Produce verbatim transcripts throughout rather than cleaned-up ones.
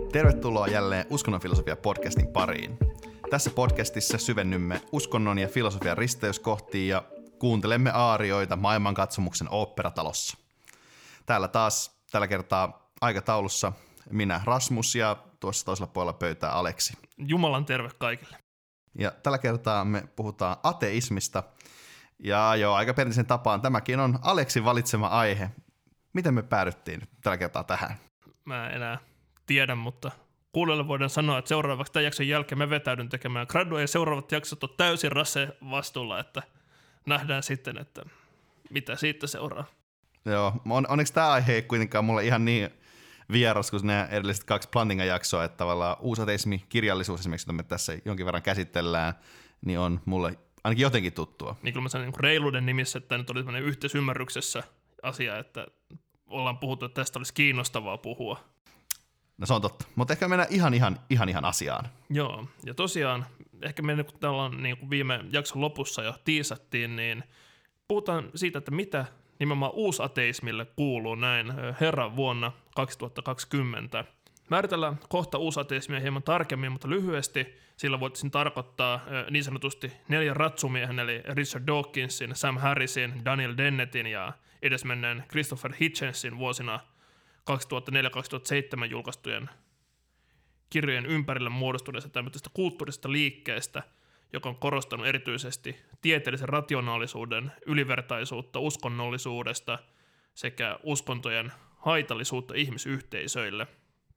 Tervetuloa jälleen Uskonnon filosofia-podcastin pariin. Tässä podcastissa syvennymme uskonnon ja filosofian risteyskohtiin ja kuuntelemme aarioita maailmankatsomuksen oopperatalossa. Täällä taas tällä kertaa aikataulussa minä Rasmus ja tuossa toisella puolella pöytää Aleksi. Jumalan terve kaikille. Ja tällä kertaa me puhutaan ateismista. Ja jo aika perinteisen tapaan tämäkin on Aleksin valitsema aihe. Miten me päädyttiin tällä kertaa tähän? Mä en enää tiedä, mutta kuulijoille voidaan sanoa, että seuraavaksi tämän jakson jälkeen mä vetäydyn tekemään gradua ja seuraavat jaksot on täysin Rase vastuulla, että nähdään sitten, että mitä siitä seuraa. Joo, on, onneksi tämä aihe ei kuitenkaan mulle ihan niin vieras kuin ne edelliset kaksi Plantinga-jaksoa, että tavallaan uusateismi, kirjallisuus esimerkiksi, jota me tässä jonkin verran käsitellään, niin on mulle ainakin jotenkin tuttua. Niin kyllä mä sanon niin reiluuden nimissä, että nyt oli tämmöinen yhteisymmärryksessä asia, että ollaan puhuttu, että tästä olisi kiinnostavaa puhua. No se on totta, mutta ehkä mennään ihan ihan, ihan, ihan asiaan. Joo, ja tosiaan, ehkä me kun täällä niin kuin viime jakson lopussa jo tiisattiin, niin puhutaan siitä, että mitä nimenomaan uusateismille kuuluu näin herran vuonna kaksituhattakaksikymmentä. Määritellään kohta uusateismia hieman tarkemmin, mutta lyhyesti sillä voitaisiin tarkoittaa niin sanotusti neljän ratsumiehen, eli Richard Dawkinsin, Sam Harrisin, Daniel Dennetin ja edesmenneen Christopher Hitchensin vuosina kaksituhattaneljä kaksituhattaseitsemän julkaistujen kirjojen ympärille muodostuneesta tämmöisestä kulttuurisesta liikkeestä, joka on korostanut erityisesti tieteellisen rationaalisuuden ylivertaisuutta uskonnollisuudesta sekä uskontojen haitallisuutta ihmisyhteisöille.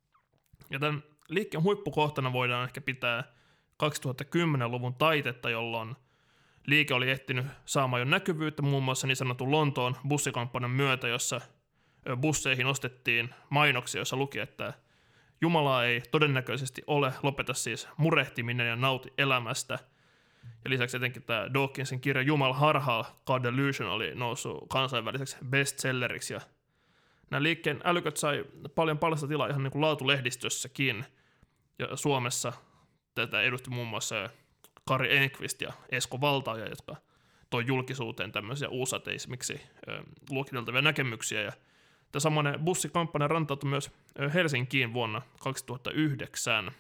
Ja tämän liikkeen huippukohtana voidaan ehkä pitää kaksituhattakymmenluvun taitetta, jolloin liike oli ehtinyt saamaan jo näkyvyyttä muun muassa niin sanotun Lontoon bussikampanjan myötä, jossa busseihin ostettiin mainoksia, joissa luki, että Jumalaa ei todennäköisesti ole, lopeta siis murehtiminen ja nauti elämästä. Ja lisäksi etenkin tämä Dawkinsin kirja Jumal harhaa, God Delusion, oli noussut kansainväliseksi bestselleriksi. Ja nämä liikkeen älyköt sai paljon palasta tilaa ihan niin kuin laatulehdistössäkin. Ja Suomessa tätä edusti muun muassa Kari Enqvist ja Esko Valtaaja, jotka toi julkisuuteen tämmöisiä uusateismiksi luokiteltavia näkemyksiä. Ja tämä samainen bussikampanja rantautui myös Helsinkiin vuonna kaksituhattayhdeksän.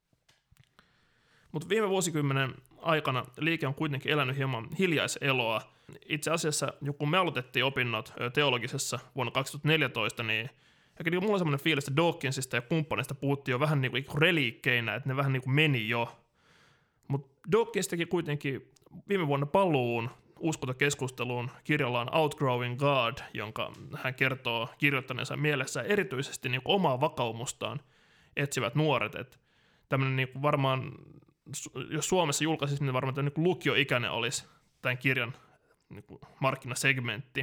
Mutta viime vuosikymmenen aikana liike on kuitenkin elänyt hieman hiljaiseloa. Itse asiassa, kun me aloitettiin opinnot teologisessa vuonna kaksituhattaneljätoista, niin ehkä niin mulla on semmoinen fiilis, että Dawkinsista ja kumppaneista puhuttiin jo vähän niin kuin reliikkeinä, että ne vähän niin kuin meni jo. Mutta Dawkins teki kuitenkin viime vuonna paluun uskontokeskusteluun kirjallaan Outgrowing God, jonka hän kertoo kirjoittaneensa mielessä erityisesti niin kuin omaa vakaumustaan etsivät nuoret. Että tämmöinen niin kuin varmaan, jos Suomessa julkaisisi, niin varmaan niin kuin lukioikäinen olisi tämän kirjan niin kuin markkinasegmentti.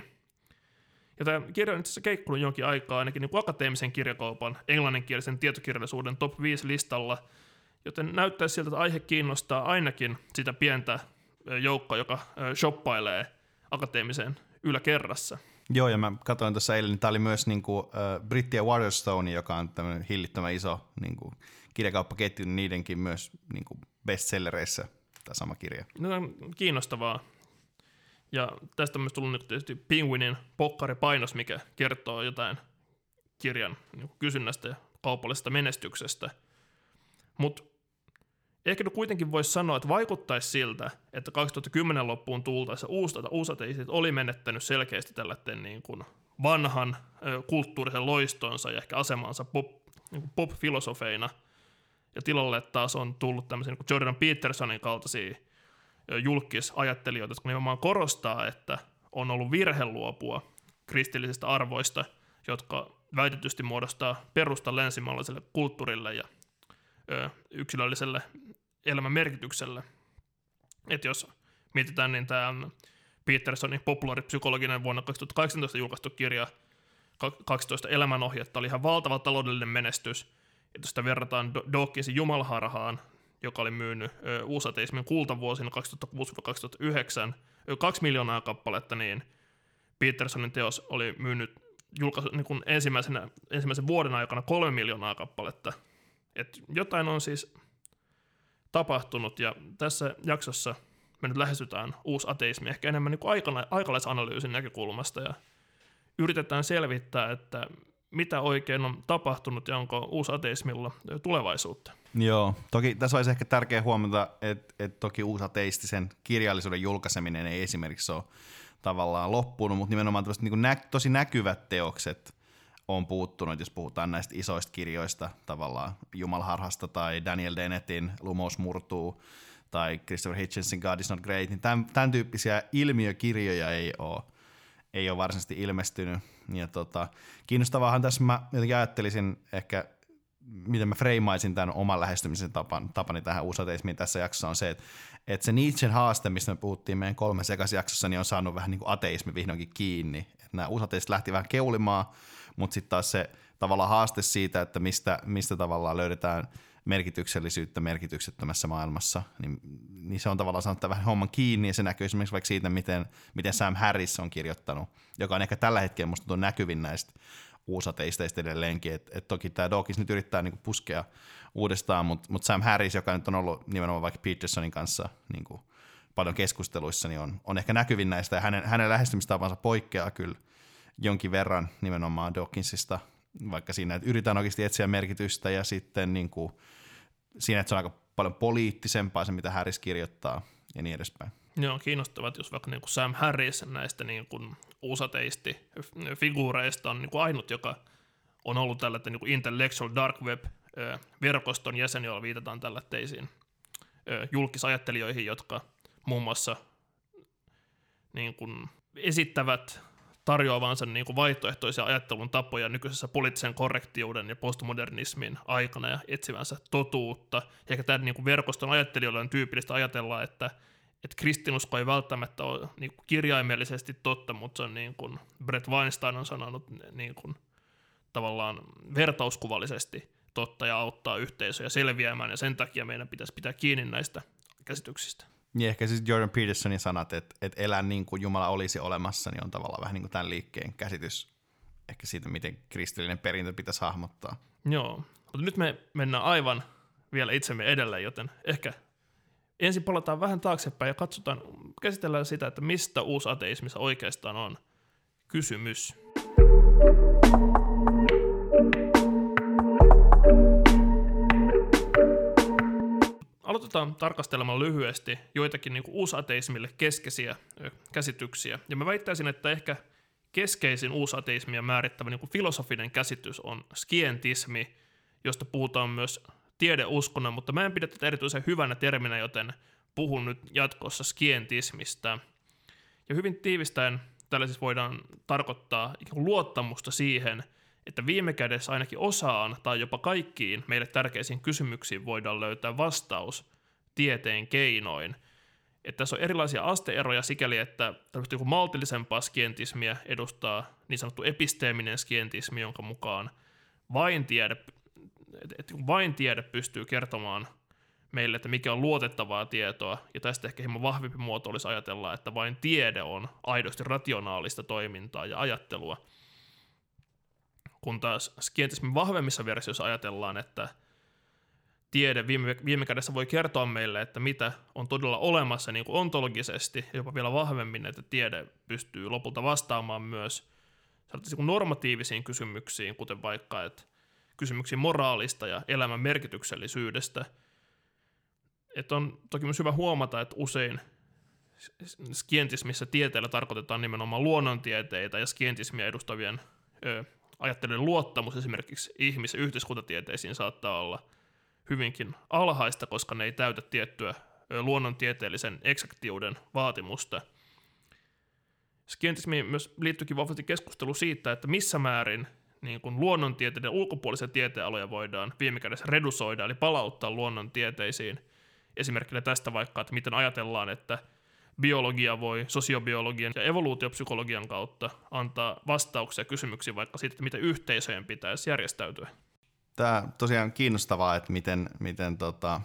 Ja tämä kirja on itse asiassa keikkunut jonkin aikaa ainakin niin kuin akateemisen kirjakaupan englanninkielisen tietokirjallisuuden top viisi listalla, joten näyttää siltä, että aihe kiinnostaa ainakin sitä pientä joukkoa, joka shoppailee akateemiseen yläkerrassa. Joo, ja mä katsoin tuossa eilen, niin tämä oli myös niin kuin, äh, Britti ja Waterstone, joka on tämmöinen hillittömän iso niin kuin, kirjakauppaketju, niin niidenkin myös niin kuin bestsellereissä tämä sama kirja. No, kiinnostavaa. Ja tästä on myös tullut nyt tietysti Penguinin pokkaripainos, mikä kertoo jotain kirjan niin kuin kysynnästä ja kaupallisesta menestyksestä. Mutta ehkä kuitenkin voisi sanoa, että vaikuttaisi siltä, että kaksituhattakymmenen loppuun tultaessa uusateistit oli menettänyt selkeästi tällaisen niin kuin vanhan kulttuurisen loistonsa ja ehkä asemansa pop, niin kuin pop-filosofeina. Ja tilalle taas on tullut tämmöisiä niin kuin Jordan Petersonin kaltaisia julkisajattelijoita, jotka nimenomaan korostaa, että on ollut virhe luopua kristillisistä arvoista, jotka väitetysti muodostaa perusta länsimaalaiselle kulttuurille ja ö, yksilölliselle elämän merkitykselle. Että jos mietitään, niin tämä Petersonin populaaripsykologinen vuonna kaksituhattakahdeksantoista julkaistu kirja kaksitoista elämänohjetta oli ihan valtava taloudellinen menestys. Että jos sitä verrataan Dawkinsin Jumalharhaan, joka oli myynyt ö, uusateismin kultavuosina kaksituhattakuusi kaksituhattayhdeksän ö, kaksi miljoonaa kappaletta, niin Petersonin teos oli myynyt julkaisu, niin kuin ensimmäisenä, ensimmäisen vuoden aikana kolme miljoonaa kappaletta. Et jotain on siis tapahtunut, ja tässä jaksossa me nyt lähestytään uusateismi ehkä enemmän niin kuin aikalaisanalyysin näkökulmasta, ja yritetään selvittää, että mitä oikein on tapahtunut ja onko uusateismilla tulevaisuutta. Joo, toki tässä olisi ehkä tärkeää huomata, että, että toki uusateistisen kirjallisuuden julkaiseminen ei esimerkiksi ole tavallaan loppunut, mutta nimenomaan niin nä- tosi näkyvät teokset on puuttunut, jos puhutaan näistä isoista kirjoista, tavallaan Jumalharhasta tai Daniel Dennetin Lumous murtuu tai Christopher Hitchensin God is not great, niin tämän, tämän tyyppisiä ilmiökirjoja ei ole, ei ole varsinaisesti ilmestynyt. Ja tota, kiinnostavaahan tässä mä jotenkin ajattelisin ehkä, miten mä freimaisin tämän oman lähestymisen tapan, tapani tähän uusateismiin tässä jaksossa on se, että, että se Nietzschen haaste, mistä me puhuttiin meidän kolme sekasjaksossa, niin on saanut vähän niin kuin ateismi vihdoinkin kiinni. Että nämä uusateistit lähti vähän keulimaan, mutta sitten taas se tavallaan haaste siitä, että mistä, mistä tavallaan löydetään merkityksellisyyttä merkityksettömässä maailmassa, niin, niin se on tavallaan saanut vähän homman kiinni, ja se näkyy esimerkiksi vaikka siitä, miten, miten Sam Harris on kirjoittanut, joka on ehkä tällä hetkellä musta tuntuu näkyvin näistä uusateisteista edelleenkin, että et toki tämä Dawkins nyt yrittää niinku puskea uudestaan, mutta mut Sam Harris, joka nyt on ollut nimenomaan vaikka Petersonin kanssa niinku paljon keskusteluissa, niin on, on ehkä näkyvin näistä, ja hänen, hänen lähestymistapansa poikkeaa kyllä jonkin verran nimenomaan Dawkinsista, vaikka siinä, että yritetään oikeasti etsiä merkitystä, ja sitten niinku siinä, että se on aika paljon poliittisempaa se, mitä Harris kirjoittaa, ja niin edespäin. Joo, kiinnostavat, jos vaikka niin kuin Sam Harris näistä niin kuin uusateisti-figuureista on niin kuin ainut, joka on ollut tällainen niin kuin intellectual dark web-verkoston jäsen, jolla viitataan tällaisiin julkisajattelijoihin, jotka muun muassa niin kuin esittävät tarjoavansa niin kuin vaihtoehtoisia ajattelun tapoja nykyisessä poliittisen korrektiuden ja postmodernismin aikana ja etsivänsä totuutta. Ja ehkä tämän niin kuin verkoston ajattelijoille on tyypillistä ajatella, että että kristinusko ei välttämättä ole niin kuin kirjaimellisesti totta, mutta se on niin kuin Brett Weinstein on sanonut niin kuin tavallaan vertauskuvallisesti totta ja auttaa yhteisöjä selviämään, ja sen takia meidän pitäisi pitää kiinni näistä käsityksistä. Ja ehkä siis Jordan Petersonin sanat, että, että elää niin kuin Jumala olisi olemassa, niin on tavallaan vähän niin kuin tämän liikkeen käsitys ehkä siitä, miten kristillinen perintö pitäisi hahmottaa. Joo, mutta nyt me mennään aivan vielä itsemme edelle, joten ehkä ensin palataan vähän taaksepäin ja katsotaan, käsitellään sitä, että mistä uusateismissa oikeastaan on kysymys. Aloitetaan tarkastelemaan lyhyesti joitakin niin kuin uusateismille keskeisiä ö, käsityksiä. Ja mä väittäisin, että ehkä keskeisin uusateismia määrittävä niin kuin filosofinen käsitys on skientismi, josta puhutaan myös tiedeuskonnon, mutta mä en pidä tätä erityisen hyvänä terminä, joten puhun nyt jatkossa skientismistä. Ja hyvin tiivistäen tällä siis voidaan tarkoittaa luottamusta siihen, että viime kädessä ainakin osaan tai jopa kaikkiin meille tärkeisiin kysymyksiin voidaan löytää vastaus tieteen keinoin. Että tässä on erilaisia asteeroja sikäli, että maltillisempaa skientismiä edustaa niin sanottu episteeminen skientismi, jonka mukaan vain tiede että vain tiede pystyy kertomaan meille, että mikä on luotettavaa tietoa, ja tästä ehkä hieman vahvempi muoto olisi ajatella, että vain tiede on aidosti rationaalista toimintaa ja ajattelua. Kun taas skientismin vahvemmissa versioissa ajatellaan, että tiede viime, viime kädessä voi kertoa meille, että mitä on todella olemassa niin kuin ontologisesti, ja jopa vielä vahvemmin, että tiede pystyy lopulta vastaamaan myös normatiivisiin kysymyksiin, kuten vaikka, että kysymyksiin moraalista ja elämän merkityksellisyydestä. Että on toki myös hyvä huomata, että usein skientismissä tieteellä tarkoitetaan nimenomaan luonnontieteitä ja skientismia edustavien ö, ajattelijoiden luottamus esimerkiksi ihmis- ja yhteiskuntatieteisiin saattaa olla hyvinkin alhaista, koska ne ei täytä tiettyä ö, luonnontieteellisen eksaktiuden vaatimusta. Skientismiin myös liittyykin vahvasti keskustelu siitä, että missä määrin niin kuin luonnontieteiden ulkopuolisia tieteenaloja voidaan viime kädessä redusoida, eli palauttaa luonnontieteisiin. Esimerkkinä tästä vaikka, että miten ajatellaan, että biologia voi sosiobiologian ja evoluutiopsykologian kautta antaa vastauksia kysymyksiin vaikka siitä, että miten yhteisöjen pitäisi järjestäytyä. Tämä on tosiaan kiinnostavaa, että miten, miten tota,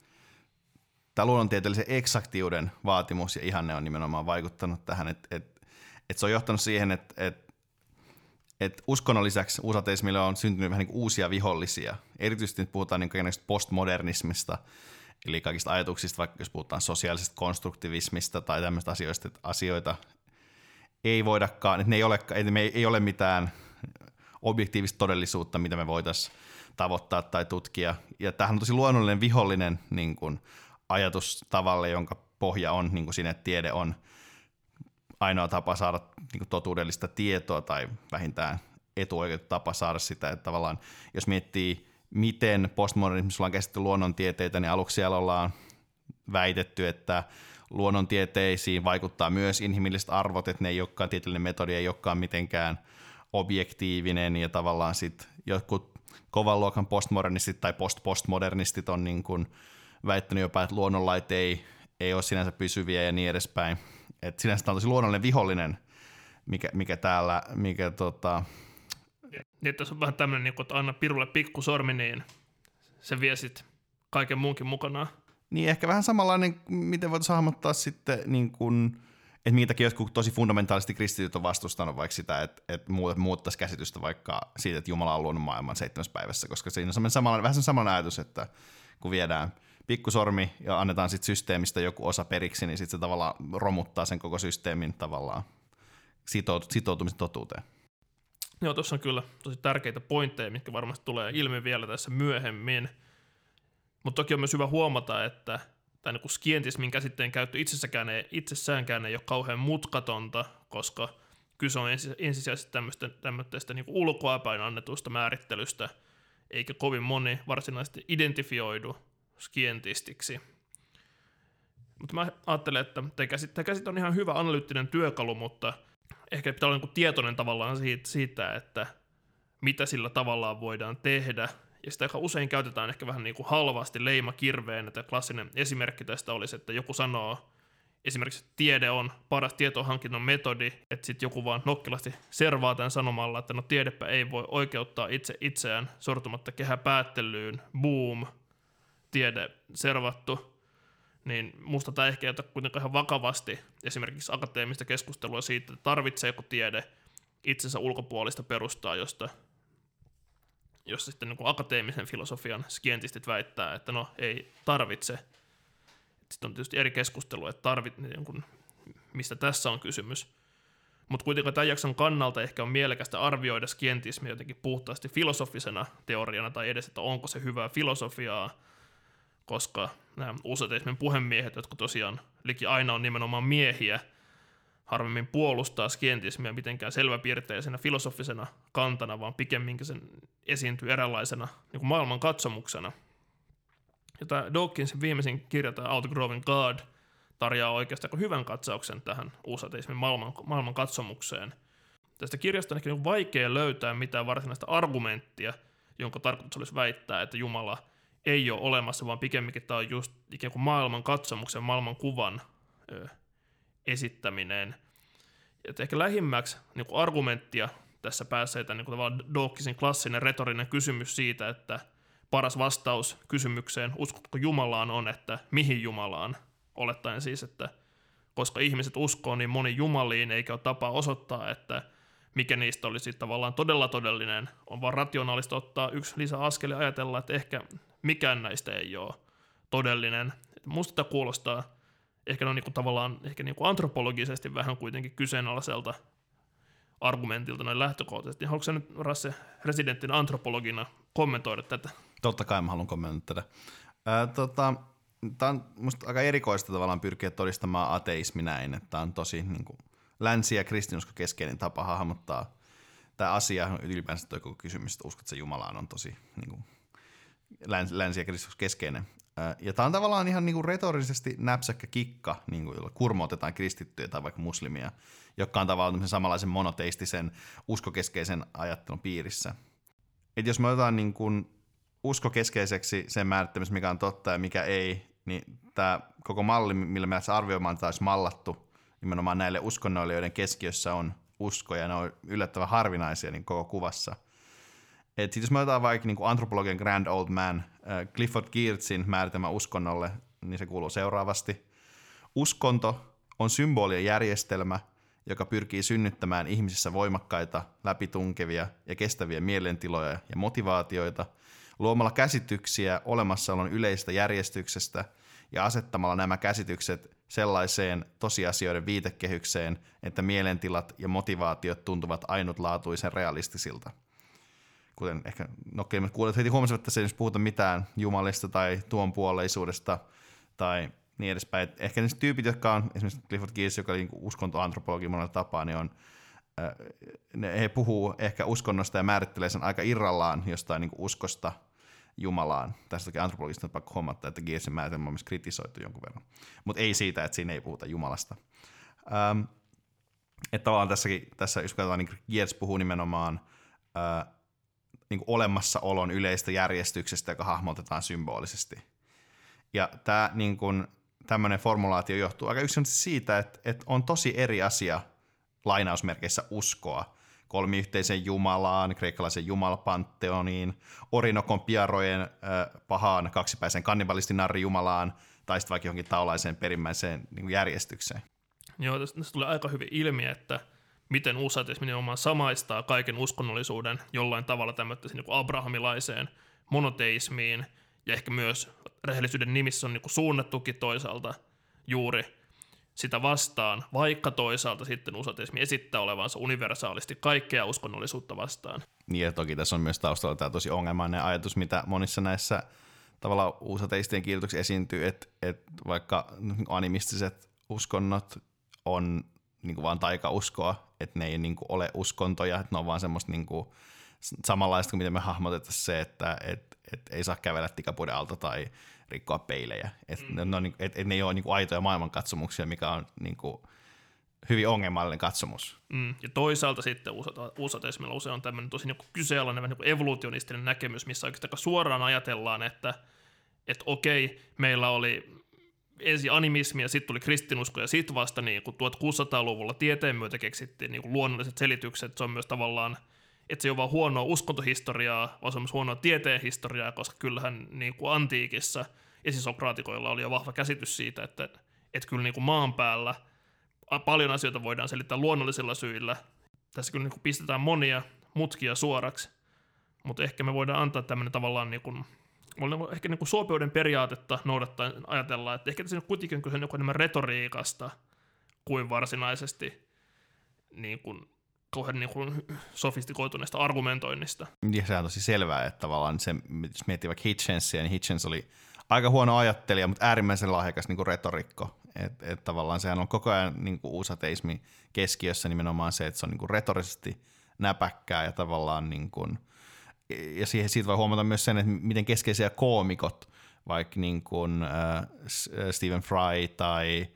tämä luonnontieteellisen eksaktiuden vaatimus ja ihanne on nimenomaan vaikuttanut tähän, että, että, että se on johtanut siihen, että, että että uskonnon lisäksi uusateismille on syntynyt vähän niin kuin uusia vihollisia. Erityisesti nyt puhutaan niin kuin postmodernismista, eli kaikista ajatuksista, vaikka jos puhutaan sosiaalisesta konstruktivismista tai tämmöistä asioista, että asioita ei voidakaan, että ne ei ole, että me ei ole mitään objektiivista todellisuutta, mitä me voitaisiin tavoittaa tai tutkia. Ja tämähän on tosi luonnollinen vihollinen niin kuin ajatus tavalle, jonka pohja on niin kuin siinä, että tiede on ainoa tapa saada niin kuin totuudellista tietoa tai vähintään etuoikeutettu tapa saada sitä, että tavallaan jos miettii, miten postmodernismissa ollaan käsitelty luonnontieteitä, niin aluksi siellä ollaan väitetty, että luonnontieteisiin vaikuttaa myös inhimilliset arvot, että ne ei olekaan tieteellinen metodi, ei olekaan mitenkään objektiivinen, ja tavallaan sitten jotkut kovan luokan postmodernistit tai post-postmodernistit on niin kuin väittänyt jopa, että luonnonlait ei, ei ole sinänsä pysyviä ja niin edespäin. Et sinänsä tämä on tosi luonnollinen vihollinen, mikä, mikä täällä... Mikä, tota... Niin, että se on vähän tämmöinen, niin että anna pirulle pikkusormi, niin se vie sitten kaiken muunkin mukanaan. Niin, ehkä vähän samanlainen, miten voitaisiin hahmottaa sitten, niin kuin, että minkäkin jotkut tosi fundamentaalisesti kristityt on vastustanut vaikka sitä, että, että muuttaisi käsitystä vaikka siitä, että Jumala on luonut maailman seitsemässä päivässä, koska siinä on samanlainen, vähän samanlainen ajatus, että kun viedään pikkusormi ja annetaan sitten systeemistä joku osa periksi, niin sitten se tavallaan romuttaa sen koko systeemin tavallaan sitoutumisen totuuteen. Joo, tuossa on kyllä tosi tärkeitä pointteja, mitkä varmasti tulee ilmi vielä tässä myöhemmin. Mutta toki on myös hyvä huomata, että tämä niin skientismin käsitteen käyttö itsessään ei, itsessäänkään ei ole kauhean mutkatonta, koska kyse on ensisijaisesti tämmöistä, tämmöistä niin ulkoapäin annetusta määrittelystä, eikä kovin moni varsinaisesti identifioidu skientistiksi. Mutta mä ajattelen, että tämä käsite, käsite on ihan hyvä analyyttinen työkalu, mutta ehkä pitää olla niin tietoinen tavallaan siitä, siitä, että mitä sillä tavallaan voidaan tehdä. Ja sitä aika usein käytetään ehkä vähän niin kuin halvasti leimakirveen, että klassinen esimerkki tästä olisi, että joku sanoo esimerkiksi, että tiede on paras tietohankinnon metodi, että sitten joku vaan nokkelasti servaa tämän sanomalla, että no tiedepä ei voi oikeuttaa itse itseään sortumatta kehäpäättelyyn, boom, tiede servattu, niin musta tämä ehkä jätä kuitenkaan ihan vakavasti esimerkiksi akateemista keskustelua siitä, että tarvitseeko tiede itsensä ulkopuolista perustaa, josta jos sitten niin kuin akateemisen filosofian skientistit väittää, että no ei tarvitse. Sitten on tietysti eri keskustelu, että tarvit, niin kuin, mistä tässä on kysymys. Mutta kuitenkaan tämän jakson kannalta ehkä on mielekästä arvioida skientismiä jotenkin puhtaasti filosofisena teoriana, tai edes, että onko se hyvää filosofiaa, koska nämä uusateismin puhemiehet, jotka tosiaan liki aina on nimenomaan miehiä, harvemmin puolustaa skientismiä mitenkään selväpiirteisenä filosofisena kantana, vaan pikemminkin sen esiintyy eräänlaisena niin kuin maailmankatsomuksena. Ja tämä Dawkinsin viimeisin kirja, tämä Outgrowing God, tarjoaa oikeastaan hyvän katsauksen tähän uusateismin maailman, maailmankatsomukseen. Tästä kirjasta on ehkä niin vaikea löytää mitään varsinaista argumenttia, jonka tarkoitus olisi väittää, että Jumala ei ole olemassa, vaan pikemminkin tämä on just ikään kuin maailmankatsomuksen, maailmankuvan ö, esittäminen. Et ehkä lähimmäksi niin kuin argumenttia tässä pääsee tämän niin Dawkinsin klassinen retorinen kysymys siitä, että paras vastaus kysymykseen, uskotko Jumalaan, on, että mihin Jumalaan, olettaen siis, että koska ihmiset uskoo niin moni jumaliin, eikä ole tapaa osoittaa, että mikä niistä olisi tavallaan todella todellinen, on vaan rationaalista ottaa yksi lisäaskel ja ajatella, että ehkä mikään näistä ei ole todellinen. Musta tämä kuulostaa ehkä no niinku tavallaan ehkä niinku antropologisesti vähän kuitenkin kyseenalaiselta argumentilta noin lähtökohtaisesti. Haluatko sä nyt, Rasse, residenttin antropologina kommentoida tätä? Totta kai mä haluan kommentoida tätä. Ää, tota, tämä on musta aika erikoista tavallaan pyrkiä todistamaan ateismi näin, että tämä on tosi niin kuin, länsi- ja kristinusko keskeinen tapa hahmottaa tämä asia, ylipäänsä tuo koko kysymys, että uskot sä Jumalaan, on tosi niin kuin, länsi- ja kristinusko keskeinen. Ja tämä on tavallaan ihan niinku retorisesti näpsäkkä kikka, niinku, jolla kurmootetaan kristittyjä tai vaikka muslimia, jotka on tavallaan samanlaisen monoteistisen uskokeskeisen ajattelun piirissä. Et jos me otetaan niinku uskokeskeiseksi sen määrittämistä, mikä on totta ja mikä ei, niin tämä koko malli, millä me lähdetään arvioimaan, tämä olisi mallattu nimenomaan näille uskonnoille, joiden keskiössä on usko, ja ne on yllättävän harvinaisia niin koko kuvassa. Et sit jos me otetaan vaikka niin antropologian grand old man äh, Clifford Geertzin määritelmä uskonnolle, niin se kuuluu seuraavasti. Uskonto on symbolien järjestelmä, joka pyrkii synnyttämään ihmisissä voimakkaita, läpitunkevia ja kestäviä mielentiloja ja motivaatioita, luomalla käsityksiä olemassaolon yleisestä järjestyksestä ja asettamalla nämä käsitykset sellaiseen tosiasioiden viitekehykseen, että mielentilat ja motivaatiot tuntuvat ainutlaatuisen realistisilta. kuten ehkä nokkeimmat kuulijat heti huomasivat, että se ei nyt puhuta mitään jumalista tai tuonpuoleisuudesta tai niin edespäin. Et ehkä ne tyypit, jotka on, esimerkiksi Clifford Geertz, joka oli niin uskontoantropologi monella tapaa, niin on, äh, ne, he puhuu ehkä uskonnosta ja määrittelee sen aika irrallaan jostain niin uskosta Jumalaan. Tästä toki antropologista on pakko huomata, että Geertzin määritelmä on myös kritisoitu jonkun verran. Mutta ei siitä, että siinä ei puhuta Jumalasta. Ähm, että tavallaan tässäkin, tässä jos katsotaan, niin Geertz puhuu nimenomaan äh, niin olemassaolon yleistä järjestyksestä, joka hahmotetaan symbolisesti. Ja tämä niin kuin, tämmöinen formulaatio johtuu aika yksinkertaisesti siitä, että, että on tosi eri asia lainausmerkeissä uskoa kolmiyhteiseen Jumalaan, kreikkalaisen jumalapanteoniin, Orinokon piarojen äh, pahaan kaksipäisen kannibalistinarri Jumalaan tai sitten vaikka johonkin taolaiseen perimmäiseen niin kuin järjestykseen. Joo, tästä, tästä tulee aika hyvin ilmi, että miten useat nimenomaan samaistaa kaiken uskonnollisuuden jollain tavalla tämmöiseen niin kuin abrahamilaiseen monoteismiin, ja ehkä myös rehellisyyden nimissä on niin kuin suunnattukin toisaalta juuri sitä vastaan, vaikka toisaalta sitten usateismi esittää olevansa universaalisti kaikkea uskonnollisuutta vastaan. Niin ja toki tässä on myös taustalla tämä tosi ongelmainen ajatus, mitä monissa näissä tavallaan uusateistien kirjoituksissa esiintyy, että, että vaikka animistiset uskonnot on niin kuin vaan taikauskoa, että ne ei niin kuin ole uskontoja, että ne on vaan semmoista niin kuin samanlaista kuin miten me hahmotetaan se, että et, et ei saa kävellä tikapuiden alta tai rikkoa peilejä. Että mm. ne, niin, et, et ne ei ole niin kuin aitoja maailmankatsomuksia, mikä on niin kuin hyvin ongelmallinen katsomus. Mm. Ja toisaalta sitten uusateismilla usein on tämmöinen tosi niin kuin kyseenalainen niin kuin evolutionistinen näkemys, missä oikeastaan suoraan ajatellaan, että et okei, meillä oli ensin animismi ja sitten tuli kristinusko ja sitten vasta niin kuin tuhatkuusisataaluvulla tieteen myötä keksittiin niin kuin luonnolliset selitykset. Se on myös tavallaan, että se ei ole vaan huonoa uskontohistoriaa, vaan se on myös huonoa tieteen historiaa, koska kyllähän niin kuin antiikissa esisokraatikoilla oli jo vahva käsitys siitä, että, että kyllä niin kuin maan päällä paljon asioita voidaan selittää luonnollisilla syillä. Tässä kyllä niin kuin pistetään monia mutkia suoraksi, mutta ehkä me voidaan antaa tämmöinen tavallaan niin kuin ehkä niin kuin suopeuden periaatetta noudattaen ajatellaan, että ehkä tässä kuitenkin on kyse enemmän retoriikasta kuin varsinaisesti niin kuin, kauhean niin kuin sofistikoituneesta argumentoinnista. Ja se on tosi selvää, että tavallaan se, jos miettii vaikka Hitchensia, niin Hitchens oli aika huono ajattelija, mutta äärimmäisen lahjakas niin kuin retorikko. Että et tavallaan sehän on koko ajan niin kuin uusateismi keskiössä nimenomaan se, että se on niin kuin retorisesti näpäkkää ja tavallaan niin kuin ja siihen, siitä voi huomata myös sen, että miten keskeisiä koomikot, vaikka niin kuin, äh, Stephen Fry tai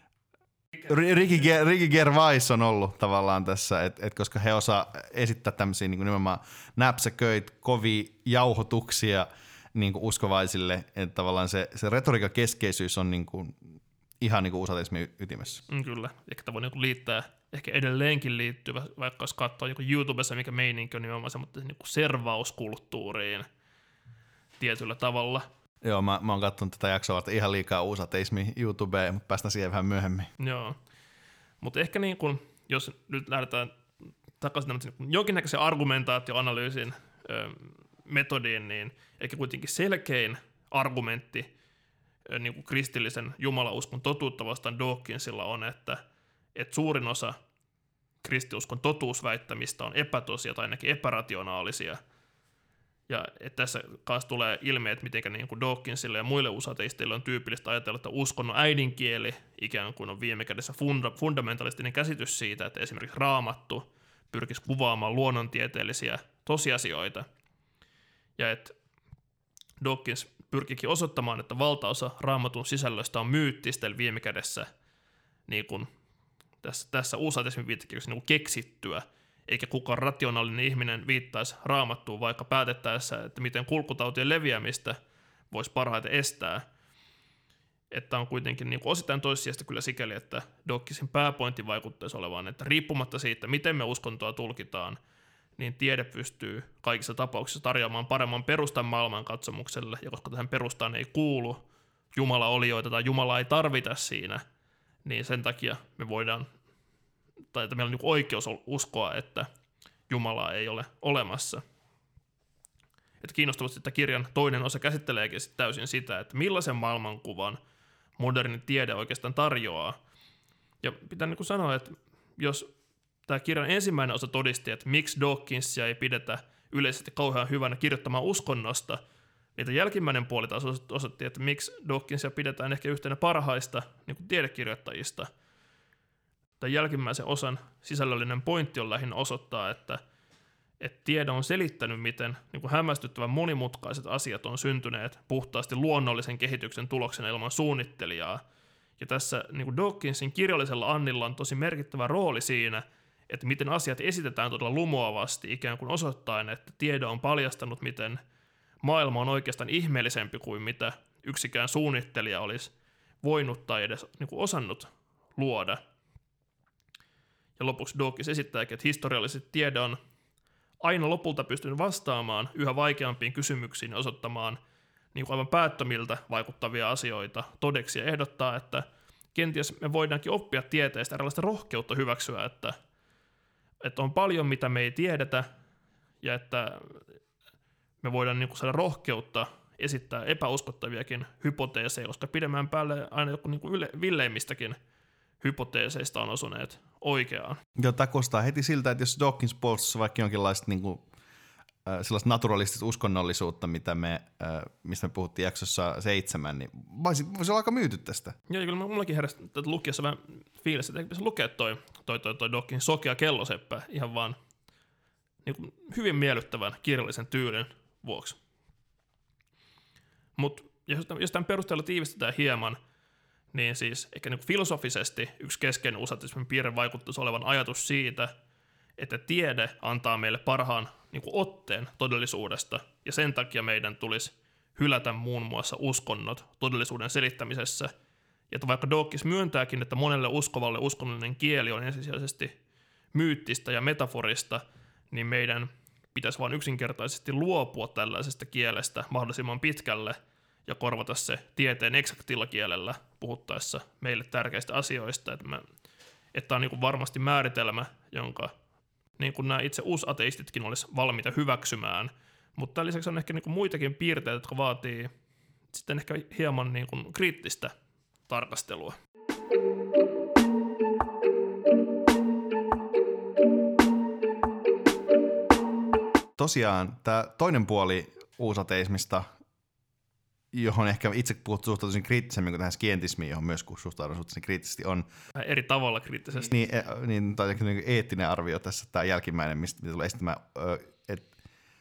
Ricky, Ricky Gervais on ollut tavallaan tässä, et, et koska he osaa esittää tämmöisiä niin kuin nimenomaan näpsäköitä, kovia jauhotuksia niin kuin uskovaisille, että tavallaan se, se retoriikan keskeisyys on niin kuin ihan niin kuin usateismin ytimessä. Mm, kyllä, ehkä tämä voi niin kuin liittää ehkä edelleenkin liittyvä, vaikka jos katsoo niin YouTubessa, mikä meininki on nimenomaan semmoinen niin servauskulttuuriin tietyllä tavalla. Joo, mä, mä oon katsonut tätä jaksoa varten ihan liikaa uusateismi YouTubeen, mutta päästään siihen vähän myöhemmin. Joo, mutta ehkä niin kuin, jos nyt lähdetään takaisin niin jonkinnäköisen argumentaatioanalyysin ö, metodiin, niin ehkä kuitenkin selkein argumentti ö, niin kuin kristillisen jumalauskon totuutta vastaan Dawkinsilla on, että että suurin osa kristiuskon totuusväittämistä on epätosia tai ainakin epärationaalisia. Ja että tässä kanssa tulee ilmi, että miten niin kuin Dawkinsille ja muille usateisteille on tyypillistä ajatella, että uskonnon äidinkieli ikään kuin on viime kädessä funda- fundamentalistinen käsitys siitä, että esimerkiksi Raamattu pyrkisi kuvaamaan luonnontieteellisiä tosiasioita. Ja että Dawkins pyrkikin osoittamaan, että valtaosa Raamatun sisällöstä on myyttistä, eli viime kädessä niin kuin tässä, tässä uusateismin viittekirjassa niin keksittyä, eikä kukaan rationaalinen ihminen viittaisi Raamattuun vaikka päätettäessä, että miten kulkutautien leviämistä voisi parhaiten estää. Että on kuitenkin niin kuin osittain toissijasta kyllä sikäli, että Dawkinsin pääpointti vaikuttaisi olevan, että riippumatta siitä, miten me uskontoa tulkitaan, niin tiede pystyy kaikissa tapauksissa tarjoamaan paremman perustan maailmankatsomukselle, ja koska tähän perustaan ei kuulu Jumala-olioita tai Jumalaa ei tarvita siinä, niin sen takia me voidaan, tai että meillä on niin oikeus uskoa, että Jumalaa ei ole olemassa. Että kiinnostavasti, että kirjan toinen osa käsitteleekin täysin sitä, että millaisen maailmankuvan moderni tiede oikeastaan tarjoaa. Ja pitää niin kuin sanoa, että jos tämä kirjan ensimmäinen osa todisti, että miksi Dawkinsia ei pidetä yleisesti kauhean hyvänä kirjoittamaan uskonnosta. Niitä jälkimmäinen puoli taas osoitti, että miksi Dawkinsia pidetään ehkä yhtenä parhaista niin kuin tiedekirjoittajista. Tämän jälkimmäisen osan sisällöllinen pointti on lähinnä osoittaa, että, että tiede on selittänyt, miten niin kuin hämmästyttävän monimutkaiset asiat on syntyneet puhtaasti luonnollisen kehityksen tuloksena ilman suunnittelijaa. Ja tässä niin kuin Dawkinsin kirjallisella Annilla on tosi merkittävä rooli siinä, että miten asiat esitetään todella lumoavasti, ikään kuin osoittaen, että tiede on paljastanut, miten maailma on oikeastaan ihmeellisempi kuin mitä yksikään suunnittelija olisi voinut tai edes niin kuin osannut luoda. Ja lopuksi Dawkins esittääkin, että historiallisesti tiede on aina lopulta pystynyt vastaamaan yhä vaikeampiin kysymyksiin ja osoittamaan niin kuin aivan päättömiltä vaikuttavia asioita todeksi ja ehdottaa, että kenties me voidaankin oppia tieteestä erilaista rohkeutta hyväksyä, että, että on paljon mitä me ei tiedetä ja että me voidaan niin kuin saada rohkeutta esittää epäuskottaviakin hypoteeseja, koska pidemmän päälle aina joku niin kuin yle, villeimmistäkin hypoteeseista on osuneet oikeaan. Joo, tämä kuulostaa heti siltä, että jos Dawkins puolustuisi vaikka jonkinlaista niin kuin, äh, sellaista naturalistista uskonnollisuutta, mitä me, äh, mistä me puhuttiin jaksossa seitsemän, niin voisi, voisi olla aika myyty tästä. Joo, kyllä mullakin heräsi tätä lukiessa vähän fiilis, että pitäisi lukea toi, toi, toi, toi Dawkins sokea kelloseppä ihan vaan niin kuin hyvin miellyttävän kirjallisen tyylin vuoksi. Mutta jos, jos tämän perusteella tiivistetään hieman, niin siis ehkä niin filosofisesti yksi keskeinen usatismin piirre vaikuttaisi olevan ajatus siitä, että tiede antaa meille parhaan niin kuin otteen todellisuudesta, ja sen takia meidän tulisi hylätä muun muassa uskonnot todellisuuden selittämisessä. Ja että vaikka Dawkins myöntääkin, että monelle uskovalle uskonnollinen kieli on ensisijaisesti myyttistä ja metaforista, niin meidän pitäisi vain yksinkertaisesti luopua tällaisesta kielestä mahdollisimman pitkälle ja korvata se tieteen eksaktilla kielellä puhuttaessa meille tärkeistä asioista. Että, me, että on niin kuin varmasti määritelmä, jonka niin kuin nämä itse uusateistitkin olisi valmiita hyväksymään, mutta tämän lisäksi on ehkä niin kuin muitakin piirteitä, jotka vaatii sitten ehkä hieman niin kuin kriittistä tarkastelua. Tosiaan tämä toinen puoli uusateismista, johon ehkä itse suhtautuisin kriittisemmin kuin tähän skientismiin, johon myös suhtaudun suhtautuisin kriittisesti, on eri tavalla kriittisesti. Niin, niin tai niin eettinen arvio tässä, tämä jälkimmäinen, mistä tulee esittämään, että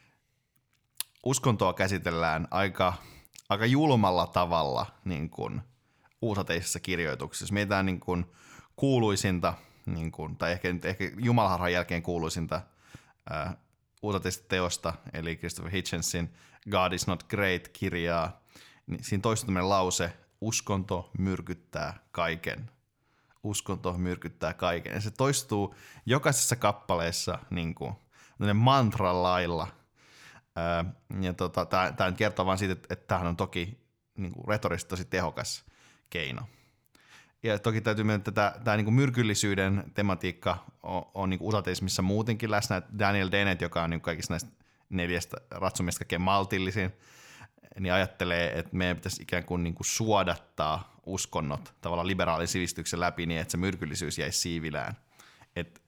uskontoa käsitellään aika, aika julmalla tavalla niin kuin uusateisissa kirjoituksissa. Jos mietitään niin kuin kuuluisinta, niin kuin, tai ehkä, ehkä Jumalanharhan jälkeen kuuluisinta ää, uusateista teosta, eli Christopher Hitchensin God is not great-kirjaa, niin siinä toistuu tämmöinen lause, uskonto myrkyttää kaiken. Uskonto myrkyttää kaiken. Ja se toistuu jokaisessa kappaleessa niin kuin mantran lailla. Ää, ja tota, tämä kertoo vaan siitä, että, että tämähän on toki niin kuin retorisesti tosi tehokas keino. Ja toki täytyy myöntää, että tämä niin myrkyllisyyden tematiikka on, on niin usateismissa muutenkin läsnä. Daniel Dennett, joka on niin kaikista näistä neljästä ratsumista kaikkein maltillisin, niin ajattelee, että meidän pitäisi ikään kuin, niin kuin suodattaa uskonnot tavallaan liberaalin sivistyksen läpi niin, että se myrkyllisyys jäisi siivilään. Et,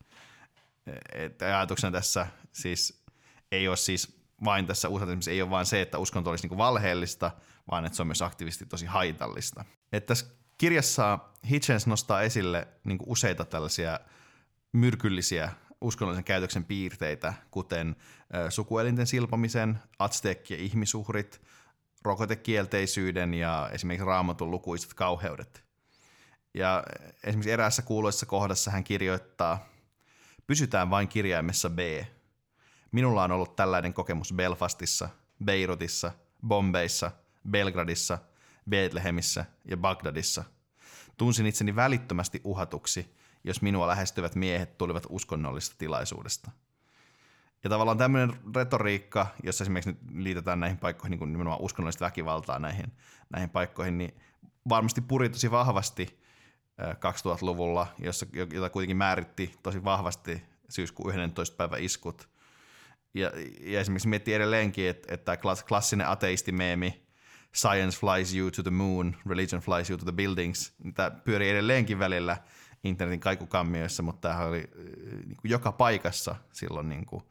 et ajatuksena tässä siis ei ole siis vain tässä usateismissa ei ole vain se, että uskonto olisi niin kuin valheellista, vaan että se on myös aktiivisesti tosi haitallista. Et tässä kirjassa Hitchens nostaa esille niin kuin useita tällaisia myrkyllisiä uskonnollisen käytöksen piirteitä, kuten sukuelinten silpomisen, azteekkien ihmisuhrit, rokotekielteisyyden ja esimerkiksi Raamatun lukuiset kauheudet. Ja esimerkiksi eräässä kuuluisessa kohdassa hän kirjoittaa, pysytään vain kirjaimessa B. Minulla on ollut tällainen kokemus Belfastissa, Beirutissa, Bombeissa, Belgradissa, Bethlehemissä ja Bagdadissa. Tunsin itseni välittömästi uhatuksi, jos minua lähestyvät miehet tulivat uskonnollisesta tilaisuudesta. Ja tavallaan tämmöinen retoriikka, jossa esimerkiksi nyt liitetään näihin paikkoihin niin kuin nimenomaan uskonnollista väkivaltaa näihin, näihin paikkoihin, niin varmasti puri tosi vahvasti kaksituhattaluvulla, jossa, jota kuitenkin määritti tosi vahvasti syyskuun yhdentoista päivä iskut. Ja, ja esimerkiksi miettii edelleenkin, että, että tämä klassinen ateistimeemi, science flies you to the moon, religion flies you to the buildings, niin tämä pyörii edelleenkin välillä internetin kaikukammioissa, mutta tämähän oli niin kuin joka paikassa silloin niin kuin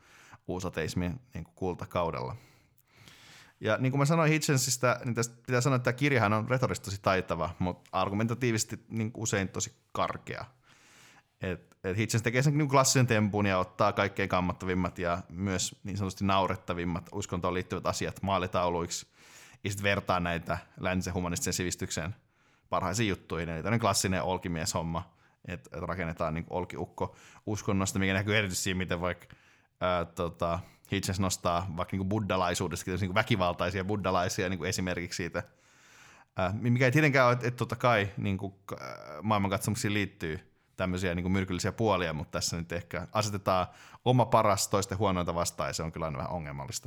uusateismin niin kuin kultakaudella. Ja niin kuin mä sanoin Hitchensistä, niin tästä pitää sanoa, että tämä kirjahan on retorisesti tosi taitava, mutta argumentatiivisesti niin usein tosi karkea. Et, et Hitchens tekee sen niin klassisen tempun ja ottaa kaikkein kammottavimmat ja myös niin sanotusti naurettavimmat uskontoon liittyvät asiat maalitauluiksi ja sitten vertaa näitä läntisen humanistisen sivistyksen parhaisiin juttuihin. Eli tämmöinen klassinen olkimies-homma, että et rakennetaan niin olkiukko uskonnosta, mikä näkyy erityisesti siinä, miten vaikka ää, tota, Hitchens nostaa vaikka niin buddhalaisuudesta, niin väkivaltaisia buddhalaisia niin esimerkiksi siitä, ää, mikä ei tietenkään ole, että et, totta kai niin kuin, maailmankatsomuksiin liittyy tämmöisiä niin kuin myrkyllisiä puolia, mutta tässä nyt ehkä asetetaan oma paras toisten huonointa vastaan, ja se on kyllä aina vähän ongelmallista.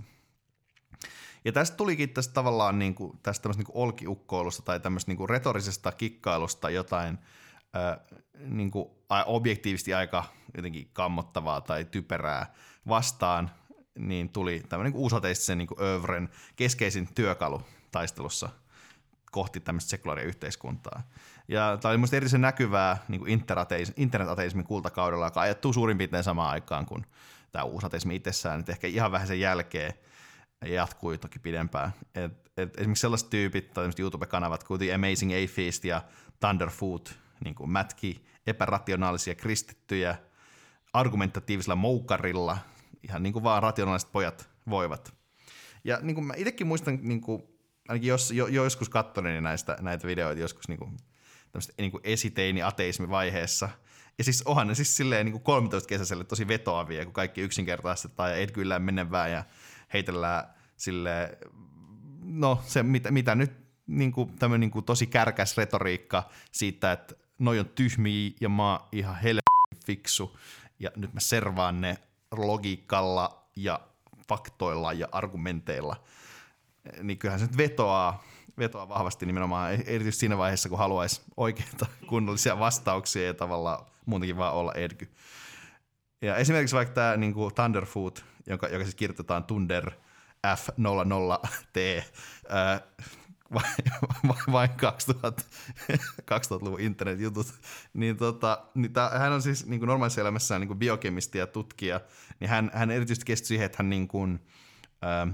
Ja tästä tulikin tästä tavallaan niin kuin, tästä tämmöistä niin kuin olkiukkoilusta tai tämmöistä niin kuin retorisesta kikkailusta jotain äh, niin kuin objektiivisesti aika jotenkin kammottavaa tai typerää vastaan, niin tuli tämmöinen niin uusateistisen niin kuin övren keskeisin työkalu taistelussa kohti tämmöistä sekulaaria yhteiskuntaa. Ja tämä oli minusta erityisen näkyvää niin kuin internetateismin kultakaudella, joka ajettuu suurin piirtein samaan aikaan kuin tämä uusateismi itsessään, että ehkä ihan vähän sen jälkeen jatkui toki pidempään. Et, et esimerkiksi sellaiset tyypit tai YouTube-kanavat kuin The Amazing Atheist ja Thunderfoot niin kuin mätki epärationaalisia kristittyjä argumentatiivisella moukarilla, ihan niin kuin vaan rationaaliset pojat voivat. Ja niin kuin mä itsekin muistan, niin kuin, ainakin jos, jo, joskus katsoneeni näistä, näitä videoita joskus niin kuin, niin kuin esiteini-ateismivaiheessa. Ja siis onhan ne siis silleen niin kuin kolmetoista-kesäiselle tosi vetoavia, kun kaikki yksinkertaistetaan ja ei kyllä menevään ja heitellään silleen, no se mitä, mitä nyt niin kuin, tämmöinen niin kuin tosi kärkäs retoriikka siitä, että noi on tyhmiä ja mä oon ihan helvetin fiksu ja nyt mä servaan ne logiikalla ja faktoilla ja argumenteilla, niin kyllähän se nyt vetoaa, vetoaa vahvasti nimenomaan erityisesti siinä vaiheessa, kun haluaisi oikeita kunnollisia vastauksia ja tavallaan muutenkin vaan olla edgy. Ja esimerkiksi vaikka tämä niin kuin Thunderfoot, joka, joka siis kirjoitetaan Thunder F nolla nolla T, ää, vain kaksituhattaluvun internetjutut, niin, tota, niin tää, hän on siis niin kuin normaalissa elämässään niin kuin biokemisti ja tutkija, niin hän, hän erityisesti kesti siihen, että hän niin kuin, ää,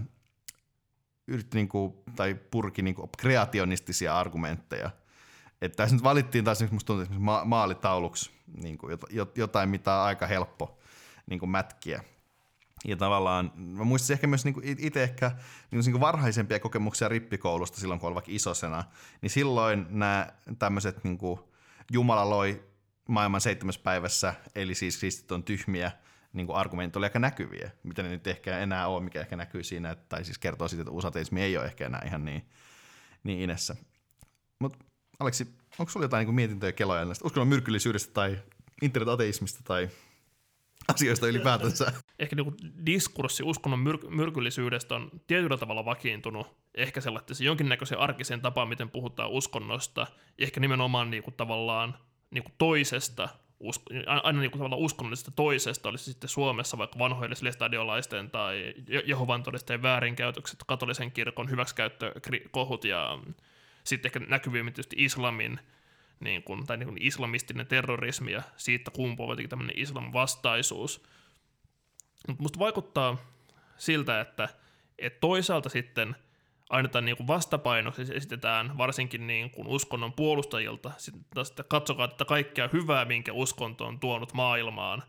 yritti niin kuin, tai purki niin kuin kreationistisia argumentteja. Että tässä nyt valittiin taas, musta tuntuu esimerkiksi ma- maalitauluksi niin kuin jotain, mitä on aika helppo niin kuin mätkiä. Ja tavallaan, mä muistin ehkä myös niin itse ehkä niin niin varhaisempia kokemuksia rippikoulusta silloin, kun olin vaikka isosena, niin silloin nämä tämmöiset niin Jumala loi maailman seitsemässä päivässä, eli siis kristit on tyhmiä, niin kuin argumentit oli aika näkyviä, mitä ne nyt ehkä enää on, mikä ehkä näkyy siinä, että, tai siis kertoo siitä, että uusateismi ei ole ehkä enää ihan niin, niin inessä. Mutta Aleksi, onko sulla jotain niin mietintöjä keloja näistä uskonnon myrkyllisyydestä tai internetateismista tai asioista ylipäätänsä? Ehkä niin diskurssi uskonnon myr- myrkyllisyydestä on tietyllä tavalla vakiintunut. Ehkä sellaisen jonkinnäköisen arkisen tapaan, miten puhutaan uskonnosta. Ehkä nimenomaan niin kuin tavallaan niin kuin toisesta, usko- aina niin kuin tavallaan uskonnollisesta toisesta, olisi sitten Suomessa vaikka vanhoille lestadiolaisten tai Jehovan todistajien väärinkäytökset, katolisen kirkon hyväksikäyttökohut ja sitten ehkä näkyvimmin tietysti islamin niin kuin, tai niin kuin islamistinen terrorismi ja siitä kumpuaa jotenkin tämmöinen islam vastaisuus. Mutta musta vaikuttaa siltä, että, että toisaalta sitten aina tämän niin kuin vastapainoksi esitetään varsinkin niin kuin uskonnon puolustajilta, sitten katsokaa tätä kaikkea hyvää, minkä uskonto on tuonut maailmaan.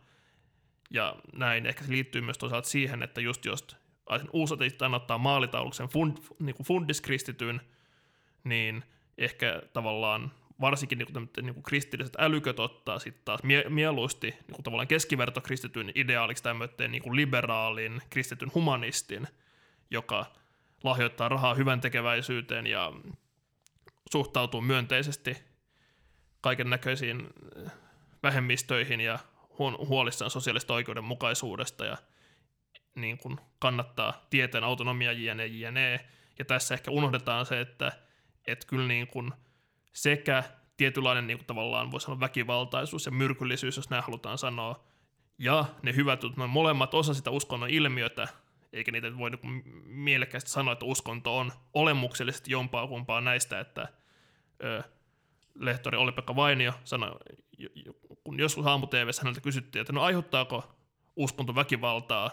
Ja näin ehkä se liittyy myös toisaalta siihen, että just jos uusateistit ottaa maalitauluksen fund, niin kuin fundiskristityn, niin ehkä tavallaan varsinkin niin kuin, niin kuin kristilliset älyköt ottaa sitten taas mie- mieluusti niin kuin tavallaan keskivertokristityn ideaaliksi tämmöinen niin kuin liberaalin kristityn humanistin, joka lahjoittaa rahaa hyvän tekeväisyyteen ja suhtautuu myönteisesti kaiken näköisiin vähemmistöihin ja huolissaan sosiaalista oikeudenmukaisuudesta ja niin kuin kannattaa tieteen autonomia jne, jne. Ja tässä ehkä unohdetaan se, että, että kyllä niin kuin sekä tietynlainen niin kuin tavallaan voisi sanoa väkivaltaisuus ja myrkyllisyys, jos näin halutaan sanoa, ja ne hyvät, ne molemmat osa sitä uskonnon ilmiötä, eikä niitä voi niin mielekkäästi sanoa, että uskonto on olemuksellisesti jompaa kumpaa näistä, että ö, lehtori Olli-Pekka Vainio sanoi, kun joskus aamu-tv:ssä häneltä kysyttiin, että no aiheuttaako uskonto väkivaltaa,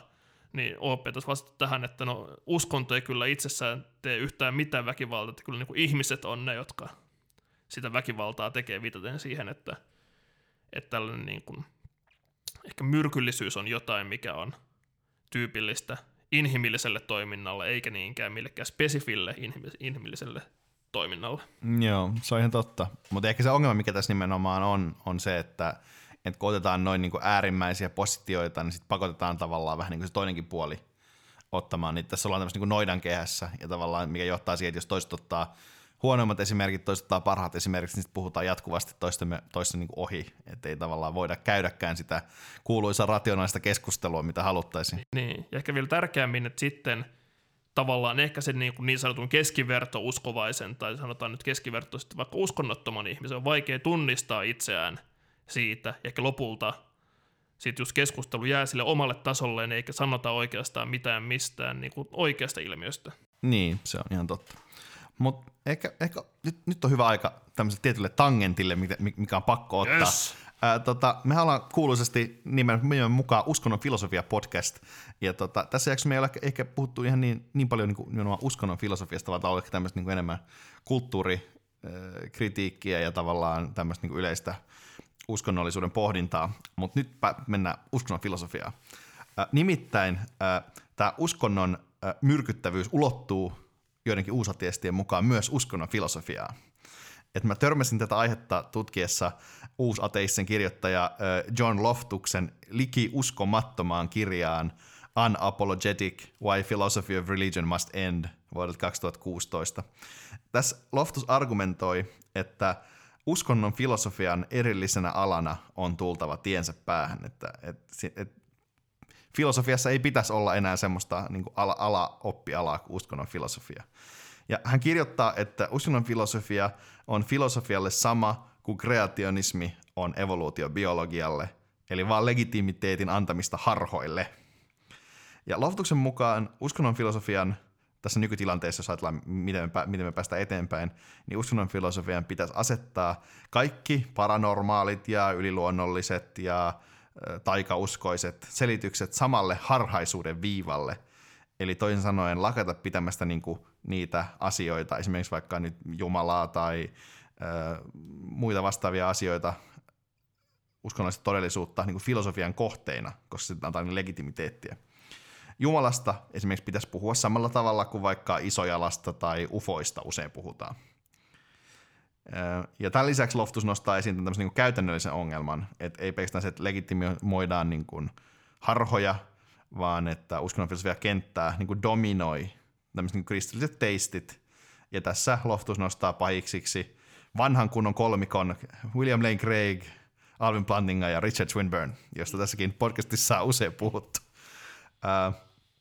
niin O P taas vastata tähän, että no uskonto ei kyllä itsessään tee yhtään mitään väkivaltaa, että kyllä niin kuin ihmiset on ne, jotka sitä väkivaltaa tekee, viitaten siihen, että, että tällainen niin kuin, ehkä myrkyllisyys on jotain, mikä on tyypillistä inhimilliselle toiminnalle, eikä niinkään millekään spesifille inhimilliselle toiminnalle. Joo, se on ihan totta. Mutta ehkä se ongelma, mikä tässä nimenomaan on, on se, että, että kun otetaan noin niin kuin äärimmäisiä positioita, niin sitten pakotetaan tavallaan vähän niin kuin se toinenkin puoli ottamaan. Niin tässä ollaan tämmöisessä niin kuin noidankehässä, ja tavallaan mikä johtaa siihen, että jos toiset ottaa huonoimmat esimerkit, toiset ottaa parhaat esimerkiksi, niin sitten puhutaan jatkuvasti toistemme, toisten niin kuin ohi, että ei tavallaan voida käydäkään sitä kuuluisaa rationaalista keskustelua, mitä haluttaisiin. Niin, ja ehkä vielä tärkeämmin, että sitten tavallaan ehkä sen niin, niin sanotun keskiverto-uskovaisen, tai sanotaan nyt keskiverto sitten vaikka uskonnottoman ihmisen, on vaikea tunnistaa itseään siitä, ja ehkä lopulta sitten just keskustelu jää sille omalle tasolleen, eikä sanota oikeastaan mitään mistään niin kuin oikeasta ilmiöstä. Niin, se on ihan totta. Mutta ehkä, ehkä nyt, nyt on hyvä aika tämmöiselle tietylle tangentille, mikä on pakko ottaa. Yes. Ää, tota, mehän ollaan kuuluisesti nimen, nimen mukaan Uskonnon filosofia podcast, ja tota, tässä jaksossa me ei ole ehkä, ehkä puhuttu ihan niin, niin paljon niin kuin, nimenomaan uskonnon filosofiasta, vaan on ehkä tämmöistä niin kuin enemmän kulttuurikritiikkiä ja tavallaan tämmöistä niin kuin yleistä uskonnollisuuden pohdintaa, mutta nyt mennään uskonnon filosofiaan. Ää, nimittäin tämä uskonnon ää, myrkyttävyys ulottuu joidenkin uusatiestien mukaan myös uskonnon filosofiaan. Et mä törmäsin tätä aihetta tutkiessa uusateisten kirjoittaja John Loftuksen liki uskomattomaan kirjaan Unapologetic, Why Philosophy of Religion Must End vuodelta kaksituhattakuusitoista. Tässä Loftus argumentoi, että uskonnon filosofian erillisenä alana on tultava tiensä päähän, että et, et, filosofiassa ei pitäisi olla enää semmoista niin kuin ala, ala-oppialaa kuin uskonnon filosofia. Ja hän kirjoittaa, että uskonnon filosofia on filosofialle sama kuin kreationismi on evoluutiobiologialle, eli vaan legitimiteetin antamista harhoille. Ja Loftuksen mukaan uskonnon filosofian, tässä nykytilanteessa, jos ajatellaan, miten me, miten me päästään eteenpäin, niin uskonnon filosofian pitäisi asettaa kaikki paranormaalit ja yliluonnolliset ja taikauskoiset selitykset samalle harhaisuuden viivalle. Eli toisin sanoen lakata pitämästä niinku niitä asioita, esimerkiksi vaikka nyt Jumalaa tai ö, muita vastaavia asioita, uskonnollista todellisuutta niinku filosofian kohteina, koska se antaa niin legitimiteettiä. Jumalasta esimerkiksi pitäisi puhua samalla tavalla kuin vaikka isojalasta tai ufoista usein puhutaan. Ja tämän lisäksi Loftus nostaa esiin tämmöisen niin kuin käytännöllisen ongelman, että ei pelkästään se, että legitimoidaan niin kuin harhoja, vaan että uskonnon filosofia kenttää niin kuin dominoi tämmöiset niin kuin kristilliset teistit. Ja tässä Loftus nostaa pahiksiksi vanhan kunnon kolmikon William Lane Craig, Alvin Plantinga ja Richard Swinburne, josta tässäkin podcastissa on usein puhuttu. Uh,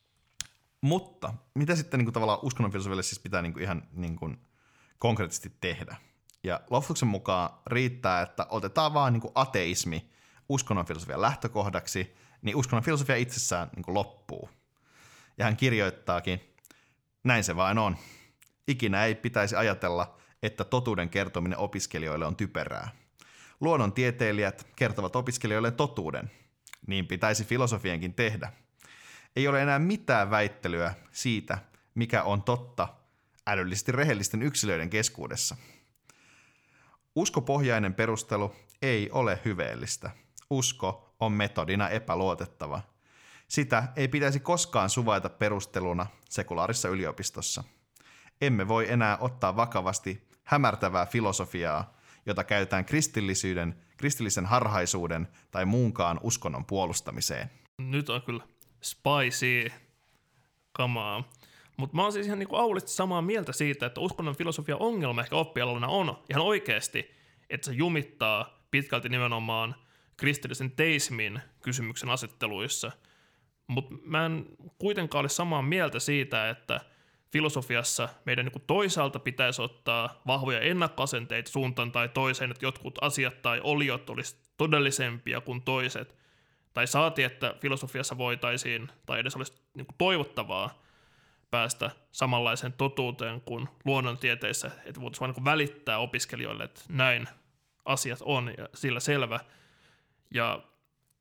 mutta mitä sitten niin kuin tavallaan uskonnon filosofialle siis pitää niin kuin ihan niin kuin konkreettisesti tehdä? Ja Loftuksen mukaan riittää, että otetaan vaan niin kuin ateismi uskonnon filosofian lähtökohdaksi, niin uskonnon filosofia itsessään niin kuin loppuu. Ja hän kirjoittaakin, näin se vain on. Ikinä ei pitäisi ajatella, että totuuden kertominen opiskelijoille on typerää. Luonnontieteilijät kertovat opiskelijoille totuuden. Niin pitäisi filosofienkin tehdä. Ei ole enää mitään väittelyä siitä, mikä on totta älyllisesti rehellisten yksilöiden keskuudessa. Uskopohjainen perustelu ei ole hyveellistä. Usko on metodina epäluotettava. Sitä ei pitäisi koskaan suvaita perusteluna sekulaarissa yliopistossa. Emme voi enää ottaa vakavasti hämärtävää filosofiaa, jota käytetään kristillisyyden, kristillisen harhaisuuden tai muunkaan uskonnon puolustamiseen. Nyt on kyllä spicy kamaa. Mutta mä oon siis ihan niinku aulisti samaa mieltä siitä, että uskonnon filosofia ongelma ehkä oppialana on ihan oikeasti, että se jumittaa pitkälti nimenomaan kristillisen teismin kysymyksen asetteluissa. Mutta mä en kuitenkaan ole samaa mieltä siitä, että filosofiassa meidän niinku toisaalta pitäisi ottaa vahvoja ennakkoasenteita suuntaan tai toiseen, että jotkut asiat tai oliot olisi todellisempia kuin toiset. Tai saati, että filosofiassa voitaisiin, tai edes olisi niinku toivottavaa, päästä samanlaiseen totuuteen kuin luonnontieteissä, että voitaisiin vain niin välittää opiskelijoille, että näin asiat on ja sillä selvä. Ja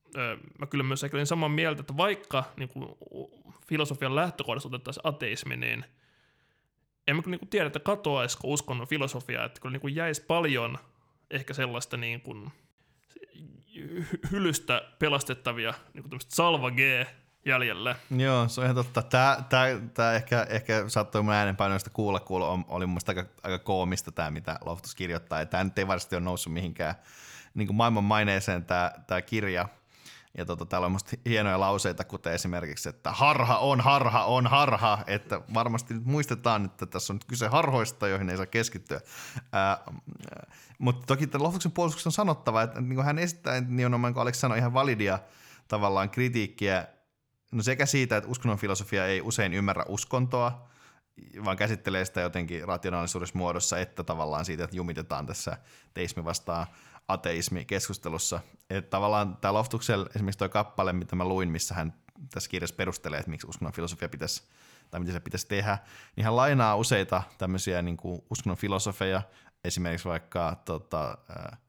mä kyllä myös olin samaa mieltä, että vaikka niin kuin, filosofian lähtökohdassa otettaisiin ateismi, niin en mä kyllä niin kuin tiedä, että katoaisiko uskonnon filosofiaa, että kyllä niin kuin jäisi paljon ehkä sellaista niin kuin hylystä pelastettavia niin kuin tämmöistä salva G jäljellä. Joo, se on ihan totta. Tämä, tämä, tämä ehkä, ehkä saattoi mun äänenpainoista kuulla, kuulla oli mun mielestä aika, aika koomista tämä, mitä Loftus kirjoittaa. Ja tämä nyt ei varsinaisesti ole noussut mihinkään niin kuin maailman maineeseen tämä, tämä kirja. Ja tota, täällä on musta hienoja lauseita, kuten esimerkiksi, että harha on, harha on, harha. Että varmasti nyt muistetaan, että tässä on nyt kyse harhoista, joihin ei saa keskittyä. Ää, mutta toki Loftuksen puolustuksessa on sanottava, että niin kuin hän esittää, nimenomaan kuin Alex sanoi, ihan validia tavallaan kritiikkiä. No sekä siitä, että uskonnon filosofia ei usein ymmärrä uskontoa, vaan käsittelee sitä jotenkin rationaalisuudessa muodossa, että tavallaan siitä, että jumitetaan tässä teismi vastaan ateismi keskustelussa. Että tavallaan tämä Loftuksella esimerkiksi tuo kappale, mitä mä luin, missä hän tässä kirjassa perustelee, että miksi uskonnon filosofia pitäisi, tai miten se pitäisi tehdä, niin hän lainaa useita tämmöisiä niin kuin uskonnon filosofeja, esimerkiksi vaikka tota, äh,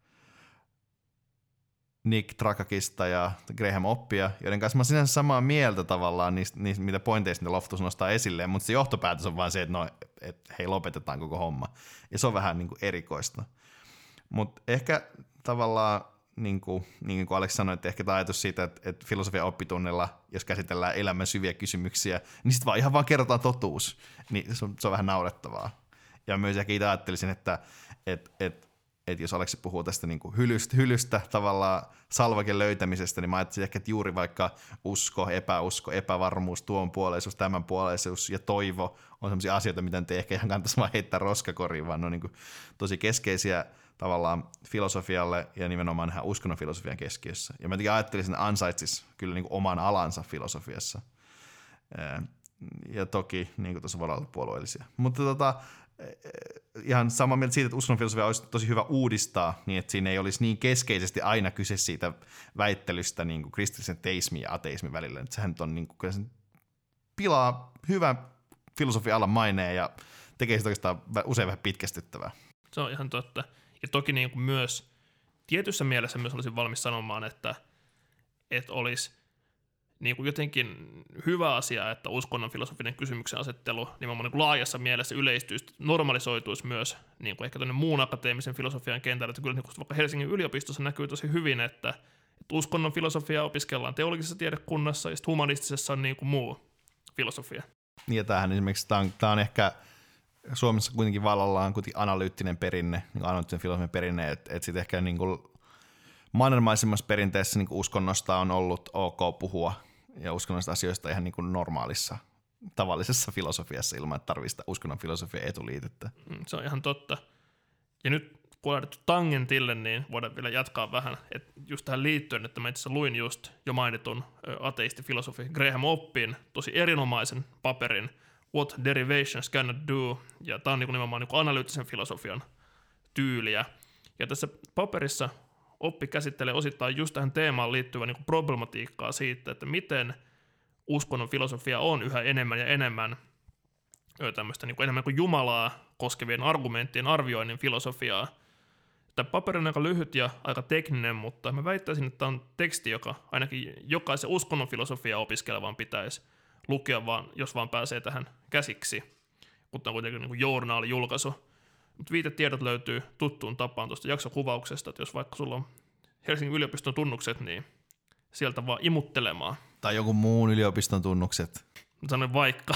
Nick Trakakista ja Graham Oppia, joiden kanssa mä sinänsä samaa mieltä tavallaan niistä, niistä mitä pointeista ne Loftus nostaa esille, mutta se johtopäätös on vaan se, että no, et, hei, lopetetaan koko homma. Ja se on vähän niin kuin erikoista. Mutta ehkä tavallaan, niin kuin, niin kuin Alex sanoi, että ehkä tämä ajatus siitä, että, että filosofian oppitunnilla, jos käsitellään elämän syviä kysymyksiä, niin sitten vaan ihan vaan kerrotaan totuus. Niin se on, se on vähän naurettavaa. Ja myös ehkä itse ajattelisin, että et, et, et jos Aleksi puhuu tästä niin kuin hylystä, hylystä tavallaan salvaken löytämisestä, niin mä ajattelisin ehkä, että juuri vaikka usko, epäusko, epävarmuus, tuonpuoleisuus, tämänpuoleisuus ja toivo on sellaisia asioita, mitä te ehkä ihan kannattaisi vaan heittää roskakoriin, vaan ne on niin kuin tosi keskeisiä tavallaan filosofialle ja nimenomaan ihan uskonnon filosofian keskiössä. Ja mä jotenkin ajattelisin, että ansaitsisi kyllä niin kuin oman alansa filosofiassa. Ja toki niin kuin tuossa voi olla puolueellisia. Mutta tota, ihan samaa mieltä siitä, että uskonnon filosofia olisi tosi hyvä uudistaa, niin että siinä ei olisi niin keskeisesti aina kyse siitä väittelystä niin kuin kristillisen teismin ja ateismin välillä. Että sehän on niin kuin, kyllä sen pilaa hyvän filosofia-alan maineen ja tekee sitä oikeastaan usein vähän pitkästyttävää. Se on ihan totta. Ja toki niin kuin myös tietyssä mielessä myös olisin valmis sanomaan, että, että olisi niin kuin jotenkin hyvä asia, että uskonnon filosofinen kysymyksen asettelu nimenomaan niin kuin laajassa mielessä yleistyisi, normalisoituisi myös niin kuin ehkä tuonne muun akateemisen filosofian kentällä. Että kyllä niin kuin vaikka Helsingin yliopistossa näkyy tosi hyvin, että, että uskonnon filosofiaa opiskellaan teologisessa tiedekunnassa ja sitten humanistisessa on niin kuin muu filosofia. Ja tämähän esimerkiksi, tämä on, tämä on ehkä Suomessa kuitenkin vallallaan kuitenkin analyyttinen perinne, niin analyyttinen filosofinen perinne, että, että sitten ehkä niin kuin mannermaisemmassa perinteessä niin kuin uskonnosta on ollut ok puhua ja uskonnollisista asioista ihan niin kuin normaalissa, tavallisessa filosofiassa ilman, että tarvitsee sitä uskonnon filosofian etuliitettä. Se on ihan totta. Ja nyt kun on lähdetty tangentille, niin voidaan vielä jatkaa vähän. Et just tähän liittyen, että mä itse asiassa luin just jo mainitun ateistifilosofi Graham Oppin tosi erinomaisen paperin What Derivations Cannot Do, ja tämä on niin nimenomaan niin analyyttisen filosofian tyyliä. Ja tässä paperissa Oppi käsittelee osittain just tähän teemaan liittyvää niin problematiikkaa siitä, että miten uskonnon filosofia on yhä enemmän ja enemmän tämmöistä niin kuin enemmän kuin Jumalaa koskevien argumenttien arvioinnin filosofiaa. Tämä paperi on aika lyhyt ja aika tekninen, mutta mä väittäisin, että tämä on teksti, joka ainakin jokaisen uskonnon filosofiaa opiskelevan pitäisi lukea, vaan, jos vaan pääsee tähän käsiksi, mutta on kuitenkin niin kuin journaalijulkaisu. Mutta viitetiedot löytyy tuttuun tapaan tuosta jaksokuvauksesta, että jos vaikka sulla on Helsingin yliopiston tunnukset, niin sieltä vaan imuttelemaan. Tai jonkun muun yliopiston tunnukset. Sanoin vaikka.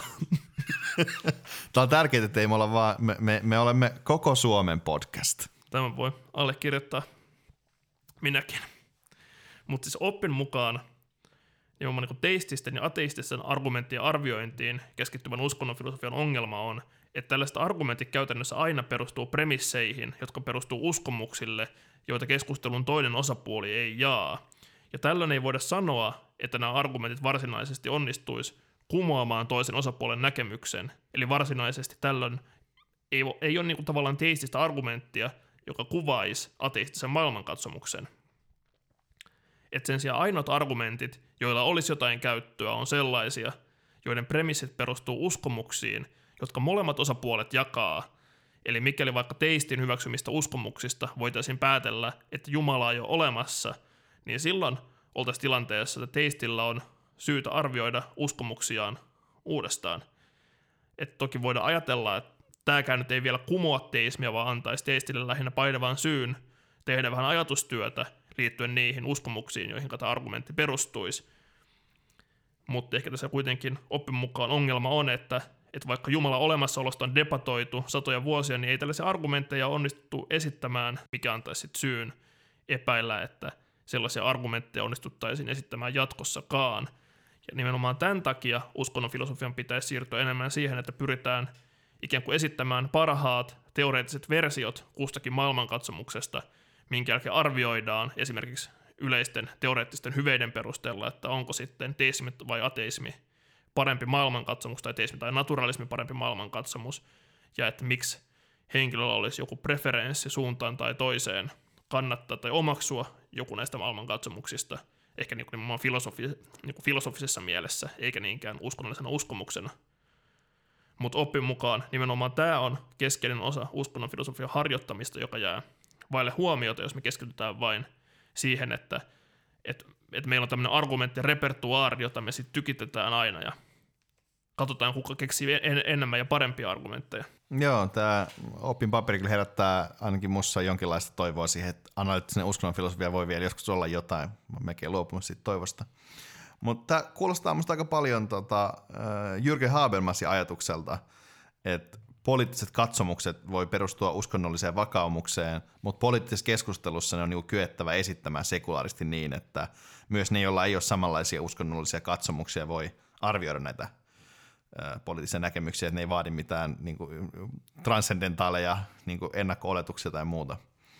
Tämä on tärkeää, että ei me olla vaan, me, me, me olemme koko Suomen podcast. Tämän voi allekirjoittaa minäkin. Mutta siis Oppin mukaan nimenomaan niin teististen ja ateististen argumenttien arviointiin keskittyvän uskonnon filosofian ongelma on, että tällaiset argumentit käytännössä aina perustuu premisseihin, jotka perustuu uskomuksille, joita keskustelun toinen osapuoli ei jaa. Ja tällöin ei voida sanoa, että nämä argumentit varsinaisesti onnistuisi kumoamaan toisen osapuolen näkemyksen. Eli varsinaisesti tällöin ei, ei ole niin kuin tavallaan teististä argumenttia, joka kuvaisi ateistisen maailmankatsomuksen. Et sen sijaan ainoat argumentit, joilla olisi jotain käyttöä, on sellaisia, joiden premissit perustuu uskomuksiin, jotka molemmat osapuolet jakaa. Eli mikäli vaikka teistin hyväksymistä uskomuksista voitaisiin päätellä, että Jumala ei ole olemassa, niin silloin oltaisiin tilanteessa, että teistillä on syytä arvioida uskomuksiaan uudestaan. Et toki voidaan ajatella, että tämäkään nyt ei vielä kumoa teismiä, vaan antaisi teistille lähinnä painavan syyn tehdä vähän ajatustyötä liittyen niihin uskomuksiin, joihin tämä argumentti perustuisi. Mutta ehkä tässä kuitenkin oppin mukaan ongelma on, että, että vaikka Jumalan olemassaolosta on debatoitu satoja vuosia, niin ei tällaisia argumentteja onnistuttu esittämään, mikä antaisi syyn epäillä, että sellaisia argumentteja onnistuttaisiin esittämään jatkossakaan. Ja nimenomaan tämän takia uskonnon filosofian pitäisi siirtyä enemmän siihen, että pyritään ikään kuin esittämään parhaat teoreettiset versiot kustakin maailmankatsomuksesta, minkä jälkeen arvioidaan esimerkiksi yleisten teoreettisten hyveiden perusteella, että onko sitten teismi vai ateismi parempi maailmankatsomus tai teismi tai naturalismi parempi maailmankatsomus, ja että miksi henkilöllä olisi joku preferenssi suuntaan tai toiseen kannattaa tai omaksua joku näistä maailmankatsomuksista, ehkä niin kuin filosofi, niin kuin filosofisessa mielessä, eikä niinkään uskonnollisena uskomuksena. Mutta oppin mukaan nimenomaan tämä on keskeinen osa uskonnon filosofian harjoittamista, joka jää vaille huomiota, jos me keskitytään vain siihen, että et, et meillä on tämmöinen argumenttirepertuaari, jota me sitten tykitetään aina ja katsotaan, kuka keksii en, enemmän ja parempia argumentteja. Joo, tämä opin paperi kyllä herättää ainakin musta jonkinlaista toivoa siihen, että analyyttinen uskonnon filosofia voi vielä joskus olla jotain. Mä oon melkein luopunut siitä toivosta. Mutta tämä kuulostaa musta aika paljon tota, Jürgen Habermasin ajatukselta, että poliittiset katsomukset voi perustua uskonnolliseen vakaumukseen, mutta poliittisessa keskustelussa ne on niinku kyettävä esittämään sekulaaristi niin, että myös ne, joilla ei ole samanlaisia uskonnollisia katsomuksia, voi arvioida näitä ä, poliittisia näkemyksiä, että ne ei vaadi mitään niinku, transcendentaaleja niinku ennakko-oletuksia tai muuta.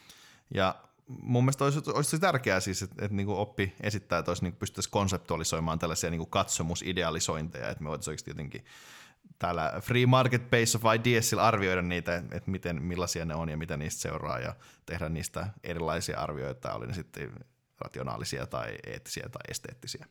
Ja mun mielestä olisi, olisi tärkeää siis, että, että niinku oppi esittää, että olisi, niinku pystyttäisiin konseptualisoimaan tällaisia niinku katsomusidealisointeja, että me voitaisiin oikeasti jotenkin täällä free market base of ideasilla arvioida niitä, että miten, millaisia ne on ja mitä niistä seuraa ja tehdä niistä erilaisia arvioita, oli ne sitten rationaalisia tai eettisiä tai esteettisiä.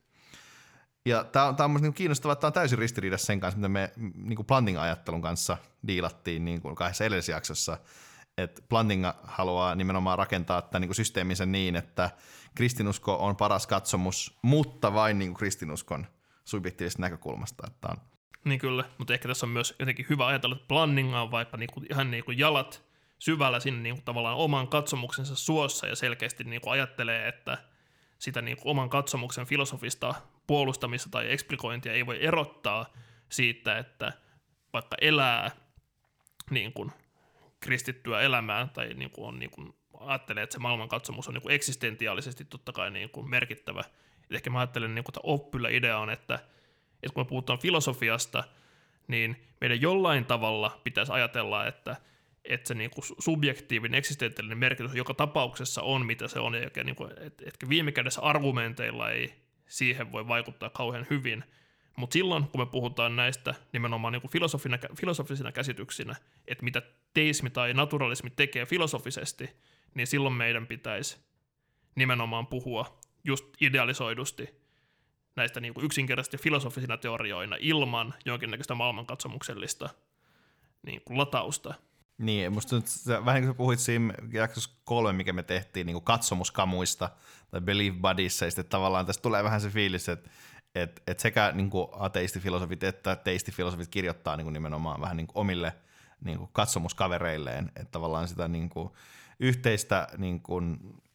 Ja tämä on, tämä on minusta kiinnostavaa, että tämä on täysin ristiriidassa sen kanssa, mitä me niin Planting-ajattelun kanssa diilattiin niin kuin kahdessa edellisessä jaksossa, että Planting haluaa nimenomaan rakentaa tämän niin systeemisen niin, että kristinusko on paras katsomus, mutta vain niin kristinuskon subjektiivisesta näkökulmasta, että on. Niin kyllä, mutta ehkä tässä on myös jotenkin hyvä ajatella, että Plantinga on vaikka niinku, ihan niinku jalat syvällä sinne niinku tavallaan oman katsomuksensa suossa ja selkeästi niinku ajattelee, että sitä niinku oman katsomuksen filosofista puolustamista tai eksplikointia ei voi erottaa siitä, että vaikka elää niinku kristittyä elämää tai niinku on niinku, ajattelee, että se maailmankatsomus on niinku eksistentiaalisesti totta kai niinku merkittävä. Et ehkä mä ajattelen, niinku, että oppilla idea on, että että kun me puhutaan filosofiasta, niin meidän jollain tavalla pitäisi ajatella, että, että se niinku subjektiivinen eksistentiaalinen merkitys joka tapauksessa on, mitä se on, ja niinku, että, että viime kädessä argumenteilla ei siihen voi vaikuttaa kauhean hyvin. Mutta silloin, kun me puhutaan näistä nimenomaan niinku filosofisina käsityksinä, että mitä teismi tai naturalismi tekee filosofisesti, niin silloin meidän pitäisi nimenomaan puhua just idealisoidusti näistä niin kuin yksinkertaisesti filosofisina teorioina ilman jonkinnäköistä maailmankatsomuksellista niin kuin latausta. Niin, musta nyt vähän niin kuin puhuit siinä jaksossa kolme, mikä me tehtiin niin kuin katsomuskamuista tai belief buddies, ja sitten tavallaan tästä tulee vähän se fiilis, että, että, että sekä niin kuin ateistifilosofit että teistifilosofit kirjoittaa niin kuin nimenomaan vähän niin kuin omille niin kuin katsomuskavereilleen, että tavallaan sitä niin kuin yhteistä niin kuin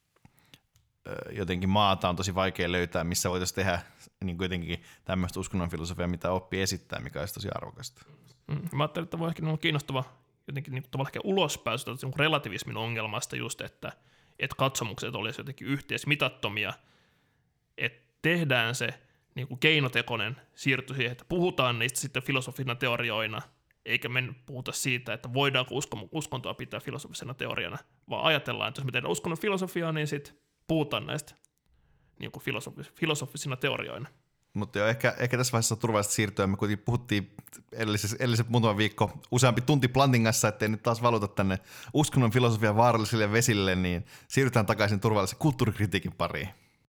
jotenkin maata on tosi vaikea löytää, missä voitaisiin tehdä niin jotenkin tämmöistä uskonnon filosofiaa, mitä oppii esittää, mikä olisi tosi arvokasta. Mm, mä ajattelin, että voi ehkä olla kiinnostava jotenkin niin tavallaan ehkä ulospääsy niin relativismin ongelmasta just, että, että katsomukset olisivat jotenkin yhteismitattomia, että tehdään se niin kuin keinotekoinen siirto siihen, että puhutaan niistä sitten filosofisina teorioina, eikä me puhuta siitä, että voidaanko uskontoa pitää filosofisena teoriana, vaan ajatellaan, että jos me tehdään uskonnon filosofiaa, niin sitten puhutaan näistä niin kuin filosofis- filosofisina teorioina. Mutta jo ehkä, ehkä tässä vaiheessa on turvallista siirtyä. Me kuitenkin puhuttiin edelliset muutama viikko useampi tunti Plantingassa, ettei nyt taas valuta tänne uskonnon filosofian vaarallisille vesille, niin siirrytään takaisin turvallisen kulttuurikritiikin pariin.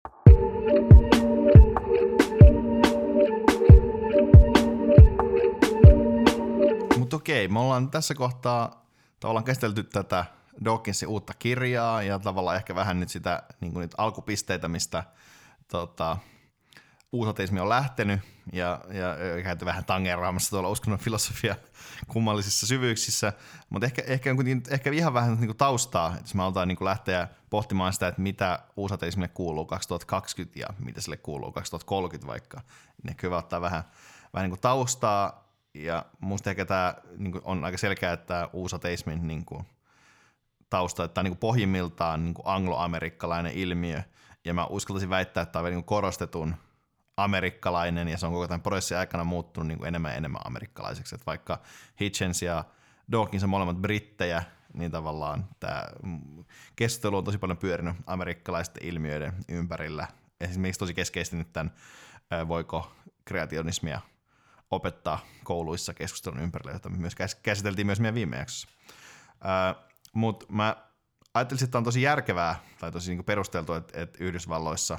Mutta okei, me ollaan tässä kohtaa tavallaan käsitelty tätä Dawkinsin uutta kirjaa ja tavallaan ehkä vähän nyt sitä niin kuin niitä alkupisteitä, mistä tota, uusateismi on lähtenyt ja, ja, ja käyty vähän tangeraamassa tuolla uskonnon filosofia kummallisissa syvyyksissä, mutta ehkä, ehkä, ehkä ihan vähän niin kuin taustaa, että jos me halutaan niin kuin lähteä pohtimaan sitä, että mitä uusateismille kuuluu kaksituhattakaksikymmentä ja mitä sille kuuluu kaksituhattakolmekymmentä vaikka, niin ehkä hyvä ottaa vähän, vähän niin kuin taustaa, ja musta ehkä tämä niin kuin on aika selkeä, että tämä uusateismin niin kuin tausta, että tämä on niin kuin pohjimmiltaan niin kuin angloamerikkalainen ilmiö, ja mä uskaltaisin väittää, että tämä on vielä niin kuin korostetun amerikkalainen, ja se on koko tämän prosessin aikana muuttunut niin kuin enemmän ja enemmän amerikkalaiseksi. Että vaikka Hitchens ja Dawkins on molemmat brittejä, niin tavallaan tämä keskustelu on tosi paljon pyörinyt amerikkalaisten ilmiöiden ympärillä. Esimerkiksi tosi keskeisesti nyt tämän, voiko kreationismia opettaa kouluissa keskustelun ympärillä, jota me myös käsiteltiin myös meidän viime jaksossa. Mutta mä ajattelisin, että tämä on tosi järkevää tai tosi niin kuin perusteltu, että, että Yhdysvalloissa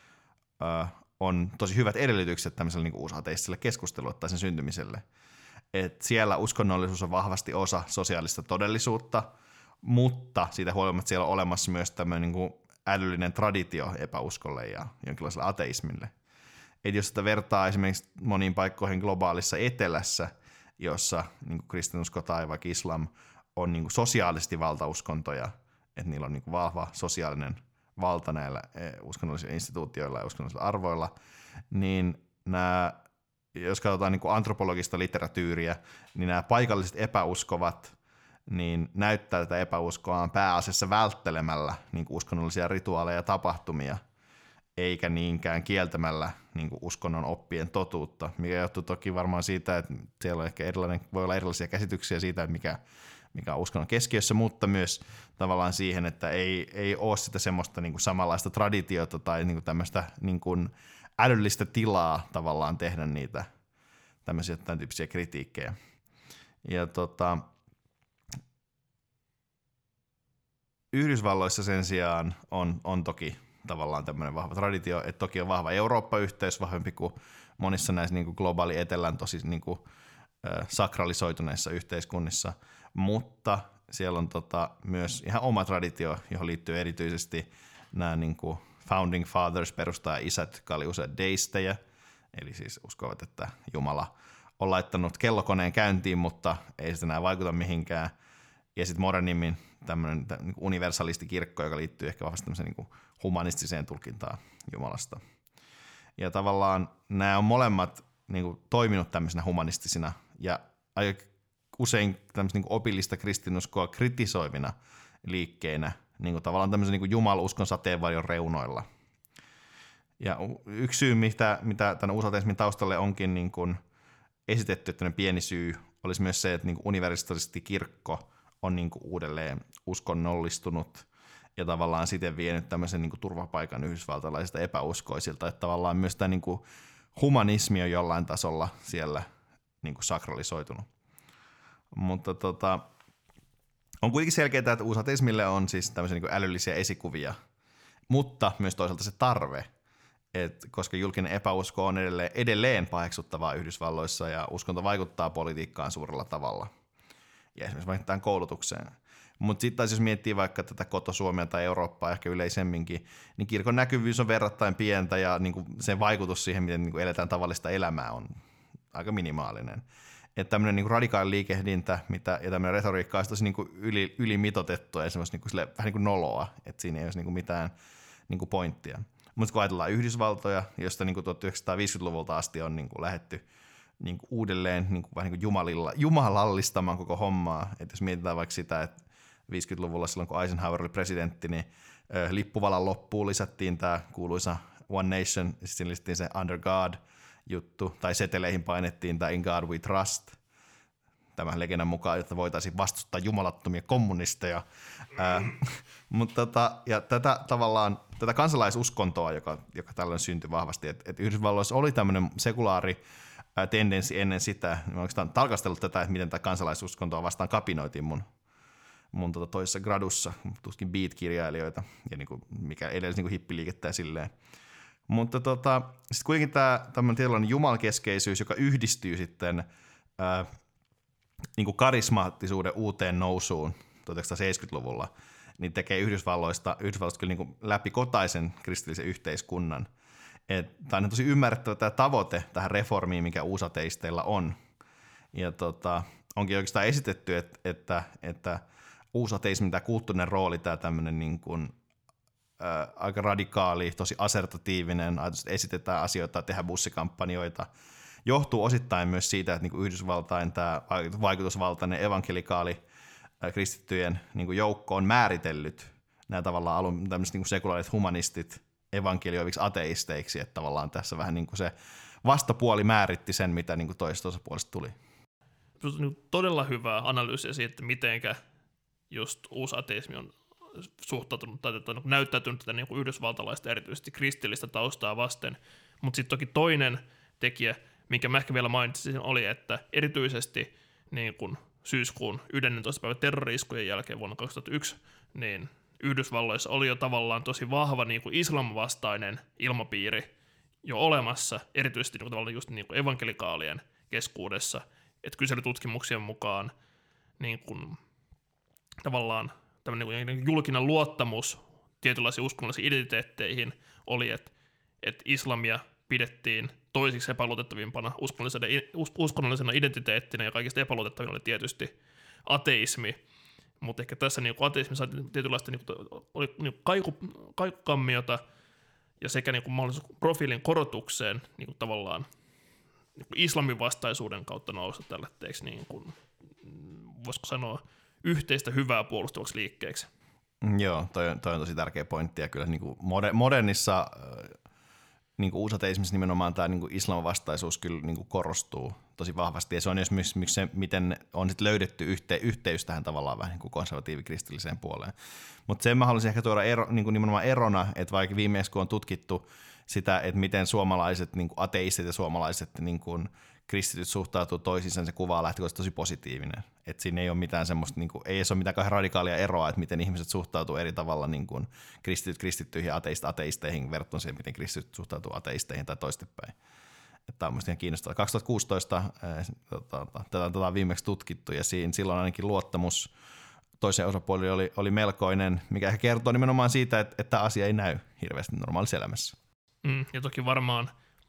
on tosi hyvät edellytykset tämmöiselle niin kuin uusateistiselle keskustelulle tai sen syntymiselle. Et siellä uskonnollisuus on vahvasti osa sosiaalista todellisuutta, mutta siitä huolimatta siellä on olemassa myös tämmöinen niin kuin älyllinen traditio epäuskolle ja jonkinlaiselle ateismille. Et jos sitä vertaa esimerkiksi moniin paikkoihin globaalissa etelässä, jossa niin kuin kristinusko tai vaikka islam on niin kuin sosiaalisesti valtauskontoja, että niillä on niin kuin vahva sosiaalinen valta näillä uskonnollisilla instituutioilla ja uskonnollisilla arvoilla, niin nämä, jos katsotaan niin kuin antropologista literatyyriä, niin nämä paikalliset epäuskovat niin näyttää tätä epäuskoaan pääasiassa välttelemällä niin kuin uskonnollisia rituaaleja ja tapahtumia, eikä niinkään kieltämällä niin kuin uskonnon oppien totuutta, mikä johtuu toki varmaan siitä, että siellä on ehkä erilainen, voi olla erilaisia käsityksiä siitä, että mikä mikä on uskonnon keskiössä, mutta myös tavallaan siihen, että ei, ei ole sitä semmoista niin kuin samanlaista traditiota tai niin kuin tämmöistä niin kuin älyllistä tilaa tavallaan tehdä niitä tämmöisiä tämän tyyppisiä kritiikkejä. Ja tota, Yhdysvalloissa sen sijaan on, on toki tavallaan tämmöinen vahva traditio, että toki on vahva Eurooppa-yhteys, vahvempi kuin monissa näissä niin kuin globaali etelän tosi niin kuin, äh, sakralisoituneissa yhteiskunnissa, mutta siellä on tota myös ihan oma traditio, johon liittyy erityisesti nämä niin kuin founding fathers, perustaja-isät, jotka oli usein deistejä, eli siis uskovat, että Jumala on laittanut kellokoneen käyntiin, mutta ei sitä enää vaikuta mihinkään. Ja sitten modernimmin tämmöinen niin universalistikirkko, joka liittyy ehkä vahvasti tämmöiseen niin kuin humanistiseen tulkintaan Jumalasta. Ja tavallaan nämä on molemmat niin kuin toiminut tämmöisenä humanistisina ja aika usein tämmöistä niin opillista kristinuskoa kritisoivina liikkeinä, niin kuin tavallaan tämmöisen niin kuin jumaluskon sateenvarjon reunoilla. Ja yksi syy, mitä, mitä tämän uusateismin taustalle onkin niin kuin esitetty, että pieni syy, olisi myös se, että niin kuin universalisti kirkko on niin kuin uudelleen uskonnollistunut ja tavallaan siten vienyt tämmöisen niin kuin turvapaikan yhdysvaltalaisilta epäuskoisilta, että tavallaan myös tämä niin kuin humanismi on jollain tasolla siellä niin kuin sakralisoitunut. Mutta tota, on kuitenkin selkeää, että uusateismille on siis tämmöisiä niin kuin älyllisiä esikuvia, mutta myös toisaalta se tarve, että koska julkinen epäusko on edelleen, edelleen paheksuttavaa Yhdysvalloissa ja uskonto vaikuttaa politiikkaan suurella tavalla ja esimerkiksi vaikka tähän koulutukseen. Mutta sitten taas jos miettii vaikka tätä koto-Suomea tai Eurooppaa ehkä yleisemminkin, niin kirkon näkyvyys on verrattain pientä ja niin kuin sen vaikutus siihen, miten niin kuin eletään tavallista elämää, on aika minimaalinen. Että tämmöinen niin radikaali liikehdintä mitä, ja tämmöinen retoriikka olisi tosi niin kuin yli, ylimitoitettua ja semmoista niin kuin sille, vähän niin kuin noloa, että siinä ei olisi niin kuin mitään niin kuin pointtia. Mutta kun ajatellaan Yhdysvaltoja, josta niin kuin tuhatyhdeksänsataaviisikymmentäluvulta asti on niin kuin lähdetty niin kuin uudelleen niin kuin vähän niin kuin jumalilla, jumalallistamaan koko hommaa, että jos mietitään vaikka sitä, että viisikymmentäluvulla silloin kun Eisenhower oli presidentti, niin ö, lippuvalan loppuun lisättiin tämä kuuluisa One Nation, ja sitten lisättiin se Under God juttu, tai seteleihin painettiin tämä In God We Trust, tämän legendan mukaan, jotta voitaisiin vastustaa jumalattomia kommunisteja. Ää, mutta tota, ja tätä tavallaan, tätä kansalaisuskontoa, joka, joka tällöin syntyi vahvasti, että et Yhdysvalloissa oli tämmöinen sekulaari ää, tendenssi ennen sitä, mä oikeastaan tarkastellut tätä, että miten tätä kansalaisuskontoa vastaan kapinoitiin mun, mun tota toisessa gradussa, tuskin beat-kirjailijoita, ja niinku, mikä edelsi niinku hippiliikettä ja silleen. Mutta tota, sitten kuitenkin tämä tämmöinen tietynlainen jumalkeskeisyys, joka yhdistyy sitten ää, niin kuin karismaattisuuden uuteen nousuun tuhatyhdeksänsataaseitsemänkymmentäluvulla, niin tekee Yhdysvalloista, Yhdysvalloista kyllä niin kuin läpikotaisen kristillisen yhteiskunnan. Tämä on tosi ymmärrettävä tämä tavoite tähän reformiin, mikä uusateisteilla on. Ja tota, onkin oikeastaan esitetty, että, että, että uusateismin tämä kulttuurinen rooli, tämä tämmöinen niin kuin, ä, aika radikaali, tosi assertatiivinen, ajatus, esitetään asioita, tehdään bussikampanjoita, johtuu osittain myös siitä, että niin kuin Yhdysvaltain tämä vaikutusvaltainen evankelikaali ä, kristittyjen niin kuin joukko on määritellyt nämä tavallaan alun tämmöiset niin kuin sekulaarit humanistit evankelioiviksi ateisteiksi, että tavallaan tässä vähän niin kuin se vastapuoli määritti sen, mitä niin kuin toisesta osapuolesta tuli. Todella hyvää analyysiä siitä, että mitenkä just uusi ateismi on suhtautunut tai näyttäytynyt tätä niin kuin yhdysvaltalaista erityisesti kristillistä taustaa vasten, mutta sitten toki toinen tekijä, minkä mä ehkä vielä mainitsin, oli, että erityisesti niin kuin syyskuun yhdennentoista päivän terrori-iskujen jälkeen vuonna kaksituhattayksi, niin Yhdysvalloissa oli jo tavallaan tosi vahva niin kuin islamvastainen ilmapiiri jo olemassa, erityisesti niin kuin, just niin kuin evankelikaalien keskuudessa, että kyselytutkimuksien mukaan niin kuin, tavallaan tämmöinen niin kuin julkinen luottamus tietynlaisiin uskonnollisiin identiteetteihin oli, että, että islamia pidettiin toisiksi epäluotettavimpana uskonnollisena, uskonnollisena identiteettinä, ja kaikista epäluotettavin oli tietysti ateismi. Mutta ehkä tässä niin ateismi sai tietynlaista niin kuin, oli, niin kaiku, kaikukammiota ja sekä niin kuin mahdollisuus profiilin korotukseen niin kuin tavallaan niin kuin islamin vastaisuuden kautta nousta tällaisiksi, niin kuin, voisiko sanoa, yhteistä hyvää puolustavaksi liikkeeksi. Joo, toi on, toi on tosi tärkeä pointti, ja kyllä niin kuin modernissa niin kuin uusateismissa nimenomaan tämä niin kuin islamin vastaisuus kyllä niin kuin korostuu tosi vahvasti, ja se on myös miksi se, miten on sit löydetty yhte, yhteys tähän tavallaan vähän niin kuin konservatiivikristilliseen puoleen. Mutta sen mä haluaisin ehkä tuoda ero, niin kuin nimenomaan erona, että vaikka viimeksi kun on tutkittu sitä, että miten suomalaiset niin kuin ateistit ja suomalaiset niin kuin kristityt suhtautuu toisiinsa, niin se kuva on lähtökohtaisesti tosi positiivinen. Että siinä ei ole mitään semmoista, niin kuin, ei ole mitään kauhean radikaalia eroa, että miten ihmiset suhtautuu eri tavalla niin kuin kristityt kristittyihin ja ateist ateisteihin verrattuna siihen, miten kristityt suhtautuu ateisteihin tai toistepäin. Tämä on mielestäni ihan kiinnostavaa. kaksituhattakuusitoista äh, tota, tätä, tätä on viimeksi tutkittu, ja siinä, silloin ainakin luottamus toiseen osapuolelle oli, oli melkoinen, mikä ehkä kertoo nimenomaan siitä, että, että asia ei näy hirveästi normaalissa elämässä. Mm, ja toki varmaan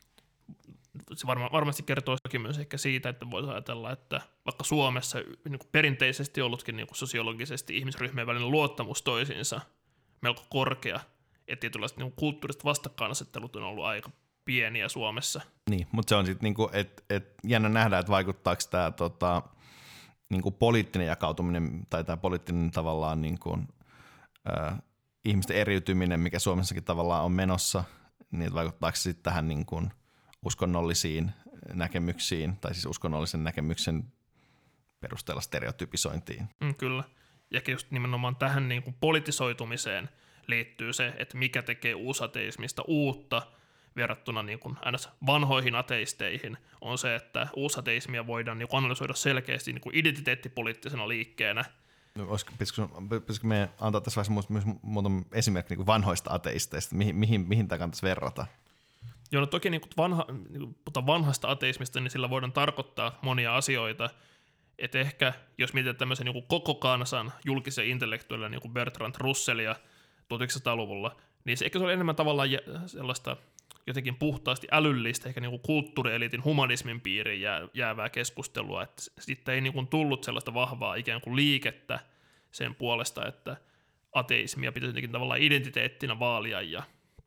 se varma, varmasti kertoo myös ehkä siitä, että voisi ajatella, että vaikka Suomessa niin kuin perinteisesti ollutkin niin kuin sosiologisesti ihmisryhmien välinen luottamus toisiinsa melko korkea, että tietynlaiset niin kuin kulttuuriset vastakkainasettelut on ollut aika pieniä Suomessa. Niin, mutta se on sitten niinku, että et jännä nähdä, että vaikuttaako tämä tota, niinku poliittinen jakautuminen tai tämä poliittinen tavallaan niinku, äh, ihmisten eriytyminen, mikä Suomessakin tavallaan on menossa, niin vaikuttaako se sitten tähän niinku uskonnollisiin näkemyksiin, tai siis uskonnollisen näkemyksen perusteella stereotypisointiin. Mm, kyllä. Ja just nimenomaan tähän niin kuin politisoitumiseen liittyy se, että mikä tekee uusateismista uutta verrattuna niin kuin ns. Vanhoihin ateisteihin, on se, että uusateismia voidaan niin kuin analysoida selkeästi niin kuin identiteettipoliittisena liikkeenä. No, pitäisikö, pitäisikö me antaa tässä vaiheessa myös muutama esimerkki niin kuin vanhoista ateisteista, mihin, mihin, mihin tämä kannattaisi verrata? Joo, no toki niin kun vanha, niin kun vanhasta ateismista, niin sillä voidaan tarkoittaa monia asioita. Että ehkä, jos mietitään tämmöisen niin koko kansan julkisia intellektuaaleja, niin kuin Bertrand Russellia tuhatyhdeksänsataaluvulla, niin se ehkä se oli enemmän tavallaan sellaista jotenkin puhtaasti älyllistä, ehkä niin kuin kulttuurieliitin humanismin piiriin jää, jäävää keskustelua, että sitten ei niin kuin tullut sellaista vahvaa ikään kuin liikettä sen puolesta, että ateismia pitäisi jotenkin tavallaan identiteettinä vaalia ja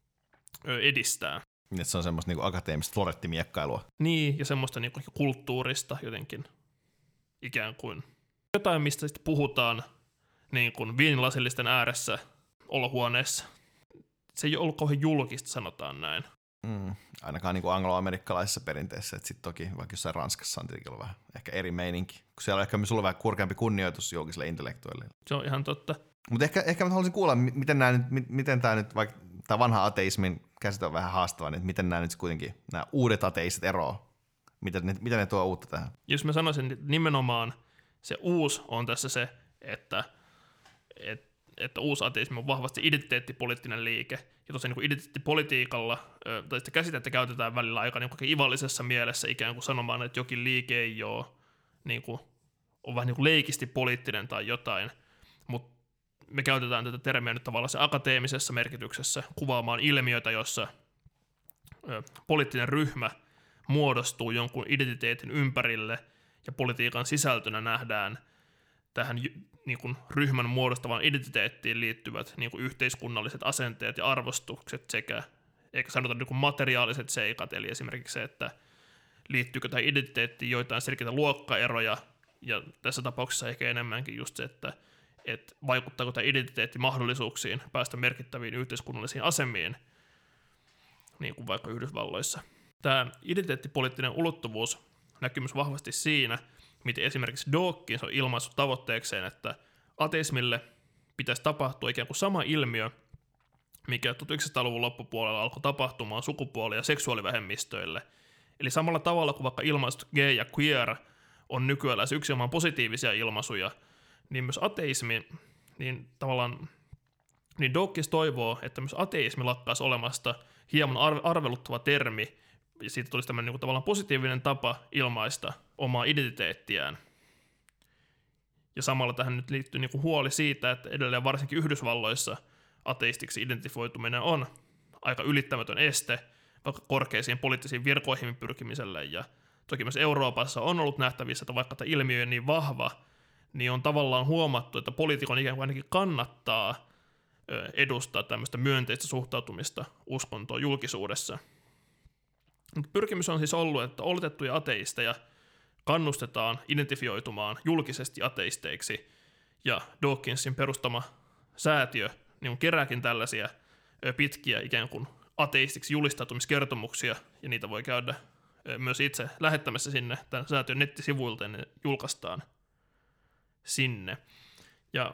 edistää. Että se on semmoista niinku akateemista florettimiekkailua. Niin, ja semmoista niinku kulttuurista jotenkin ikään kuin. Jotain, mistä sitten puhutaan niin kuin viinilasillisten ääressä olohuoneessa. Se ei ole ollut kauhean julkista, sanotaan näin. Mm, ainakaan niin kuin anglo-amerikkalaisessa perinteessä, että sitten toki vaikka jossain Ranskassa on tietenkin ollut vähän ehkä eri meininki, kun siellä on ehkä myös ollut vähän korkeampi kunnioitus julkiselle intellektuelle. Se on ihan totta. Mutta ehkä, ehkä mä haluaisin kuulla, miten, nämä nyt, miten tämä nyt, vaikka tämä vanha ateismin käsite on vähän haastava, niin miten nämä nyt kuitenkin, nämä uudet ateistit eroavat, miten ne, miten ne tuo uutta tähän? Jos mä sanoisin, että nimenomaan se uusi on tässä se, että, että, että uusi ateismi on vahvasti identiteettipoliittinen liike, ja tosiaan niin identiteettipolitiikalla, tai sitä käsitettä käytetään välillä aika niin kuin ivallisessa mielessä ikään kuin sanomaan, että jokin liike ei ole, niin kuin, on vähän niin kuin leikisti poliittinen tai jotain, mutta me käytetään tätä termiä nyt tavallaan se akateemisessa merkityksessä kuvaamaan ilmiötä, jossa ö, poliittinen ryhmä muodostuu jonkun identiteetin ympärille ja politiikan sisältönä nähdään tähän niin kuin ryhmän muodostavaan identiteettiin liittyvät niin kuin yhteiskunnalliset asenteet ja arvostukset sekä, eikä sanota niin kuin materiaaliset seikat, eli esimerkiksi se, että liittyykö tähän identiteettiin joitain selkeitä luokkaeroja, ja tässä tapauksessa ehkä enemmänkin just se, että, että vaikuttaako tämä identiteetti mahdollisuuksiin päästä merkittäviin yhteiskunnallisiin asemiin, niin kuin vaikka Yhdysvalloissa. Tämä identiteettipoliittinen ulottuvuus näkyy myös vahvasti siinä, miten esimerkiksi Dawkins on ilmaissut tavoitteekseen, että ateismille pitäisi tapahtua ikään kuin sama ilmiö, mikä tuhatyhdeksänsataaluvun loppupuolella alkoi tapahtumaan sukupuoli- ja seksuaalivähemmistöille. Eli samalla tavalla kuin vaikka ilmaisut gay ja queer on nykyään lähes yksinomaan positiivisia ilmaisuja, niin myös ateismi, niin tavallaan niin Dawkins toivoo, että myös ateismi lakkaisi olemasta hieman arve- arveluttava termi, ja siitä tulisi tämmöinen niin tavallaan positiivinen tapa ilmaista omaa identiteettiään. Ja samalla tähän nyt liittyy niin kuin huoli siitä, että edelleen varsinkin Yhdysvalloissa ateistiksi identifioituminen on aika ylittämätön este vaikka korkeisiin poliittisiin virkoihin pyrkimiselle. Ja toki myös Euroopassa on ollut nähtävissä, että vaikka tämä ilmiö on niin vahva, niin on tavallaan huomattu, että poliitikon ikään kuin ainakin kannattaa edustaa tämmöistä myönteistä suhtautumista uskontoon julkisuudessa. Mutta pyrkimys on siis ollut, että oletettuja ateisteja kannustetaan identifioitumaan julkisesti ateisteiksi, ja Dawkinsin perustama säätiö niin kerääkin tällaisia pitkiä ikään kuin ateistiksi julistautumiskertomuksia, ja niitä voi käydä myös itse lähettämässä sinne tämän säätiön nettisivuilta, ja ne julkaistaan sinne. Ja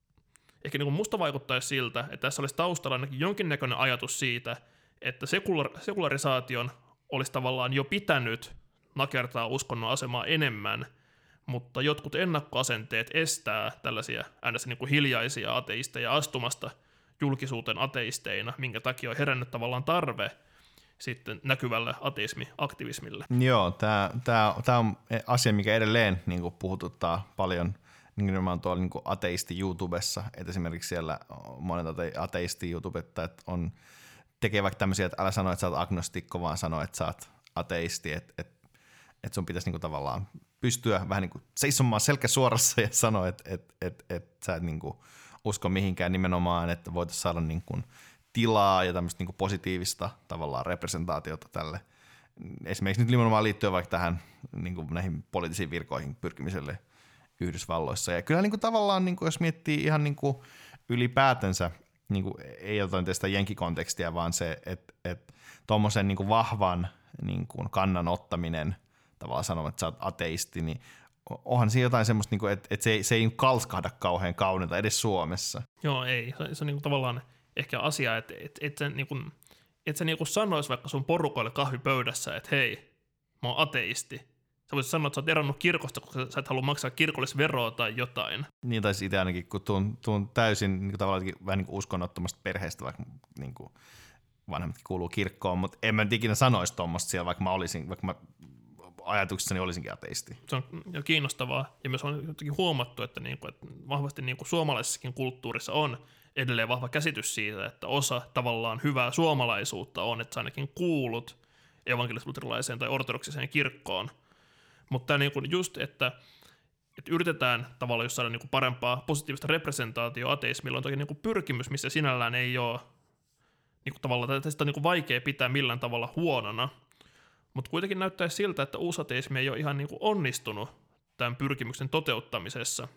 ehkä niin musta vaikuttaisi siltä, että tässä olisi taustalla ainakin jonkinnäköinen ajatus siitä, että sekular- sekularisaation olisi tavallaan jo pitänyt nakertaa uskonnon asemaa enemmän, mutta jotkut ennakkoasenteet estää tällaisia äänestä niin kuin hiljaisia ateisteja astumasta julkisuuteen ateisteina, minkä takia on herännyt tavallaan tarve sitten näkyvälle ateismi-aktivismille. Joo, tämä on asia, mikä edelleen niin kuin puhututtaa paljon nimenomaan tuolla niin kuin ateisti-YouTubessa, että esimerkiksi siellä monet ateisti-YouTubettajat on tekee vaikka tämmöisiä, että älä sano, että sä oot agnostikko, vaan sano, että sä oot ateisti, että et, et sun pitäisi niinku tavallaan pystyä vähän niinku seisomaan selkä suorassa ja sanoa, että et, et, et sä et niinku usko mihinkään nimenomaan, että voitaisiin saada niinku tilaa ja tämmöistä niinku positiivista tavallaan representaatiota tälle. Esimerkiksi nyt nimenomaan liittyen vaikka tähän niinku näihin poliittisiin virkoihin pyrkimiselle Yhdysvalloissa. Ja kyllä niinku tavallaan, niinku, jos miettii ihan niinku ylipäätänsä, niin kuin, ei jotain tästä jenkikontekstia, vaan se, että et, tuommoisen niin vahvan niin kuin, kannan ottaminen, tavallaan sanomaan, että sä oot ateisti, niin onhan siinä jotain semmoista, niin kuin, että, että se ei, se ei kalskahda kauhean kaunilta edes Suomessa. Joo, ei. Se, se on niin kuin, tavallaan ehkä asia, että et, et sä, niin kuin, et sä niin kuin sanois vaikka sun porukoille kahvipöydässä, että hei, mä oon ateisti. Sä voisit sanoa, että sä oot eronnut kirkosta, koska sä et halua maksaa kirkollisveroa tai jotain. Niin, tai itse ainakin, kun tuun, tuun täysin niin kuin tavallaan vähän niin kuin uskonnottomasta perheestä, vaikka niin kuin vanhemmatkin kuuluu kirkkoon, mutta en mä nyt ikinä sanoisi tuommoista siellä, vaikka mä olisin, vaikka mä ajatuksessani olisinkin ateisti. Se on jo kiinnostavaa, ja myös on jotenkin huomattu, että, niin kuin, että vahvasti niin kuin suomalaisessakin kulttuurissa on edelleen vahva käsitys siitä, että osa tavallaan hyvää suomalaisuutta on, että sä ainakin kuulut evankelis-luterilaiseen tai ortodoksiseen kirkkoon. Mutta niin kuin just, että, että yritetään tavallaan jos saada niin kuin parempaa positiivista representaatioa ateismilla, on toki niin kuin pyrkimys, missä sinällään ei ole niin kuin tavallaan, tästä on niin kuin vaikea pitää millään tavalla huonona, mutta kuitenkin näyttää siltä, että uusateismi ei ole ihan niin kuin onnistunut tämän pyrkimyksen toteuttamisessa.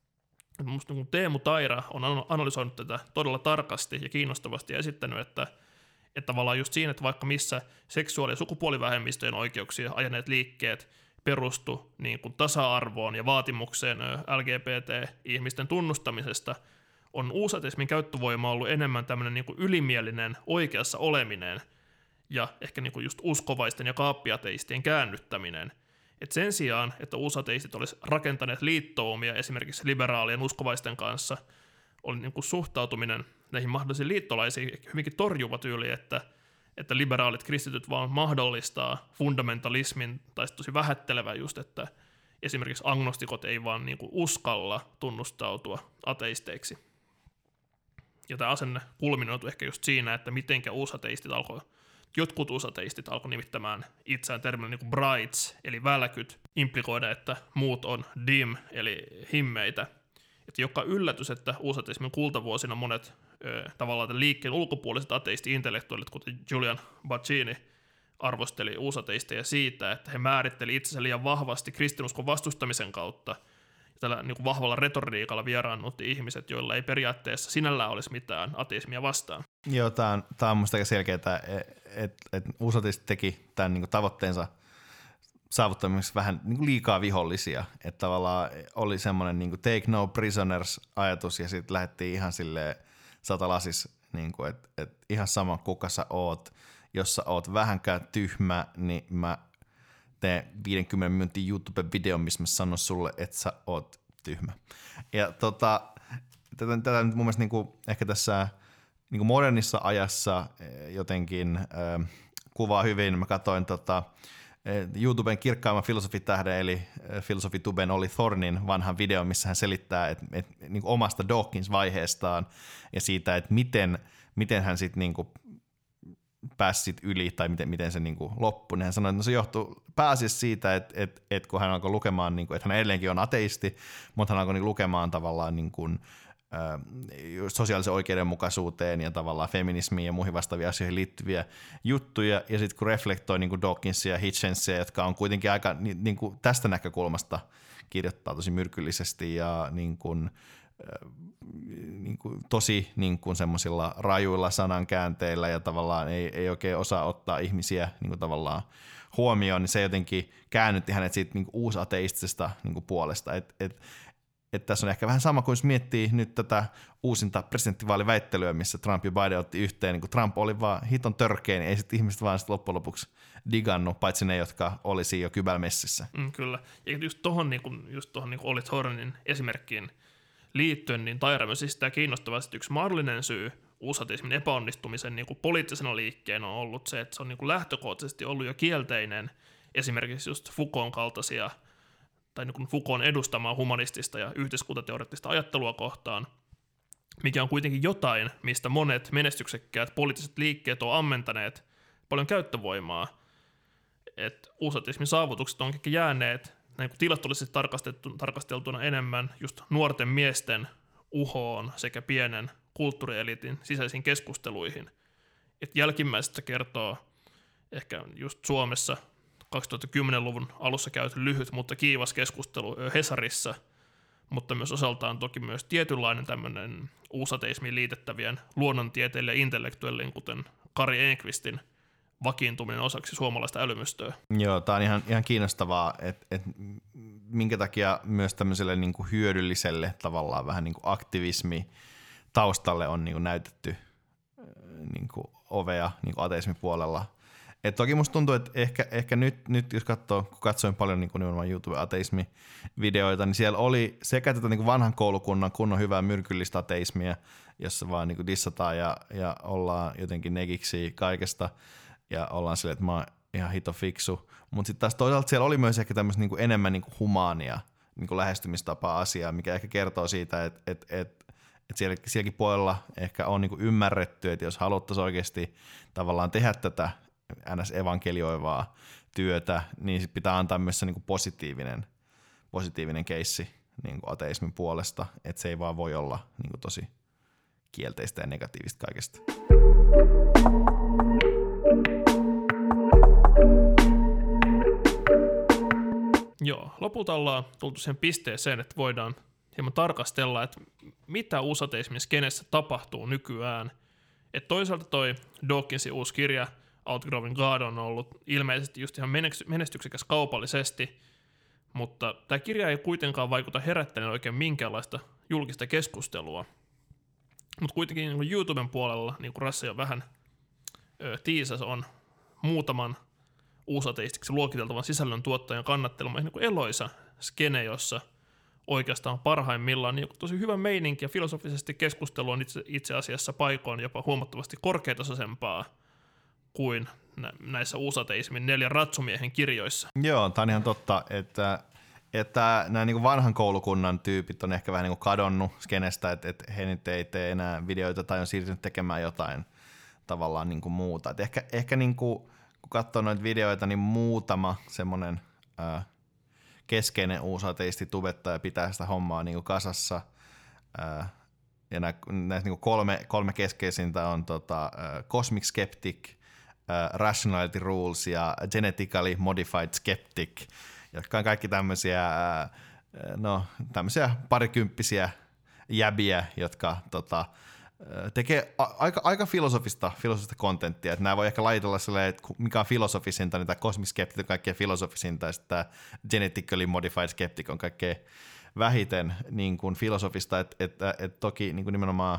Minusta niin kuin Teemu Taira on analysoinut tätä todella tarkasti ja kiinnostavasti ja esittänyt, että, että tavallaan just siinä, että vaikka missä seksuaali- ja sukupuolivähemmistöjen oikeuksia ajaneet liikkeet perustu niin kuin tasa-arvoon ja vaatimukseen L G B T-ihmisten tunnustamisesta, on uusateismin käyttövoima ollut enemmän tämmöinen niin kuin ylimielinen oikeassa oleminen ja ehkä niin kuin just uskovaisten ja kaappiateistien käännyttäminen. Et sen sijaan, että uusateistit olisi rakentaneet liittoumia esimerkiksi liberaalien uskovaisten kanssa, oli niin kuin suhtautuminen näihin mahdollisiin liittolaisiin hyvinkin torjuva tyyli, että että liberaalit kristityt vaan mahdollistaa fundamentalismin, tai tosi vähättelevä just, että esimerkiksi agnostikot ei vaan niin kuin uskalla tunnustautua ateisteiksi. Ja tämä asenne kulminoitu ehkä just siinä, että mitenkä uusateistit alkoi jotkut uusateistit alkoi nimittämään itseään termillä niin kuin brights, eli välkyt, implikoida, että muut on dim, eli himmeitä. Että joka yllätys, että uusateismin kultavuosina monet ö, tavallaan liikkeen ulkopuoliset ateisti-intellektuaalit, kuten Julian Baccini, arvosteli uusateisteja siitä, että he määritteli itsensä liian vahvasti kristinuskon vastustamisen kautta. Ja tällä niin kuin vahvalla retoriikalla vieraannutti ihmiset, joilla ei periaatteessa sinällään olisi mitään ateismia vastaan. Joo, tämä on, on minusta aika selkeää, että et, et uusateistit teki tämän niin kuin tavoitteensa saavuttamiseksi vähän niin kuin liikaa vihollisia. Että tavallaan oli semmoinen niin kuin take no prisoners -ajatus ja sitten lähdettiin ihan silleen satalasis, niin kuin, että et ihan sama kuka sä oot. Jos sä oot vähänkään tyhmä, niin mä teen viidenkymmenen minuutin YouTube-videon, missä mä sanon sulle, että sä oot tyhmä. Ja tota, tätä, tätä nyt mun mielestä niin kuin, ehkä tässä niin kuin modernissa ajassa jotenkin äh, kuvaa hyvin. Mä katsoin tota, YouTuben kirkkaimman filosofitähden, eli filosofituben Olli Thornin vanhan videon, missä hän selittää et, et, niin kuin omasta Dawkins-vaiheestaan ja siitä, että miten, miten hän sitten niin kuin pääsi sit yli tai miten, miten se niinku loppui, niin hän sanoi, että no se johtuu pääasiassa siitä, että, että, että kun hän alkoi lukemaan, niinku, että hän edelleenkin on ateisti, mutta hän alkoi niinku lukemaan tavallaan niinku, äh, sosiaalisen oikeudenmukaisuuteen ja tavallaan feminismiin ja muihin vastaaviin asioihin liittyviä juttuja, ja sitten kun reflektoi niinku Dawkinsia ja Hitchensia, jotka on kuitenkin aika ni, niinku tästä näkökulmasta kirjoittaa tosi myrkyllisesti ja niinku, niin kuin, tosi niin kuin semmoisilla rajuilla sanankäänteillä ja tavallaan ei, ei oikein osaa ottaa ihmisiä niin kuin tavallaan huomioon, niin se jotenkin käännytti hänet siitä niin kuin uusateistisesta niin kuin puolesta. Et, et, et tässä on ehkä vähän sama kuin jos miettii nyt tätä uusinta presidenttivaaliväittelyä, missä Trump ja Biden otti yhteen, niin kuin Trump oli vaan hiton törkeä, niin ei sitten ihmiset vaan sit loppujen lopuksi digannut, paitsi ne, jotka olisi jo kybälmessissä. Mm, kyllä, ja just tuohon niin niin Olli Thornin esimerkkiin liittyen, niin Taira myös sitä kiinnostavasti yksi mahdollinen syy uusateismin epäonnistumisen niin kuin poliittisena liikkeen on ollut se, että se on niin kuin lähtökohtaisesti ollut jo kielteinen esimerkiksi just Foucaultin kaltaisia tai niin kuin Foucaultin edustamaa humanistista ja yhteiskuntateoreettista ajattelua kohtaan, mikä on kuitenkin jotain, mistä monet menestyksekkäät poliittiset liikkeet on ammentaneet paljon käyttövoimaa. Että uusateismin saavutukset onkin jääneet niin kuin tilastollisesti tarkasteltuna enemmän just nuorten miesten uhoon sekä pienen kulttuurieliitin sisäisiin keskusteluihin. Et jälkimmäisestä kertoo ehkä just Suomessa kaksituhattakymmenluvun alussa käyty lyhyt, mutta kiivas keskustelu Hesarissa, mutta myös osaltaan toki myös tietynlainen tämmöinen uusateismiin liitettävien luonnontieteille ja intellektuellien, kuten Kari Enqvistin vakiintuminen osaksi suomalaista älymystöä. Joo, tämä on ihan, ihan kiinnostavaa, että et minkä takia myös tämmöiselle niin kuin hyödylliselle tavallaan vähän niin kuin aktivismi taustalle on niin kuin näytetty niin kuin ovea niin kuin ateismipuolella. Et toki musta tuntuu, että ehkä, ehkä nyt, nyt jos katsoo, kun katsoin paljon niin kuin nimenomaan YouTube-ateismi-videoita, niin siellä oli sekä tätä niin kuin vanhan koulukunnan kunnon hyvää myrkyllistä ateismia, jossa vaan niin kuin dissataan ja, ja ollaan jotenkin negiksi kaikesta, ja ollaan silleen, että mä oon ihan hito fiksu. Mutta sitten taas toisaalta siellä oli myös ehkä tämmöistä niinku enemmän niinku humaania niinku lähestymistapaa asiaa, mikä ehkä kertoo siitä, että et, et, et siellä, sielläkin puolella ehkä on niinku ymmärretty, että jos haluttaisiin oikeasti tavallaan tehdä tätä ns. Evankelioivaa työtä, niin sit pitää antaa myös se niinku positiivinen, positiivinen keissi niinku ateismin puolesta, että se ei vaan voi olla niinku tosi kielteistä ja negatiivista kaikesta. Joo, lopulta ollaan tultu siihen pisteeseen, että voidaan hieman tarkastella, että mitä uusateismin skenessä tapahtuu nykyään. Et toisaalta toi Dawkinsin uusi kirja Outgrowing God on ollut ilmeisesti just ihan menestyksekäs kaupallisesti, mutta tämä kirja ei kuitenkaan vaikuta herättäneen oikein minkäänlaista julkista keskustelua. Mutta kuitenkin niin YouTuben puolella, niin kuin Rasse jo vähän ö, tiisas, on muutaman uusateistiksi luokiteltavan sisällön tuottajan kannattelema niin kuin eloisa skene, jossa oikeastaan parhaimmillaan niin tosi hyvä meininki ja filosofisesti keskustelu on itse, itse asiassa paikoin jopa huomattavasti korkeatasoisempaa kuin näissä uusateismin neljän ratsumiehen kirjoissa. Joo, tämä on ihan totta, että, että nämä niin kuin vanhan koulukunnan tyypit on ehkä vähän niin kuin kadonnut skenestä, että, että he nyt ei tee enää videoita tai on siirtynyt tekemään jotain tavallaan niin kuin muuta. Et ehkä ehkä niin kuin, kun katsoo noita videoita, niin muutama semmoinen ää, keskeinen uusi ateisti tubettaja pitää sitä hommaa niin kuin kasassa. Ää, ja näitä niin kuin kolme, kolme keskeisintä on tota, ää, Cosmic Skeptic, ää, Rationality Rules ja Genetically Modified Skeptic, jotka on kaikki tämmöisiä, ää, no, tämmöisiä parikymppisiä jäbiä, jotka tota, tekee a- aika, aika filosofista, filosofista kontenttia. Että nämä voi ehkä laitella silleen, että mikä on filosofisinta, niin tämä Cosmic Skeptic on kaikkein filosofisinta, ja sitten tämä Genetically Modified Skeptic on kaikkein vähiten niin kuin filosofista. Että et, et toki niin kuin nimenomaan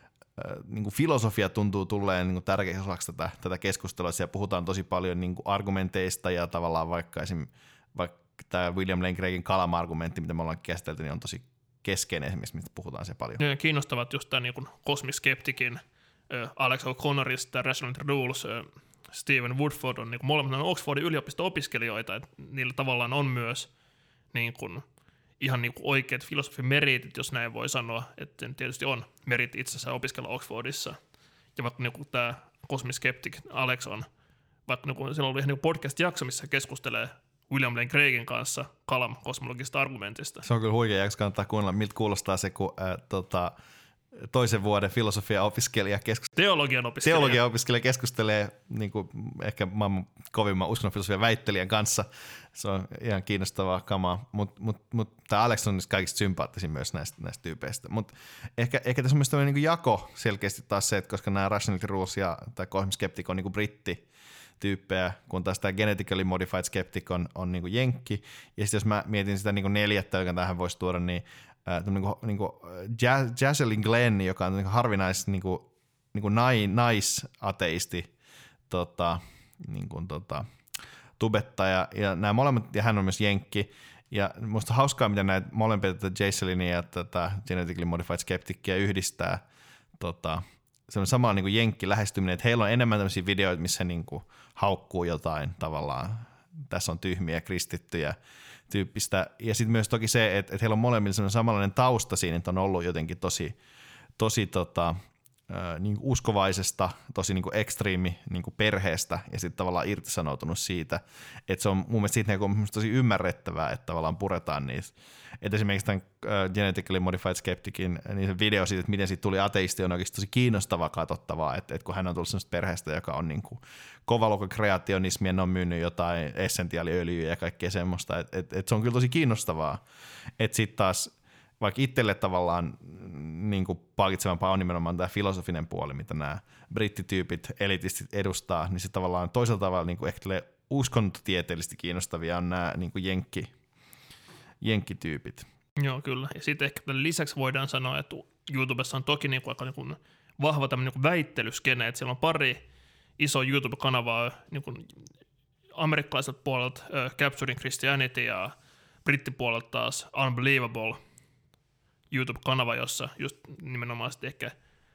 niin kuin filosofia tuntuu tulleen niin kuin tärkeäksi osaksi tätä, tätä keskustelua. Siellä puhutaan tosi paljon niin kuin argumenteista, ja tavallaan vaikka esim. Vaikka tämä William Lane Craigin kalama-argumentti, mitä me ollaan käsitelty, niin on tosi keskeinen esimerkiksi, mistä puhutaan siellä paljon. Ne kiinnostavat just tämän niin Cosmic Skepticin, äh, Alex O'Connorista ja Rationality Rules, äh, Stephen Woodford on niin molemmat on Oxfordin yliopisto-opiskelijoita, että niillä tavallaan on myös niin kuin, ihan niin kuin oikeat filosofin meritit, jos näin voi sanoa, että tietysti on merit itsessään opiskella Oxfordissa. Ja vaikka niin kuin tämä Cosmic Skeptic Alex on, vaikka niin kuin, siellä on ollut ihan niin podcast-jakso, missä keskustelee William Lane Craigin kanssa kalam-kosmologisesta argumentista. Se on kyllä huikea jakso, kannattaa kuunnella, miltä kuulostaa se, kun äh, tota, toisen vuoden filosofia-opiskelija keskustelee. Teologian opiskelija. Teologian opiskelija keskustelee niin kuin ehkä maailman kovimman uskonnonfilosofian väittelijän kanssa. Se on ihan kiinnostavaa kamaa, mutta mut, mut, tämä Alex on kaikista sympaattisin myös näistä, näistä tyypeistä. Mutta ehkä, ehkä tässä on myös tämmöinen niin jako selkeästi taas se, että koska nämä Rationality Rules ja tämä Cosmic Skeptic on niin kuin britti, tyyppejä, kun taas tämä Genetically Modified Skeptic on, on niin kuin jenkki. Ja sitten jos mä mietin sitä niin kuin neljättä, joka tähän voisi tuoda, niin äh, niin kuin, niin kuin Jaselyn Glenn, joka on niin kuin harvinais niin kuin, niin kuin nais-ateisti tota, niin kuin, tota, tubettaja, ja nämä molemmat, ja hän on myös jenkki. Ja musta hauskaa, miten näitä molempia, tätä Jaselynia ja tätä Genetically Modified Skepticia yhdistää tota, se on sama niin kuin jenkki lähestyminen, että heillä on enemmän tämmöisiä videoita, missä niin kuin haukkuu jotain tavallaan, tässä on tyhmiä kristittyjä tyyppistä. Ja sitten myös toki se, että, että heillä on molemmilla semmoinen samanlainen tausta siinä, että on ollut jotenkin tosi, tosi tota, niin kuin uskovaisesta, tosi niin kuin ekstriimi niin kuin perheestä ja sitten tavallaan irtisanoutunut siitä. Että se on mun mielestä siitä on tosi ymmärrettävää, että tavallaan puretaan niitä. Että esimerkiksi tämän uh, Genetically Modified Skepticin niin video siitä, että miten siitä tuli ateisti, on oikeasti tosi kiinnostavaa katsottavaa, että, että kun hän on tullut sellaisesta perheestä, joka on niin kuin kovaluokan kreationismia, ne on myynyt jotain essentiaaliöljyä ja kaikkea semmoista, että, että, että se on kyllä tosi kiinnostavaa. Että sitten taas vaikka itselle tavallaan niin kuin palkitsevampaa on nimenomaan tämä filosofinen puoli, mitä nämä brittityypit, elitistit edustaa, niin se tavallaan toisella tavalla niin kuin ehkä uskontotieteellisesti kiinnostavia on nämä niin kuin jenkki, jenkkityypit. Joo, kyllä. Ja sitten ehkä tämän lisäksi voidaan sanoa, että YouTubessa on toki niin kuin aika niin kuin vahva tämmöinen niin kuin väittelyskene, että siellä on pari iso YouTube-kanavaa niin kuin amerikkalaiselta puolelta uh, Capturing Christianity ja brittipuolelta taas Unbelievable YouTube-kanava, jossa just nimenomaan ehkä,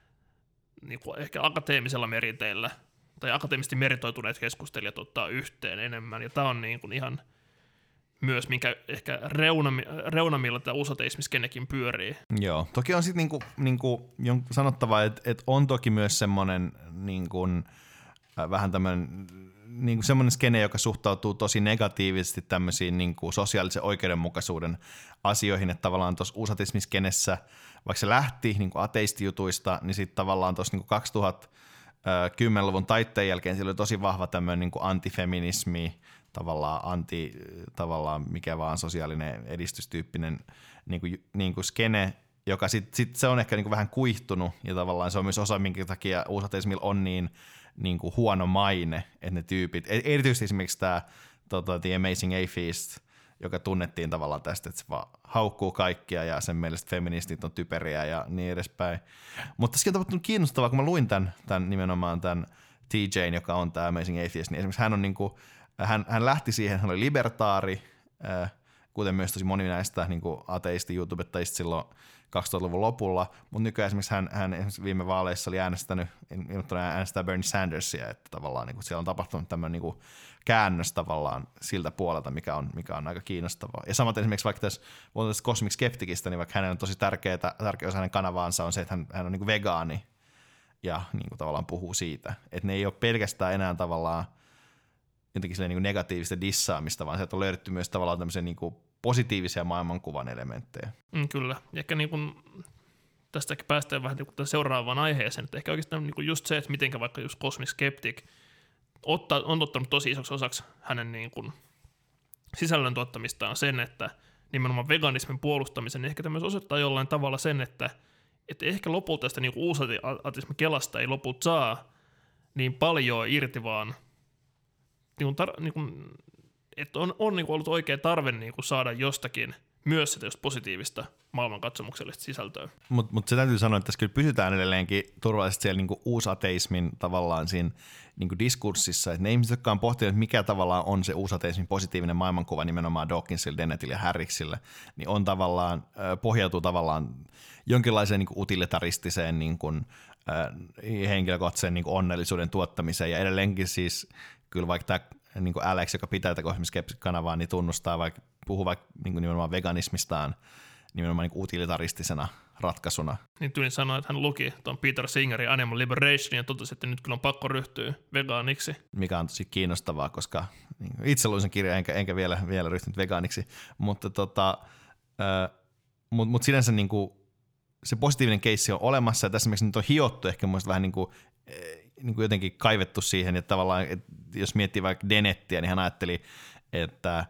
niin kuin ehkä akateemisella meriteillä tai akateemisesti meritoituneet keskustelijat ottaa yhteen enemmän. Ja tämä on niin kuin ihan myös, minkä ehkä reunami, reunamilla tämä uusateimiskenekin pyörii. Joo, toki on sitten niinku, niinku, sanottava, että et on toki myös semmoinen niinku, äh, vähän tämmöinen niinku semmoinen skene, joka suhtautuu tosi negatiivisesti tämmöisiin niinku sosiaalisen oikeudenmukaisuuden asioihin, että tavallaan tuossa uusateimiskenessä, vaikka se lähti niinku ateistijutuista, niin sitten tavallaan tuossa niinku kaksituhattakymmenluvun taitteen jälkeen sillä oli tosi vahva tämmöinen niinku antifeminismi, tavallaan anti, tavallaan mikä vaan sosiaalinen edistystyyppinen niinku, niinku skene, joka sitten sit se on ehkä niinku vähän kuihtunut, ja tavallaan se on myös osa, minkä takia uusateismilla on niin niinku huono maine, että ne tyypit, erityisesti esimerkiksi tämä tota, The Amazing Atheist, joka tunnettiin tavallaan tästä, että se vaan haukkuu kaikkia ja sen mielestä feministit on typeriä ja niin edespäin. Mutta tässä on tapahtunut kiinnostavaa, kun mä luin tämän, tämän nimenomaan tämän T J:n, joka on tämä Amazing Atheist, niin esimerkiksi hän on niinku, hän, hän lähti siihen, hän oli libertaari, äh, kuten myös tosi moni näistä niinku ateisti-youtubettajista silloin kaksituhattaluvun lopulla, mutta nykyään esimerkiksi hän, hän esimerkiksi viime vaaleissa oli äänestänyt, ilmoittanut äänestää Bernie Sandersia, että tavallaan niin kuin siellä on tapahtunut tämmöinen niin kuin käännös tavallaan siltä puolelta, mikä on, mikä on aika kiinnostavaa. Ja samaten esimerkiksi vaikka tässä, tässä Cosmic Skepticistä, niin vaikka hänen on tosi tärkeä, tärkeä osa hänen kanavaansa on se, että hän, hän on niin kuin vegaani, ja niin kuin tavallaan puhuu siitä. Että ne ei ole pelkästään enää tavallaan jotenkin niin kuin negatiivista dissaamista, vaan sieltä on löydetty myös tavallaan tämmöisiä niin kuin positiivisia maailmankuvan elementtejä. Mm, kyllä. Ja ehkä niin kuin tästäkin päästään vähän niin kuin seuraavaan aiheeseen, että ehkä oikeastaan niin kuin just se, että miten vaikka just Cosmic Skeptic ottaa, on ottanut tosi isoksi osaksi hänen niin kuin sisällön tuottamistaan sen, että nimenomaan veganismin puolustamisen, niin ehkä tämmöisen osoittaa jollain tavalla sen, että, että ehkä lopulta tästä niin uusateismin kelasta ei lopulta saa niin paljon irti, vaan niin kuin tar- niin kuin, että on, on niin kuin ollut oikea tarve niin kuin saada jostakin myös sitä just positiivista maailmankatsomuksellista sisältöä. Mutta mut se täytyy sanoa, että tässä kyllä pysytään edelleenkin turvallisesti siellä niinku uusateismin tavallaan siinä niinku diskurssissa, että ne ihmiset, jotka on pohtineet, että mikä tavallaan on se uusateismin positiivinen maailmankuva nimenomaan Dawkinsille, Dennettille ja Harriksille, niin on tavallaan, äh, pohjautuu tavallaan jonkinlaiseen niinku utilitaristiseen niinku, äh, henkilökohtaisen niinku onnellisuuden tuottamiseen, ja edelleenkin siis kyllä vaikka tämä niinku Alex, joka pitää tätä Cosmic Skeptic-kanavaa, niin tunnustaa vaikka, puhuu vaikka niinku nimenomaan veganismistaan, nimenomaan niin utilitaristisena ratkaisuna. Niin tyylin sanoa, että hän luki tuon Peter Singerin Animal Liberation ja totesi, että nyt kyllä on pakko ryhtyä vegaaniksi. Mikä on tosi kiinnostavaa, koska itse luin sen kirjan enkä, enkä vielä, vielä ryhtynyt vegaaniksi, mutta tota, äh, mut, mut sinänsä niin kuin, se positiivinen keissi on olemassa ja tässä mielessä nyt on hiottu ehkä muista vähän niin kuin, niin kuin jotenkin kaivettu siihen, että tavallaan, että jos miettii vaikka Dennettiä, niin hän ajatteli, että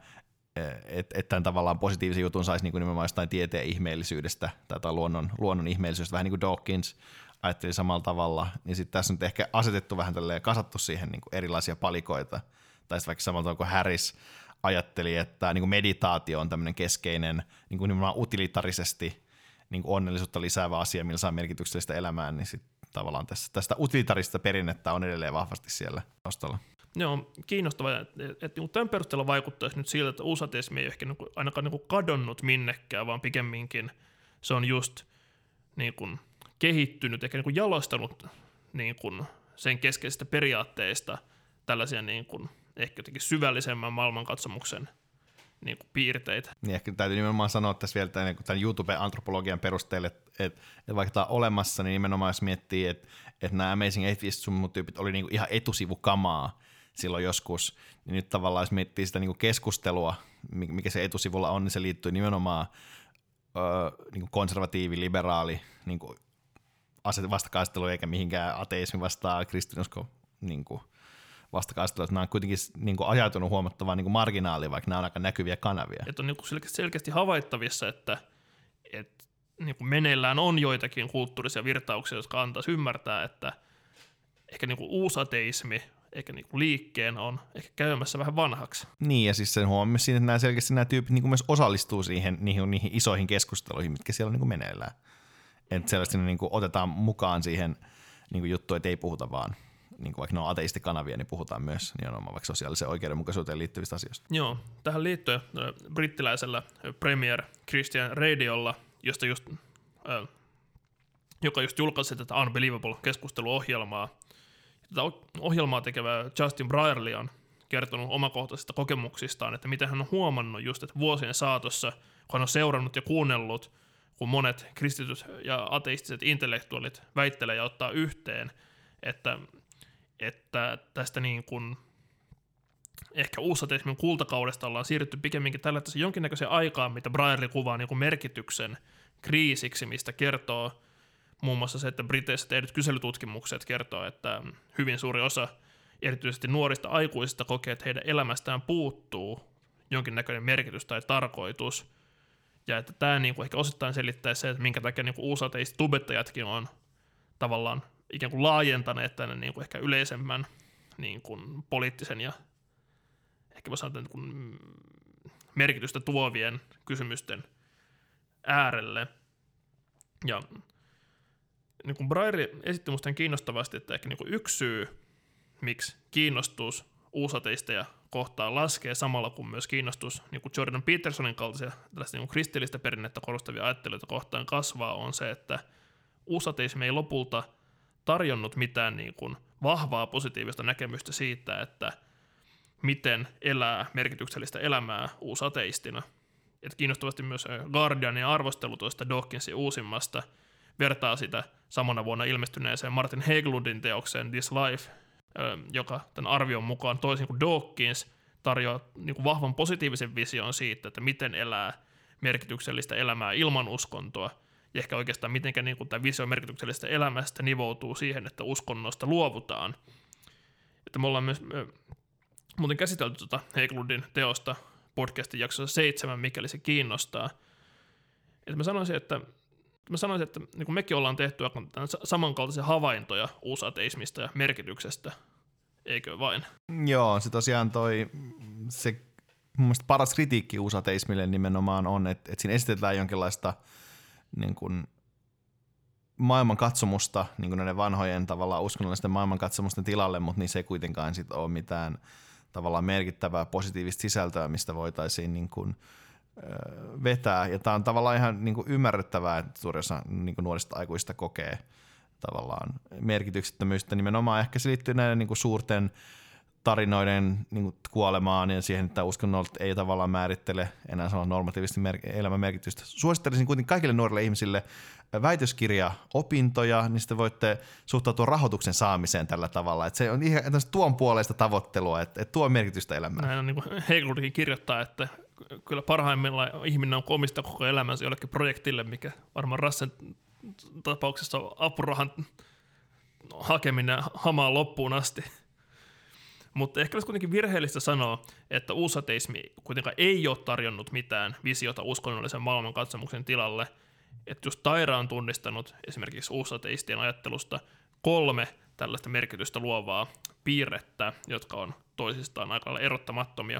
että et tämän tavallaan positiivisen jutun saisi niinku nimenomaan jostain tieteen ihmeellisyydestä tai luonnon, luonnon ihmeellisyydestä, vähän niin kuin Dawkins ajatteli samalla tavalla, niin sitten tässä on ehkä asetettu vähän tälleen, kasattu siihen niinku erilaisia palikoita, tai sitten vaikka samalla tavalla kuin Harris ajatteli, että niinku meditaatio on tämmöinen keskeinen niinku nimenomaan utilitarisesti niinku onnellisuutta lisäävä asia, millä saa merkityksellistä elämää, niin sitten tavallaan tässä, tästä utilitarista perinnettä on edelleen vahvasti siellä taustalla. Joo, kiinnostavaa, että, että, että tämän perusteella vaikuttaisi nyt siltä, että uusateismi ei ehkä ainakaan niin kadonnut minnekään, vaan pikemminkin se on just niin kuin kehittynyt, ehkä niin kuin jalostanut niin kuin sen keskeisistä periaatteista tällaisia niin kuin ehkä jotenkin syvällisemmän maailmankatsomuksen niin kuin piirteitä. Niin ehkä täytyy nimenomaan sanoa tässä vielä tämän, tämän YouTube-antropologian perusteelle, että, että, että vaikka tämä on olemassa, niin nimenomaan jos miettii, että, että nämä Amazing Atheist-tyypit oli niin kuin ihan etusivukamaa silloin joskus, niin nyt tavallaan jos miettii sitä niin kuin keskustelua, mikä se etusivulla on, niin se liittyy nimenomaan öö, niin kuin konservatiivi, liberaali niin kuin vastakkaistelu eikä mihinkään ateismi vastaan kristinusko niin kuin vastakkaistelu, että nämä on kuitenkin niin kuin ajautunut huomattavaan niin kuin marginaaliin, vaikka nämä on aika näkyviä kanavia. Että on niin kuin selkeästi, selkeästi havaittavissa, että, että niin kuin meneillään on joitakin kulttuurisia virtauksia, jotka antaisi ymmärtää, että ehkä niin kuin uusateismi eikä niinku liikkeen on ehkä käymässä vähän vanhaksi. Niin, ja siis sen huomioon siinä, että nämä selkeästi nämä tyypit niinku myös osallistuu siihen, niihin, niihin isoihin keskusteluihin, mitkä siellä on niinku meneillään. Että selvästi ne niinku otetaan mukaan siihen niinku juttuun, että ei puhuta vaan, niinku vaikka ne on ateistikanavia, niin puhutaan myös nimenomaan vaikka sosiaalisen oikeudenmukaisuuteen liittyvistä asioista. Joo, tähän liittyen brittiläisellä Premier Christian Radiolla, josta just, äh, joka just julkaisi tätä Unbelievable-keskusteluohjelmaa. Tätä ohjelmaa tekevä Justin Brierley on kertonut omakohtaisista kokemuksistaan, että miten hän on huomannut just, että vuosien saatossa, kun hän on seurannut ja kuunnellut, kun monet kristityt ja ateistiset intellektuaalit väittelee ja ottaa yhteen, että, että tästä niin kuin ehkä uusateismin kultakaudesta ollaan siirrytty pikemminkin tällaisen jonkinnäköisen aikaan, mitä Brierley kuvaa niin kuin merkityksen kriisiksi, mistä kertoo muun muassa se, että Briteissä tehdyt kyselytutkimukset kertoo, että hyvin suuri osa erityisesti nuorista aikuisista kokee, että heidän elämästään puuttuu jonkinnäköinen merkitys tai tarkoitus. Ja että tämä niin kuin ehkä osittain selittää se, että minkä takia niin kuin uusateiset tubettajatkin on tavallaan ikään kuin laajentaneet tänne niin kuin ehkä yleisemmän niin kuin poliittisen ja ehkä voi sanoa, niin kuin merkitystä tuovien kysymysten äärelle. Ja niin kuin Brierley esitti musta kiinnostavasti, että ehkä niin kuin yksi syy, miksi kiinnostus uusateisteja kohtaan laskee samalla kuin myös kiinnostus niin kuin Jordan Petersonin kaltaisia tällaista niin kuin kristillistä perinnettä korostavia ajattelijoita kohtaan kasvaa, on se, että uusateismi ei lopulta tarjonnut mitään niin kuin vahvaa positiivista näkemystä siitä, että miten elää merkityksellistä elämää uusateistina. Että kiinnostavasti myös Guardianin arvostelu tuosta Dawkinsin uusimmasta vertaa sitä samana vuonna ilmestyneeseen Martin Hägglundin teokseen This Life, joka tämän arvion mukaan toisin kuin Dawkins tarjoaa niin kuin vahvan positiivisen vision siitä, että miten elää merkityksellistä elämää ilman uskontoa, ja ehkä oikeastaan miten niin kuin tämä visio merkityksellisestä elämästä nivoutuu siihen, että uskonnosta luovutaan. Että me ollaan myös äh, muuten käsitelty tuota Hägglundin teosta podcastin jaksossa seitsemän, mikäli se kiinnostaa. Että mä sanoisin, että, mä sanoisin, että niin kuin mekin ollaan tehty samankaltaisia havaintoja uusateismista ja merkityksestä, eikö vain? Joo, se tosiaan toi, se mun mielestä paras kritiikki uusateismille nimenomaan on, että, että siinä esitetään jonkinlaista niin kuin maailmankatsomusta niin kuin näiden vanhojen tavallaan uskonnollisten maailmankatsomusten tilalle, mutta niissä ei kuitenkaan sit ole mitään tavallaan merkittävää positiivista sisältöä, mistä voitaisiin niin kuin, ö, vetää. Ja tämä on tavallaan ihan niin kuin ymmärrettävää, että suurin osa niin kuin nuorista aikuista kokee tavallaan merkityksettömyyttä. Nimenomaan ehkä se liittyy näiden niin kuin suurten tarinoiden niin kuin kuolemaan ja siihen, että uskonnolliset ei tavallaan määrittele enää samalla normatiivisesti mer- elämän merkitystä. Suosittelisin kuitenkin kaikille nuorille ihmisille väitöskirjaopintoja, niin sitten voitte suhtautua rahoituksen saamiseen tällä tavalla. Että se on ihan tuon puolesta tavoittelua, että, että tuo merkitystä elämään. Näin on, niin kuin Hägglundkin kirjoittaa, että kyllä parhaimmillaan ihminen on omistaa koko elämänsä jollekin projektille, mikä varmaan Rassen tapauksessa on apurahan hakeminen hamaan loppuun asti. Mutta ehkä olisi kuitenkin virheellistä sanoa, että uusateismi kuitenkaan ei ole tarjonnut mitään visiota uskonnollisen maailmankatsomuksen tilalle. Että just Taira on tunnistanut esimerkiksi uusateistien ajattelusta kolme tällaista merkitystä luovaa piirrettä, jotka on toisistaan aika lailla erottamattomia.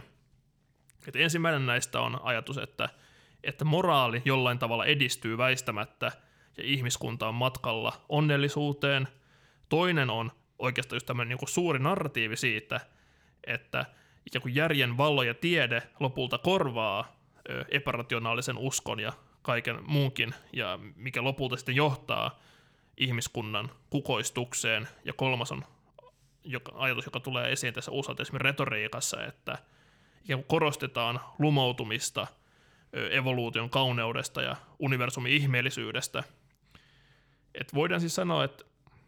Et ensimmäinen näistä on ajatus, että, että moraali jollain tavalla edistyy väistämättä ja ihmiskunta on matkalla onnellisuuteen. Toinen on oikeastaan just tämmöinen niin suuri narratiivi siitä, että ikään kuin järjen, vallo ja tiede lopulta korvaa ö, epärationaalisen uskon ja kaiken muunkin, ja mikä lopulta sitten johtaa ihmiskunnan kukoistukseen. Ja kolmas on joka, ajatus, joka tulee esiin tässä uusateismin retoriikassa, että ikään kuin korostetaan lumoutumista ö, evoluution kauneudesta ja universumin ihmeellisyydestä. Et voidaan siis sanoa, että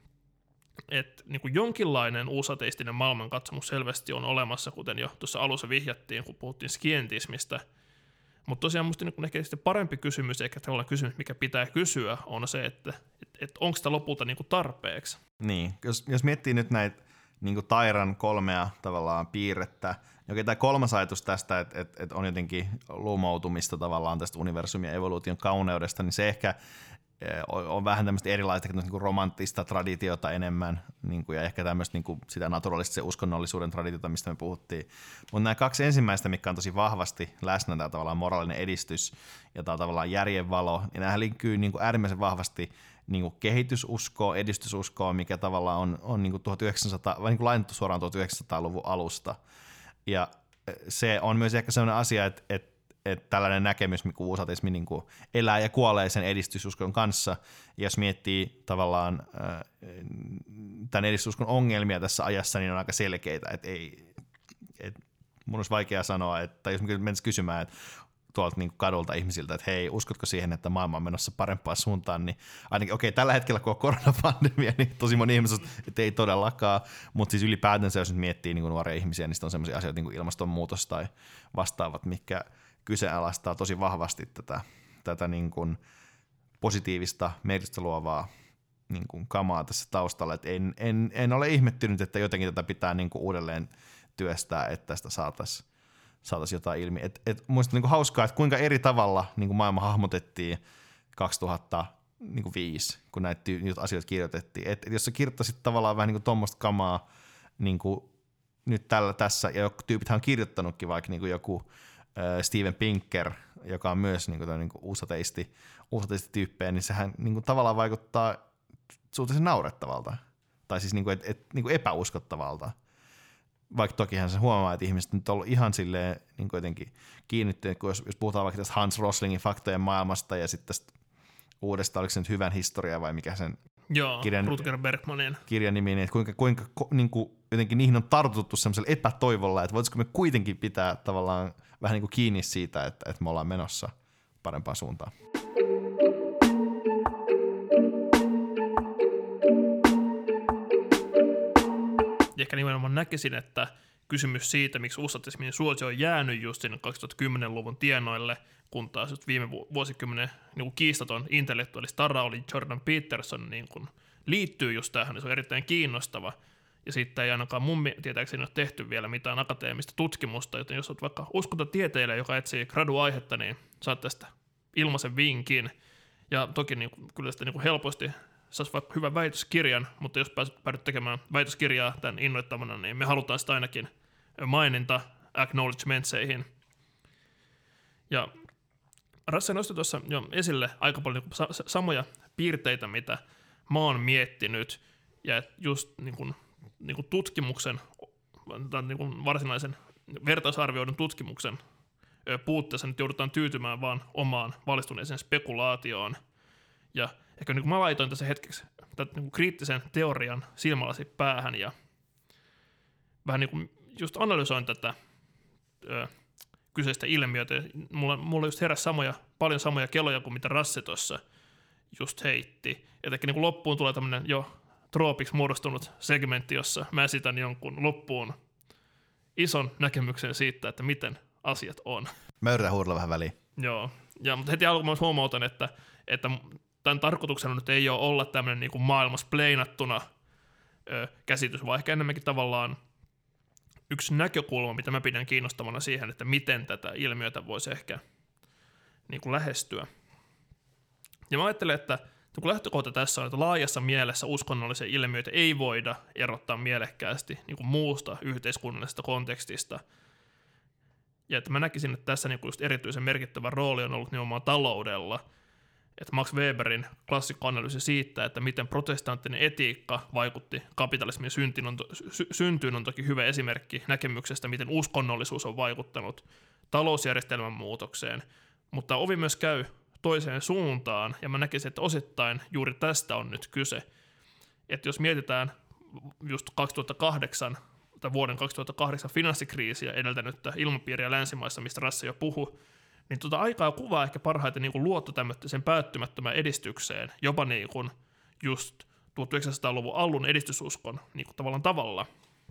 että niin kuin jonkinlainen uusateistinen maailmankatsomus selvästi on olemassa, kuten jo tuossa alussa vihjattiin, kun puhuttiin skientismistä. Mutta tosiaan minusta niin ehkä parempi kysymys, eikä tällainen kysymys, mikä pitää kysyä, on se, että et, et onko sitä lopulta niin kuin tarpeeksi. Niin, jos, jos miettii nyt näitä niin kuin Tairan kolmea tavallaan piirrettä, okei, tämä kolmas ajatus tästä, että et, et on jotenkin lumoutumista tavallaan tästä universumin ja evoluution kauneudesta, niin se ehkä on vähän tämmöistä erilaista niin kuin romanttista traditiota enemmän niin kuin, ja ehkä tämmöistä niin kuin sitä naturalistisen uskonnollisuuden traditiota, mistä me puhuttiin. Mutta nämä kaksi ensimmäistä, mikä on tosi vahvasti läsnä, tämä tavallaan moraalinen edistys ja tämä tavallaan järjenvalo, ja nämähän linkkyy niin kuin äärimmäisen vahvasti niin kuin kehitysuskoon, edistysuskoon, mikä tavallaan on, on niin kuin tuhatyhdeksänsataa, vai niin kuin lainattu suoraan tuhatyhdeksänsataaluvun alusta. Ja se on myös ehkä sellainen asia, että, että että tällainen näkemys, mikä uusateismi niin kuin elää ja kuolee sen edistysuskon kanssa. Ja jos miettii tavallaan äh, tämän edistysuskon ongelmia tässä ajassa, niin on aika selkeitä. Että ei, et mun olisi vaikea sanoa, että jos menisin kysymään että tuolta niin kuin kadulta ihmisiltä, että hei, uskotko siihen, että maailma on menossa parempaan suuntaan, niin ainakin okei, okay, tällä hetkellä kun on koronapandemia, niin tosi moni ihmiset, että ei todellakaan, mutta siis ylipäätänsä, jos nyt miettii niin kuin nuoria ihmisiä, niin sitten on sellaisia asioita niin kuin ilmastonmuutos tai vastaavat, mitkä kyseenalaistaa tosi vahvasti tätä, tätä niin kuin positiivista merkitystä luovaa niin kuin kamaa tässä taustalla. Et en, en, en ole ihmettynyt, että jotenkin tätä pitää niin kuin uudelleen työstää, että tästä saataisiin saatais jotain ilmi. Et, et, muista niin kuin hauskaa, että kuinka eri tavalla niin kuin maailma hahmotettiin kaksituhattaviisi, kun näitä asioita kirjoitettiin. Et, et jos sä kirjoittaisit tavallaan vähän niin kuin tuommoista kamaa niin kuin nyt tällä, tässä, ja joku tyypithän on kirjoittanutkin vaikka niin kuin joku Steven Pinker, joka on myös niin kuin, niin kuin uusateisti, uusateisti-tyyppejä, niin sehän niin kuin, tavallaan vaikuttaa suhteellisen naurettavalta, tai siis niin kuin, et, et, niin kuin epäuskottavalta. Vaikka tokihan se huomaa, että ihmiset nyt on ollut ihan silleen niin kuin jotenkin kiinnittyneet, kun jos, jos puhutaan vaikka tästä Hans Roslingin faktojen maailmasta ja sitten tästä uudesta, oliko se nyt Hyvän historia vai mikä sen Joo, kirjan, Rutger Bergmanin kirjan nimi, niin että kuinka, kuinka niin kuin, jotenkin niihin on tartuttu semmoisella epätoivolla, että voitaisiko me kuitenkin pitää tavallaan vähän niin kuin kiinni siitä, että, että me ollaan menossa parempaan suuntaan. Ja ehkä nimenomaan näkisin, että kysymys siitä, miksi uussatismin suosio on jäänyt just sinne kaksituhattakymmenluvun tienoille, kun taas just viime vuosikymmenen niin kiistaton intellektuaali stara oli Jordan Peterson, niin kun liittyy just tähän, niin se on erittäin kiinnostava. Ja siitä ei ainakaan mun tietääkseni ole tehty vielä mitään akateemista tutkimusta, joten jos olet vaikka uskontotieteilijä, joka etsii gradu-aihetta, niin saat tästä ilmaisen vinkin. Ja toki niin, kyllä sitä niin helposti saisi vaikka hyvän väitöskirjan, mutta jos päädyt tekemään väitöskirjaa tämän innoittamana, niin me halutaan sitä ainakin maininta acknowledgementseihin. Ja Russell nosti tuossa jo esille aika paljon niin sa- samoja piirteitä, mitä mä oon miettinyt, ja just niin kuin, niin kuin tutkimuksen, tai niin kuin varsinaisen vertaisarvioidun tutkimuksen puutteessa nyt joudutaan tyytymään vaan omaan valistuneeseen spekulaatioon. Ja ehkä niin kuin mä laitoin tässä hetkeksi tämän niin kuin kriittisen teorian silmälasi päähän ja vähän niin kuin just analysoin tätä ö, kyseistä ilmiötä. Mulla, mulla just heräsi samoja, paljon samoja kelloja kuin mitä Rassi tuossa just heitti. Etenkin niin kuin loppuun tulee tämmöinen jo troopiksi muodostunut segmentti, jossa mä esitän jonkun loppuun ison näkemyksen siitä, että miten asiat on. Mä yritän huudella vähän väliin. Joo, ja, mutta heti alkuun huomautan, että, että tämän tarkoituksena nyt ei ole olla tämmöinen niin kuin maailmassa pleinattuna ö, käsitys, vaan ehkä enemmänkin tavallaan yksi näkökulma, mitä mä pidän kiinnostavana siihen, että miten tätä ilmiötä voisi ehkä niin kuin lähestyä. Ja mä ajattelen, että kun lähtökohta tässä on, että laajassa mielessä uskonnollisia ilmiöitä ei voida erottaa mielekkäästi niin kuin muusta yhteiskunnallisesta kontekstista. Ja että mä näkisin, että tässä niin kuin just erityisen merkittävä rooli on ollut nimenomaan taloudella. Että Max Weberin klassikkoanalyysi siitä, että miten protestanttinen etiikka vaikutti kapitalismin syntyyn on, to- sy- syntyyn on toki hyvä esimerkki näkemyksestä, miten uskonnollisuus on vaikuttanut talousjärjestelmän muutokseen. Mutta ovi myös käy toiseen suuntaan, ja mä näkisin, että osittain juuri tästä on nyt kyse. Että jos mietitään just kaksituhattakahdeksan, tai vuoden kaksituhattakahdeksan finanssikriisiä edeltänyttä ilmapiiriä länsimaissa, mistä Rassi jo puhui, niin tuota aikaa kuvaa ehkä parhaiten niin kuin luotto tämmöisen päättymättömään edistykseen, jopa niin kuin just tuhatyhdeksänsataaluvun alun edistysuskon niin kuin tavallaan tavalla.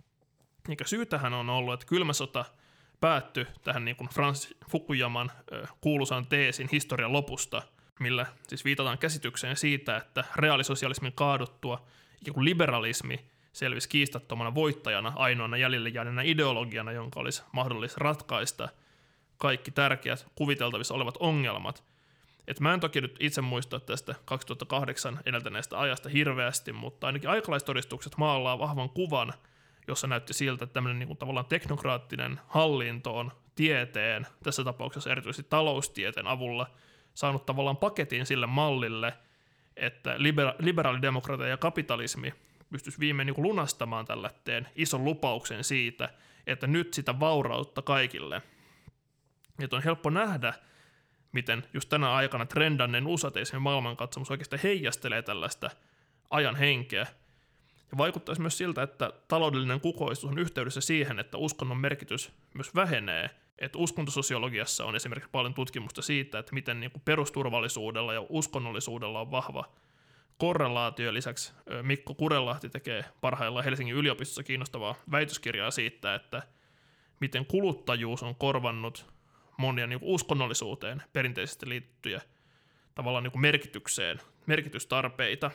Eikä syytähän on ollut, että kylmä sota päättyi tähän niin kuin Francis Fukuyaman kuuluisaan teesin historian lopusta, millä siis viitataan käsitykseen siitä, että reaalisosialismin kaaduttua ikään kuin liberalismi selvisi kiistattomana voittajana ainoana jäljelle jääneena ideologiana, jonka olisi mahdollista ratkaista kaikki tärkeät kuviteltavissa olevat ongelmat. Et mä en toki nyt itse muista tästä kaksituhattakahdeksan edeltäneestä ajasta hirveästi, mutta ainakin aikalaistodistukset maalaa vahvan kuvan, jossa näytti siltä, että tämmöinen niin kuin tavallaan teknokraattinen hallinto on tieteen, tässä tapauksessa erityisesti taloustieteen avulla, saanut tavallaan paketin sille mallille, että libera- liberaalidemokratia ja kapitalismi pystyisi viimein niin kuin lunastamaan tällätteen ison lupauksen siitä, että nyt sitä vaurautta kaikille. Että on helppo nähdä, miten just tänä aikana trendanneen uusateisemmin maailmankatsomus oikeastaan heijastelee tällaista ajan henkeä. Ja vaikuttaisi myös siltä, että taloudellinen kukoistus on yhteydessä siihen, että uskonnon merkitys myös vähenee. Että uskontososiologiassa on esimerkiksi paljon tutkimusta siitä, että miten niin kuin perusturvallisuudella ja uskonnollisuudella on vahva korrelaatio. Lisäksi Mikko Kurelahti tekee parhaillaan Helsingin yliopistossa kiinnostavaa väitöskirjaa siitä, että miten kuluttajuus on korvannut monia niin kuin uskonnollisuuteen perinteisesti liittyjä tavallaan niin kuin merkitykseen, merkitystarpeita.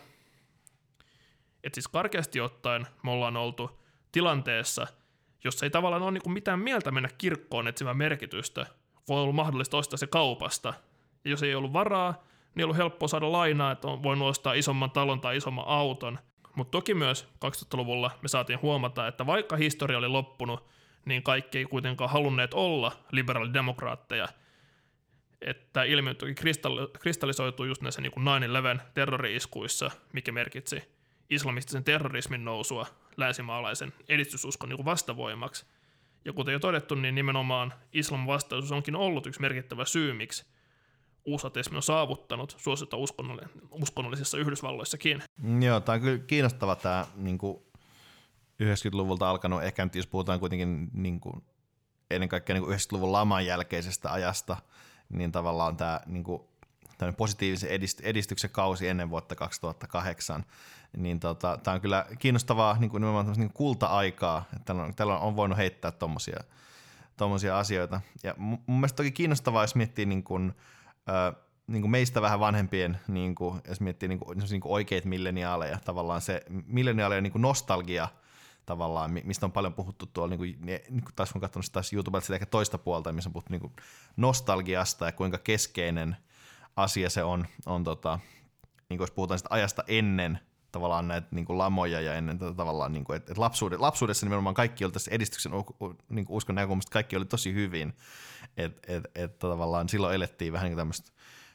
Et siis karkeasti ottaen me ollaan oltu tilanteessa, jossa ei tavallaan ole niin kuin mitään mieltä mennä kirkkoon etsimään merkitystä, kun on ollut mahdollista ostaa se kaupasta. Ja jos ei ollut varaa, niin ei ollut helppoa saada lainaa, että on voinut ostaa isomman talon tai isomman auton. Mutta toki myös kaksituhattaluvulla me saatiin huomata, että vaikka historia oli loppunut, niin kaikki ei kuitenkaan halunneet olla liberaalidemokraatteja. Että ilmiö toki kristallisoituu just näissä niin kuin nine eleven terrori-iskuissa, mikä merkitsi islamistisen terrorismin nousua länsimaalaisen edistysuskon niin kuin vastavoimaksi. Ja kuten jo todettu, niin nimenomaan islam vastaisuus onkin ollut yksi merkittävä syy, miksi uusateismi on saavuttanut suosiota uskonnollisissa Yhdysvalloissakin. Joo, tämä on kyllä kiinnostava tämä niin kuin yhdeksänkymmentäluvulta alkanut, ehkä nyt jos puhutaan kuitenkin niin kuin, ennen kaikkea niin kuin yhdeksänkymmentäluvun laman jälkeisestä ajasta, niin tavallaan tämä niin kuin, tämmöinen positiivisen edistyksen kausi ennen vuotta kaksituhattakahdeksan, niin tota, tämä on kyllä kiinnostavaa niin kuin nimenomaan niin kuin kulta-aikaa, että täällä on, täällä on voinut heittää tommosia, tommosia asioita. Ja mun mielestä toki kiinnostavaa, jos miettii niin kuin, äh, niin kuin meistä vähän vanhempien, niin kuin, jos miettii niin kuin, niin kuin oikeita milleniaaleja, tavallaan se milleniaaleja niin kuin nostalgia, tavallaan, mistä on paljon puhuttu tuolla, niin kuin, niin kuin taas kun katsonut taas YouTubelta sitä ehkä toista puolta, missä on puhuttu niin kuin nostalgiasta ja kuinka keskeinen asia se on, on tota, niin kuin jos puhutaan sitä ajasta ennen tavallaan näitä niin kuin lamoja ja ennen tätä tavallaan, niin kuin, että, että lapsuudessa, lapsuudessa nimenomaan kaikki oli tässä edistyksen niin kuin uskon näkökulmasta, kaikki oli tosi hyvin, että et, et, tavallaan silloin elettiin vähän niin kuin tämmöistä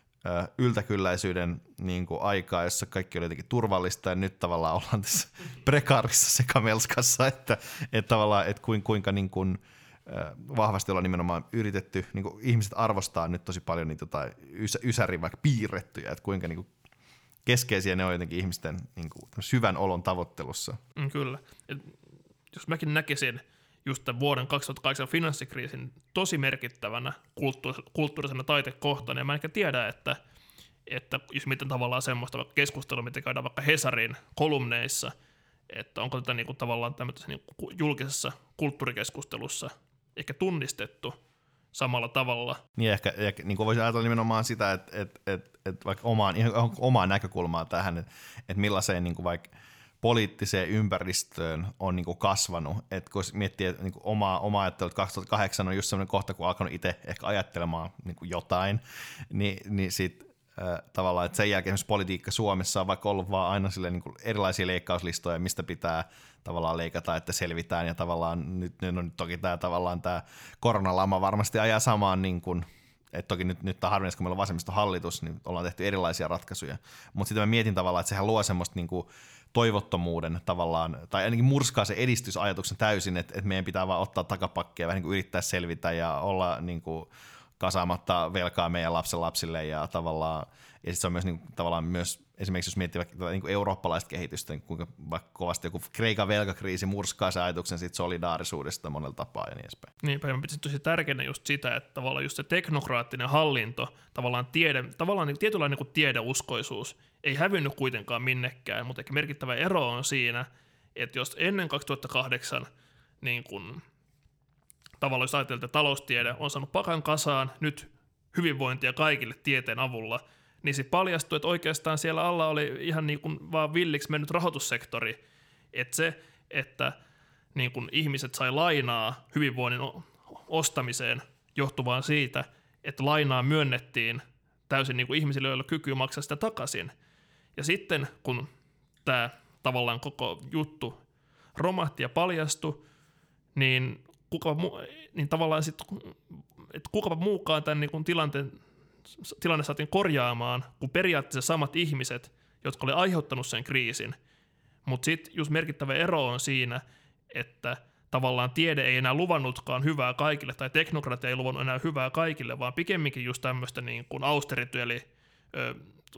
yltäkylläisyyden niin kuin aikaa, jossa kaikki oli jotenkin turvallista, ja nyt tavallaan ollaan tässä prekaarissa sekamelskassa, että, että tavallaan, että kuinka, kuinka niin kuin, vahvasti ollaan nimenomaan yritetty, niin kuin ihmiset arvostaa nyt tosi paljon niitä jotain ysä, ysärin vaikka piirrettyjä, että kuinka niin kuin keskeisiä ne on jotenkin ihmisten niin kuin syvän olon tavoittelussa. Mm, kyllä. Et jos mäkin näkisin just tämän vuoden kaksituhattakahdeksan finanssikriisin tosi merkittävänä kulttuur- kulttuurisena taitekohtana, ja mä enkä tiedä, että, että jos miten tavallaan semmoista vaikka keskustelua, mitä käydään vaikka Hesarin kolumneissa, että onko tätä niinku tavallaan tämmöisessä niinku julkisessa kulttuurikeskustelussa ehkä tunnistettu samalla tavalla. Niin ehkä, ehkä niin kuin voisi ajatella nimenomaan sitä, että, että, että, että vaikka omaan, ihan omaa näkökulmaa tähän, että, että millaiseen niin kuin vaikka poliittiseen ympäristöön on niin kuin kasvanut, että kun miettii että niin kuin omaa, omaa ajattelua, että kaksituhattakahdeksan on just sellainen kohta, kun on alkanut itse ehkä ajattelemaan niin kuin jotain, niin, niin sitten äh, tavallaan, että sen jälkeen esimerkiksi politiikka Suomessa on vaikka ollut vaan aina sille, niin kuin erilaisia leikkauslistoja, mistä pitää tavallaan leikata, että selvitään, ja tavallaan nyt, nyt on toki tämä tavallaan tämä koronalama varmasti ajaa samaan niin kuin, että toki nyt, nyt on harvinaista, kun meillä on vasemmistohallitus, niin ollaan tehty erilaisia ratkaisuja, mutta sitten mä mietin tavallaan, että sehän luo semmoista niin kuin toivottomuuden tavallaan, tai ainakin murskaa se edistysajatuksen täysin, että, että meidän pitää vaan ottaa takapakkia ja vähän niin kuin yrittää selvitä ja olla niin kuin kasaamatta velkaa meidän lapsenlapsille ja tavallaan, ja sitten se on myös niin kuin, tavallaan myös esimerkiksi jos miettii vaikka niin kuin eurooppalaista kehitystä, niin kuinka vaikka kovasti joku Kreikan velkakriisi murskaa se ajatuksen siitä solidaarisuudesta monella tapaa ja niin edespäin. Niinpä, mä pitäisin tosi tärkeänä just sitä, että tavallaan just se teknokraattinen hallinto, tavallaan, tiede, tavallaan niin tietynlainen niin kuin tiedeuskoisuus ei hävinnyt kuitenkaan minnekään, mutta ehkä merkittävä ero on siinä, että jos ennen kaksituhattakahdeksan niin kun, tavallaan jos ajatellaan, että taloustiede on saanut pakan kasaan nyt hyvinvointia kaikille tieteen avulla, niin se paljastui, että oikeastaan siellä alla oli ihan niin kuin vaan villiksi mennyt rahoitussektori. Että se, että niin kuin ihmiset sai lainaa hyvinvoinnin ostamiseen johtuvaan siitä, että lainaa myönnettiin täysin niin kuin ihmisille, joilla kykyy maksaa sitä takaisin. Ja sitten kun tämä tavallaan koko juttu romahti ja paljastui, niin, kuka, niin tavallaan sitten, että kukapa muukaan tämän niin kuin tilanteen tilanne saatiin korjaamaan, kun periaatteessa samat ihmiset, jotka oli aiheuttanut sen kriisin. Mutta sitten just merkittävä ero on siinä, että tavallaan tiede ei enää luvannutkaan hyvää kaikille, tai teknokratia ei luvannut enää hyvää kaikille, vaan pikemminkin just tämmöistä niin kuin austerity, eli ö,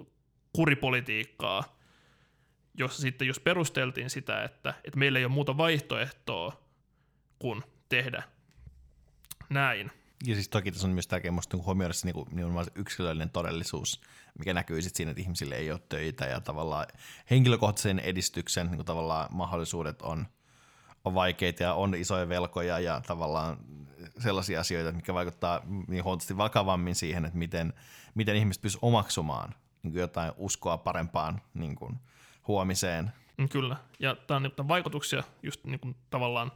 kuripolitiikkaa, jossa sitten just perusteltiin sitä, että, että meillä ei ole muuta vaihtoehtoa kuin tehdä näin. Ja siis toki tässä on myös tärkeää huomioida se niin nimenomaan se yksilöllinen todellisuus, mikä näkyy sitten siinä, että ihmisille ei ole töitä ja tavallaan henkilökohtaisen edistyksen niin kuin tavallaan mahdollisuudet on, on vaikeita ja on isoja velkoja ja tavallaan sellaisia asioita, mitkä vaikuttaa niin huomattavasti vakavammin siihen, että miten, miten ihmiset pystyvät omaksumaan niin kuin jotain uskoa parempaan niin kuin huomiseen. Kyllä, ja tämä on niin vaikutuksia just niin kuin tavallaan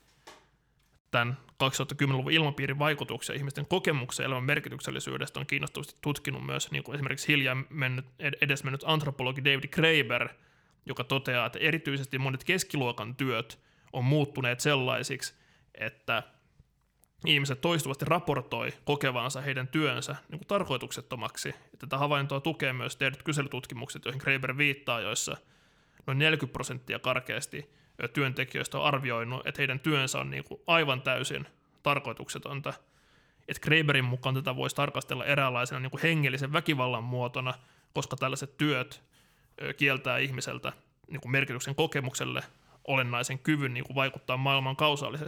tämän kaksituhattakymmenluvun ilmapiirin vaikutuksia ihmisten kokemuksia elämän merkityksellisyydestä on kiinnostavasti tutkinut myös niin kuin esimerkiksi hiljaa mennyt, edesmennyt antropologi David Graeber, joka toteaa, että erityisesti monet keskiluokan työt on muuttuneet sellaisiksi, että ihmiset toistuvasti raportoi kokevansa heidän työnsä niin kuin tarkoituksettomaksi. Ja tätä havaintoa tukee myös tehdyt kyselytutkimukset, joihin Graeber viittaa, joissa noin neljäkymmentä prosenttia karkeasti työntekijöistä on arvioinut, että heidän työnsä on niin kuin aivan täysin tarkoituksetonta. Että Graeberin mukaan tätä voisi tarkastella eräänlaisena niin kuin hengellisen väkivallan muotona, koska tällaiset työt kieltää ihmiseltä niin kuin merkityksen kokemukselle olennaisen kyvyn niin kuin vaikuttaa maailmaan kausaalisesti.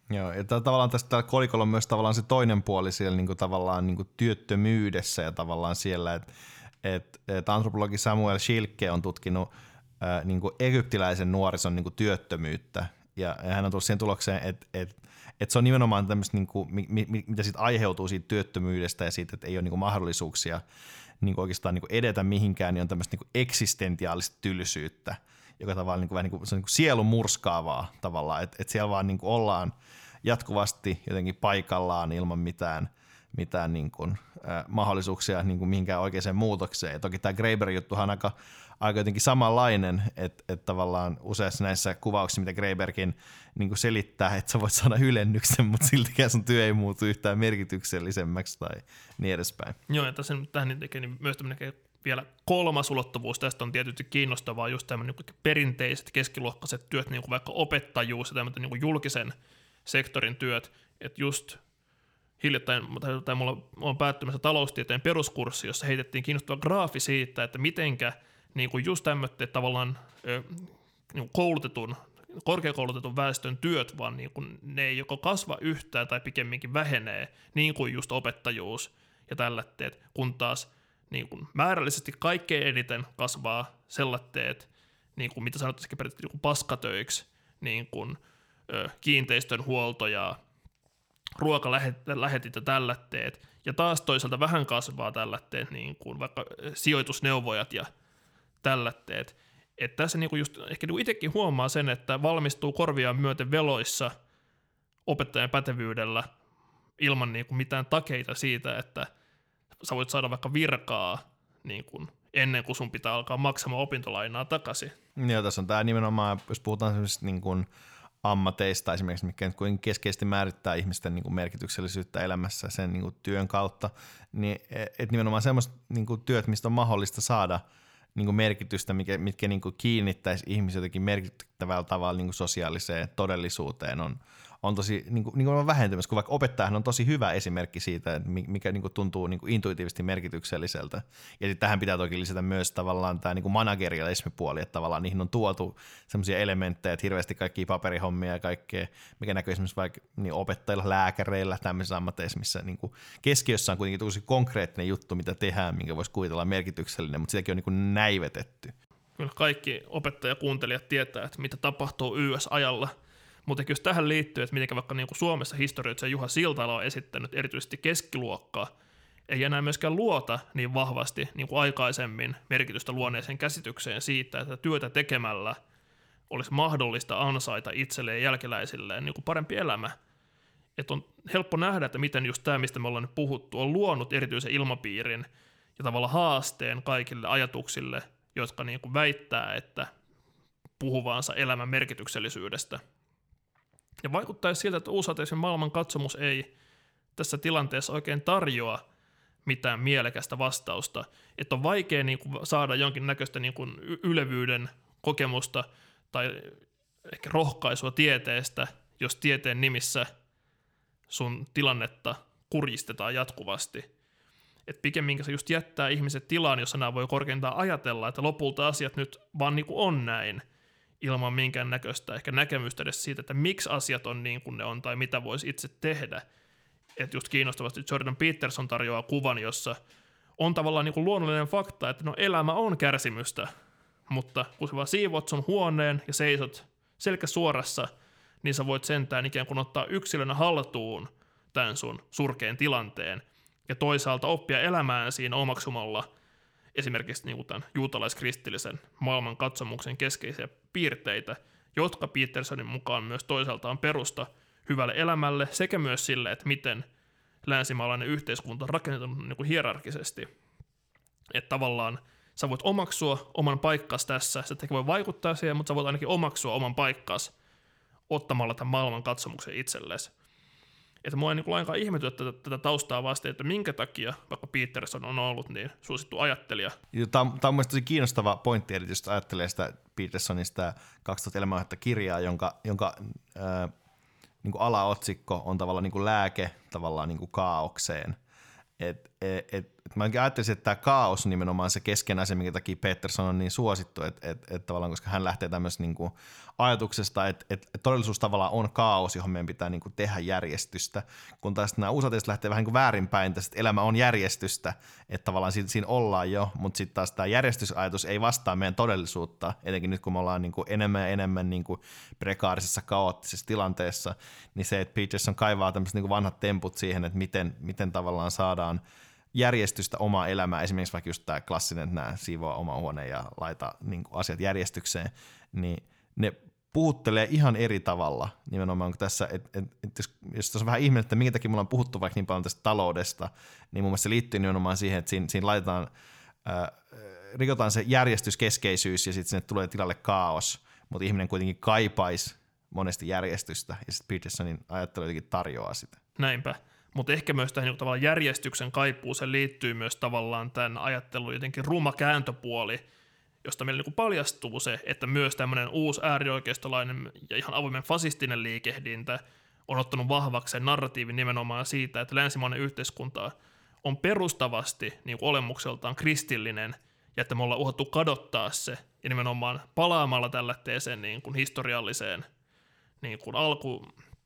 Joo, ja tavallaan tästä kolikolla on myös tavallaan se toinen puoli siellä niin kuin tavallaan niin kuin työttömyydessä ja tavallaan siellä, että et, et antropologi Samuel Schilke on tutkinut ää, niin kuin egyptiläisen nuorison niin kuin työttömyyttä, ja, ja hän on tullut siihen tulokseen, että et, et se on nimenomaan tämmöistä, niin kuin, mi, mi, mitä siitä aiheutuu siitä työttömyydestä ja siitä, että ei ole niin kuin mahdollisuuksia niin kuin oikeastaan niin kuin edetä mihinkään, niin on tämmöistä niin kuin eksistentiaalista tylsyyttä, joka tavallaan niin kuin, vähän niin kuin, se on niin kuin sielun murskaavaa tavallaan, että et siellä vaan niin kuin ollaan jatkuvasti jotenkin paikallaan ilman mitään, mitään niin kuin, äh, mahdollisuuksia niin kuin mihinkään oikeaan muutokseen. Ja toki tämä Graeberin juttuhan on aika, aika jotenkin samanlainen, että, että tavallaan useassa näissä kuvauksissa, mitä Graeberkin niin kuin selittää, että sä voit saada ylennyksen, mutta siltikään sun työ ei muutu yhtään merkityksellisemmäksi tai niin edespäin. Joo, ja tässä tähän tekee niin myös tämmöinen vielä kolmas ulottuvuus tästä on tietysti kiinnostavaa, just tämmöinen niin perinteiset keskiluokkaiset työt, niin kuin vaikka opettajuus ja tämmöinen niin kuin julkisen sektorin työt, että just hiljattain, tai, tai mulla on päättymässä taloustieteen peruskurssi, jossa heitettiin kiinnostava graafi siitä, että mitenkä niin kuin just tämmöinen tavallaan ö, niin kuin koulutetun, korkeakoulutetun väestön työt, vaan niin kuin ne ei joko kasva yhtään tai pikemminkin vähenee, niin kuin just opettajuus ja tällätteet, kun taas niin kuin määrällisesti kaikkein eniten kasvaa sellatteet, niin kuin mitä sanottaisiin periaatteessa niin kuin paskatöiksi, niin kuin ö, kiinteistön huolto ja ruokalähetit ja tällätteet, ja taas toisaalta vähän kasvaa tällätteet, niin kuin vaikka sijoitusneuvojat ja tällätteet. Että tässä niin kuin just, ehkä niin kuin itsekin huomaa sen, että valmistuu korviaan myöten veloissa opettajan pätevyydellä ilman niin kuin mitään takeita siitä, että sä voit saada vaikka virkaa niin kuin ennen kuin sun pitää alkaa maksamaan opintolainaa takaisin. Joo, tässä on tämä nimenomaan, jos puhutaan semmoisista niin kuin ammateista esimerkiksi, mikä nyt kuitenkin keskeisesti määrittää ihmisten niin kuin merkityksellisyyttä elämässä sen niin kuin työn kautta, niin että nimenomaan semmoiset niin kuin työt, mistä on mahdollista saada niin kuin merkitystä, mikä, mitkä niin kuin kiinnittäisi ihmisiä jotenkin merkittävällä tavalla niin kuin sosiaaliseen todellisuuteen, on, on tosi niin kuin, niin kuin vähentymässä, kun vaikka opettajahan on tosi hyvä esimerkki siitä, että mikä niin kuin tuntuu niin kuin intuitiivisesti merkitykselliseltä. Ja sitten tähän pitää toki lisätä myös tavallaan tämä niin kuin managerialismi-puoli, että tavallaan niihin on tuotu sellaisia elementtejä, että hirveästi kaikkia paperihommia ja kaikkea, mikä näkyy esimerkiksi vaikka niin opettajilla, lääkäreillä, tämmöisissä ammateissa, missä niin kuin keskiössä on kuitenkin tosi konkreettinen juttu, mitä tehdään, minkä voisi kuvitella merkityksellinen, mutta sitäkin on niin kuin näivetetty. Kyllä kaikki opettajakuuntelijat tietää, että mitä tapahtuu Y S-ajalla. Mutta jos tähän liittyy, että miten vaikka niin kuin Suomessa historioitsija Juha Siltala on esittänyt erityisesti keskiluokkaa, ei enää myöskään luota niin vahvasti niin kuin aikaisemmin merkitystä luoneeseen käsitykseen siitä, että työtä tekemällä olisi mahdollista ansaita itselleen ja jälkeläisilleen niin kuin parempi elämä. Että on helppo nähdä, että miten just tämä, mistä me ollaan nyt puhuttu, on luonut erityisen ilmapiirin ja tavallaan haasteen kaikille ajatuksille, jotka niin kuin väittää, että puhuvaansa elämän merkityksellisyydestä. Ja vaikuttaisi siltä, että uusateisen maailman katsomus ei tässä tilanteessa oikein tarjoa mitään mielekästä vastausta. Että on vaikea niin kuin saada jonkinnäköistä niin kuin ylevyyden kokemusta tai ehkä rohkaisua tieteestä, jos tieteen nimissä sun tilannetta kurjistetaan jatkuvasti. Että pikemminkin se just jättää ihmiset tilaan, jossa nämä voi korkeintaan ajatella, että lopulta asiat nyt vaan niin kuin on näin, ilman minkään näköistä ehkä näkemystä edes siitä, että miksi asiat on niin kuin ne on tai mitä voisi itse tehdä. Että just kiinnostavasti Jordan Peterson tarjoaa kuvan, jossa on tavallaan niin kuin luonnollinen fakta, että no elämä on kärsimystä, mutta kun sä vaan siivot sun huoneen ja seisot selkä suorassa, niin sä voit sentään ikään kuin ottaa yksilönä haltuun tämän sun surkean tilanteen ja toisaalta oppia elämään siinä omaksumalla esimerkiksi niin kuin tämän juutalaiskristillisen maailman katsomuksen keskeisiä piirteitä, jotka Petersonin mukaan myös toisaalta on perusta hyvälle elämälle sekä myös sille, että miten länsimaalainen yhteiskunta on rakennetunut niin kuin hierarkisesti. Että tavallaan sä voit omaksua oman paikkas tässä, sä et voi vaikuttaa siihen, mutta sä voit ainakin omaksua oman paikkas ottamalla tämän maailman katsomuksen itsellesi. Että mua ei niin kuin lainkaan ihmetyä tätä, tätä taustaa vasten, että minkä takia vaikka Peterson on ollut niin suosittu ajattelija. Tämä on, tämä on mielestäni tosi kiinnostava pointti, erityisesti ajattelee sitä Petersonista kaksituhatta elämänaihetta kirjaa, jonka, jonka ää, niin kuin alaotsikko on tavallaan niin kuin lääke tavallaan niin kuin kaaukseen. Et, et, et, mä ajattelisin, että tämä kaos on nimenomaan se keskeinen asia, minkä takia Peterson on niin suosittu, että et, et tavallaan, koska hän lähtee tämmöisestä niinku ajatuksesta, että et, et todellisuus tavallaan on kaos, johon meidän pitää niinku tehdä järjestystä, kun taas nämä uusateistit lähtee vähän niinku väärinpäin, että elämä on järjestystä, että tavallaan siinä, siinä ollaan jo, mutta sitten taas tämä järjestysajatus ei vastaa meidän todellisuutta, etenkin nyt kun me ollaan niinku enemmän ja enemmän niinku prekaarisessa, kaoottisessa tilanteessa, niin se, että Peterson kaivaa tämmöiset niinku vanhat temput siihen, että miten, miten tavallaan saadaan järjestystä omaa elämää, esimerkiksi vaikka just tämä klassinen, että nämä siivoaa oma huone ja laita niin kuin asiat järjestykseen, niin ne puhuttelee ihan eri tavalla nimenomaan kuin tässä, että et, et jos, jos tässä on vähän ihme, että minkä takia me ollaan puhuttu vaikka niin paljon tästä taloudesta, niin mun mielestä se liittyy nimenomaan siihen, että siinä, siinä laitetaan, ää, rikotaan se järjestyskeskeisyys ja sitten sinne tulee tilalle kaos, mutta ihminen kuitenkin kaipaisi monesti järjestystä ja sitten Petersonin ajattelu jotenkin tarjoaa sitä. Näinpä. Mutta ehkä myös tähän tavallaan järjestyksen kaipuuseen liittyy myös tavallaan tämän ajattelun jotenkin ruma kääntöpuoli, josta meillä niin paljastuu se, että myös tämmöinen uusi äärioikeistolainen ja ihan avoimen fasistinen liikehdintä on ottanut vahvakseen narratiivin nimenomaan siitä, että länsimainen yhteiskunta on perustavasti niin kuin olemukseltaan kristillinen ja että me ollaan uhattu kadottaa se ja nimenomaan palaamalla tällaiseen niin kuin historialliseen niin kuin alku...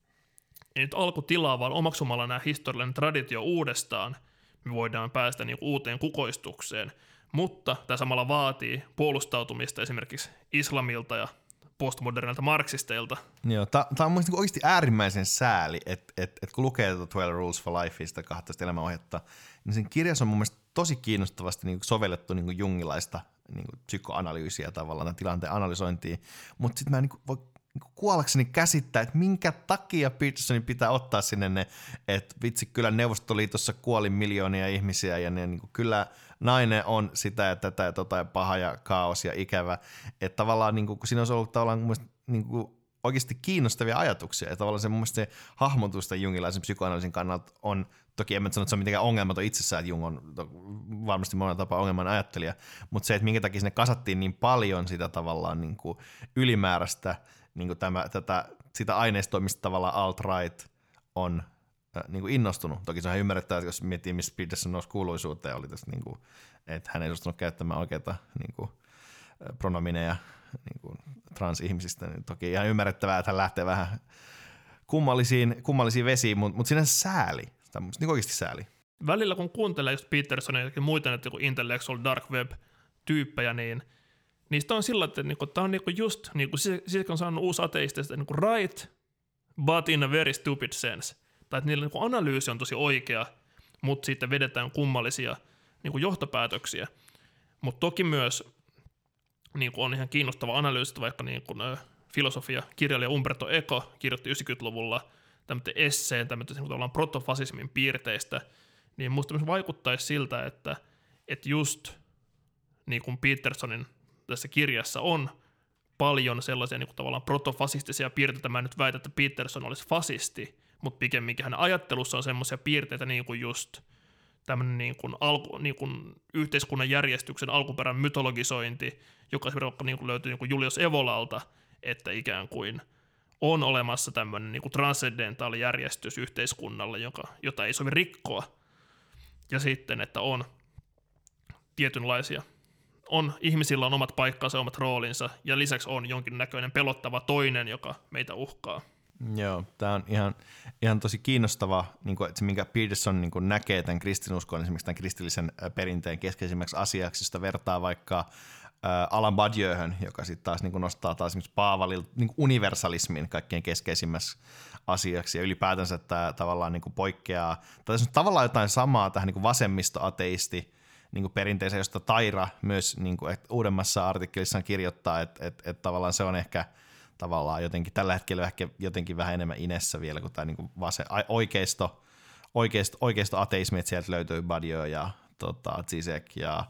ei nyt alkutilaa, vaan omaksumalla nämä historiallinen traditio uudestaan, me voidaan päästä niin uuteen kukoistukseen, mutta tämä samalla vaatii puolustautumista esimerkiksi islamilta ja postmodernilta marksisteilta. Joo, tämä on mielestäni niin oikeasti äärimmäisen sääli, että et, et kun lukee tätä twelve Rules for Life, sitä kahtatoista elämänohjetta, niin sen kirjassa on mun mielestä tosi kiinnostavasti niin sovellettu niin jungilaista niin psykoanalyysiä tavallaan, tämän tilanteen analysointia, mutta sitten mä en niin voi kuollakseni käsittää, että minkä takia Petersonin pitää ottaa sinne ne, että vitsi, kyllä Neuvostoliitossa kuoli miljoonia ihmisiä ja ne, niin kuin, kyllä nainen on sitä ja tätä ja tota ja paha ja kaos ja ikävä. Että tavallaan niin kuin, kun siinä olisi ollut tavallaan mun mielestä, niin kuin, oikeasti kiinnostavia ajatuksia. Että tavallaan se mun mielestä se hahmotus tämän jungilaisen psykoanalyysin kannalta on, toki en mä sano, että se on mitenkään ongelmaton itsessään, että Jung on varmasti monella tapaa ongelman ajattelija, mutta se, että minkä takia sinne kasattiin niin paljon sitä tavallaan niin kuin ylimääräistä, niin kuin tämä, tätä, sitä aineistoa, mistä tavallaan alt-right on äh, niin kuin innostunut. Toki se on ymmärrettävää, että jos miettii, missä Peterson nousi kuuluisuuteen, oli tästä, niin kuin, että hän ei suostunut käyttämään oikeita niin kuin, pronomineja niin kuin transihmisistä, niin toki ihan ymmärrettävää, että hän lähtee vähän kummallisiin, kummallisiin vesiin, mutta, mutta sinänsä sääli. Tämä on niin oikeasti sääli. Välillä kun kuuntelee just Petersonia ja muita näitä intellectual dark web-tyyppejä, niin niistä on sillä, että niinku, tämä on niinku just, niinku, siis on saanut uusi ateistista, niinku right, but in a very stupid sense. Tai että niillä niinku, analyysi on tosi oikea, mutta sitten vedetään kummallisia niinku, johtopäätöksiä. Mutta toki myös niinku, on ihan kiinnostava analyysi, vaikka niinku, filosofia, kirjailija Umberto Eco kirjoitti yhdeksänkymmentäluvulla tämmöisen esseen tämmöisen niinku, protofasismin piirteistä, niin musta vaikuttaisi siltä, että, että just niin kuin Petersonin tässä kirjassa on paljon sellaisia niin kuin tavallaan protofasistisia piirteitä. Mä en nyt väitä, että Peterson olisi fasisti, mutta pikemminkin hänen ajattelussa on semmoisia piirteitä niin kuin just tämmöinen niin kuin alku, niin kuin yhteiskunnan järjestyksen alkuperän mytologisointi, joka niin kuin löytyy niin kuin Julius Evolalta, että ikään kuin on olemassa tämmöinen niin kuin transcendentaali järjestys yhteiskunnalle, joka, jota ei sovi rikkoa. Ja sitten, että on tietynlaisia on, ihmisillä on omat paikkansa, omat roolinsa, ja lisäksi on jonkinnäköinen pelottava toinen, joka meitä uhkaa. Joo, tämä on ihan, ihan tosi kiinnostava, niin kuin, että se, minkä Peterson niin kuin näkee tämän kristinuskon, esimerkiksi tämän kristillisen perinteen keskeisimmäksi asiaksi, josta vertaa vaikka ä, Alain Badieuxhön, joka sitten taas niin kuin nostaa taas esimerkiksi Paavalilta niin kuin universalismin kaikkein keskeisimmäksi asiaksi, ja ylipäätänsä tämä tavallaan niin kuin poikkeaa, tai tässä on tavallaan jotain samaa tähän niin kuin vasemmistoateisti, niin kuin perinteisen, josta Taira myös niin kuin, että uudemmassa artikkelissaan kirjoittaa, että, että, että tavallaan se on ehkä tavallaan jotenkin tällä hetkellä ehkä jotenkin vähän enemmän inessä vielä kuin tämä niin kuin vase, oikeisto, oikeisto, oikeisto ateismi, että sieltä löytyy Badiou ja tota, Zizek ja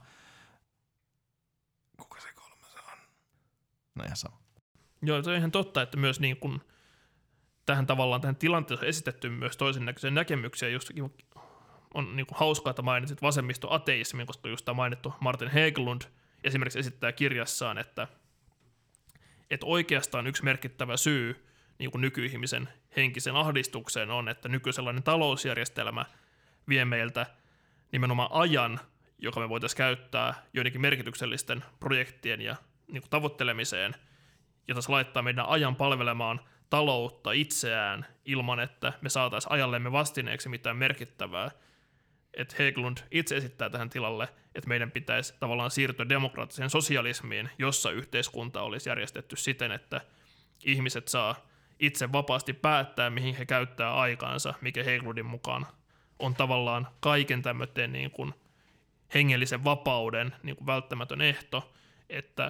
kuka se kolmas on? No ihan sama. Joo, se on ihan totta, että myös niin kuin tähän tavallaan tähän tilanteeseen on esitetty myös toisen näköisiä näkemyksiä, jostakin on niin kuin hauskaa, että mainitsit vasemmistoateismin, koska just tämä mainittu Martin Hägglund esimerkiksi esittää kirjassaan, että, että oikeastaan yksi merkittävä syy niin kuin nykyihmisen henkisen ahdistukseen on, että nykyisellainen talousjärjestelmä vie meiltä nimenomaan ajan, joka me voitaisiin käyttää joidenkin merkityksellisten projektien ja niin kuin tavoittelemiseen, jota se laittaa meidän ajan palvelemaan taloutta itseään ilman, että me saataisiin ajallemme vastineeksi mitään merkittävää. Että Hägglund itse esittää tähän tilalle, että meidän pitäisi tavallaan siirtyä demokraattiseen sosialismiin, jossa yhteiskunta olisi järjestetty siten, että ihmiset saa itse vapaasti päättää, mihin he käyttää aikaansa, mikä Hägglundin mukaan on tavallaan kaiken tämmöisen niin kuin hengellisen vapauden niin kuin välttämätön ehto, että,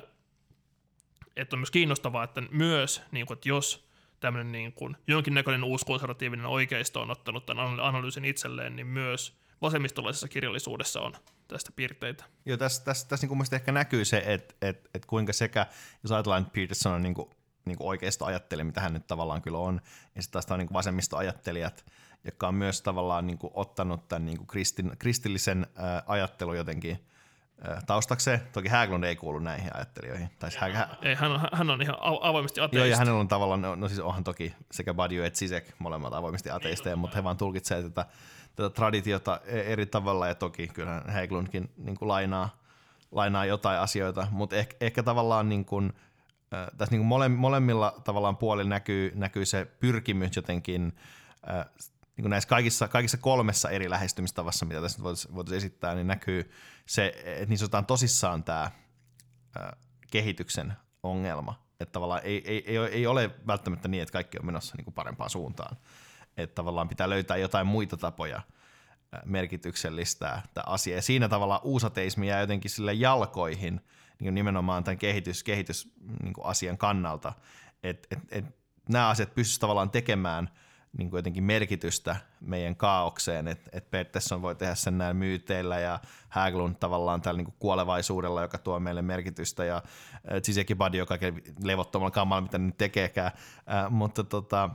että on myös kiinnostavaa, että myös, niin kuin, että jos tämmöinen niin kuin jonkinnäköinen uuskonservatiivinen oikeisto on ottanut tämän analyysin itselleen, niin myös vasemmistolaisessa kirjallisuudessa on tästä piirteitä. Joo, tässä, tässä, tässä niin ehkä näkyy se, että, että, että kuinka sekä, jos ajatellaan, että Peterson on niin kuin, niin kuin oikeisto ajattelija, mitä hän nyt tavallaan kyllä on, ja sitten taas on niin vasemmistoajattelijat, jotka on myös tavallaan niin kuin ottanut tämän niin kuin kristin, kristillisen ää, ajattelun jotenkin ää, taustakseen. Toki Hägglund ei kuulu näihin ajattelijoihin. Taisi ei, hä- ei, hän, on, hän on ihan avoimesti ateisti. Joo, ja hänellä on tavallaan, no, no siis onhan toki sekä Badiou että Zizek molemmat avoimesti ateisteja, niin, mutta he vaan tulkitsevat tätä, tätä traditiota eri tavalla, ja toki kyllähän Hägglundkin niin kuin lainaa, lainaa jotain asioita, mutta ehkä, ehkä tavallaan niin kuin, äh, tässä niin kuin mole, molemmilla tavallaan puolilla näkyy, näkyy se pyrkimys jotenkin äh, niin kuin näissä kaikissa, kaikissa kolmessa eri lähestymistavassa, mitä tässä voitaisiin voitais esittää, niin näkyy se, että niissä otetaan tosissaan tämä äh, kehityksen ongelma. Että tavallaan ei, ei, ei, ei ole välttämättä niin, että kaikki on menossa niin kuin parempaan suuntaan. Että tavallaan pitää löytää jotain muita tapoja äh, merkityksellistää tämä asia. Ja siinä tavallaan uusateismi jää jotenkin sille jalkoihin niin kuin nimenomaan tämän kehitys, kehitys niin kuin asian kannalta. Että et, et nämä asiat pystyisivät tavallaan tekemään niin kuin jotenkin merkitystä meidän kaaukseen, että et Peterson voi tehdä sen näillä myyteillä ja Hägglund tavallaan tällä niin kuin kuolevaisuudella, joka tuo meille merkitystä, ja Zizek ja Badiou kaiken levottomalla kammalla, mitä ne nyt tekeekään, äh, mutta tota,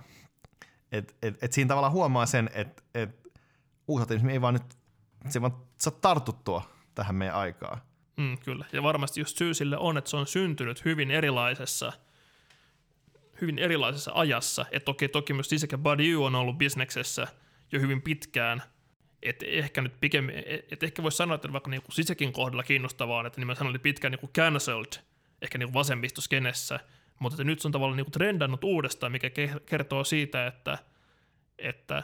et, et, et siinä tavallaan huomaa sen, että et uusateismi ei vaan nyt, se vaan saa tartuttua tähän meidän aikaan. Mm, kyllä, ja varmasti just syy sille on, että se on syntynyt hyvin erilaisessa hyvin erilaisessa ajassa, että toki, toki myös Zizek ja Badiou on ollut bisneksessä jo hyvin pitkään, että ehkä nyt pikemmin, että ehkä voisi sanoa, että vaikka niin kuin Zizekin kohdalla kiinnostavaa on, että nimenomaan hän oli pitkään niin kuin cancelled, ehkä niin kuin vasemmistoskenessä, mutta että nyt se on tavallaan niin kuin trendannut uudestaan, mikä kertoo siitä, että, että,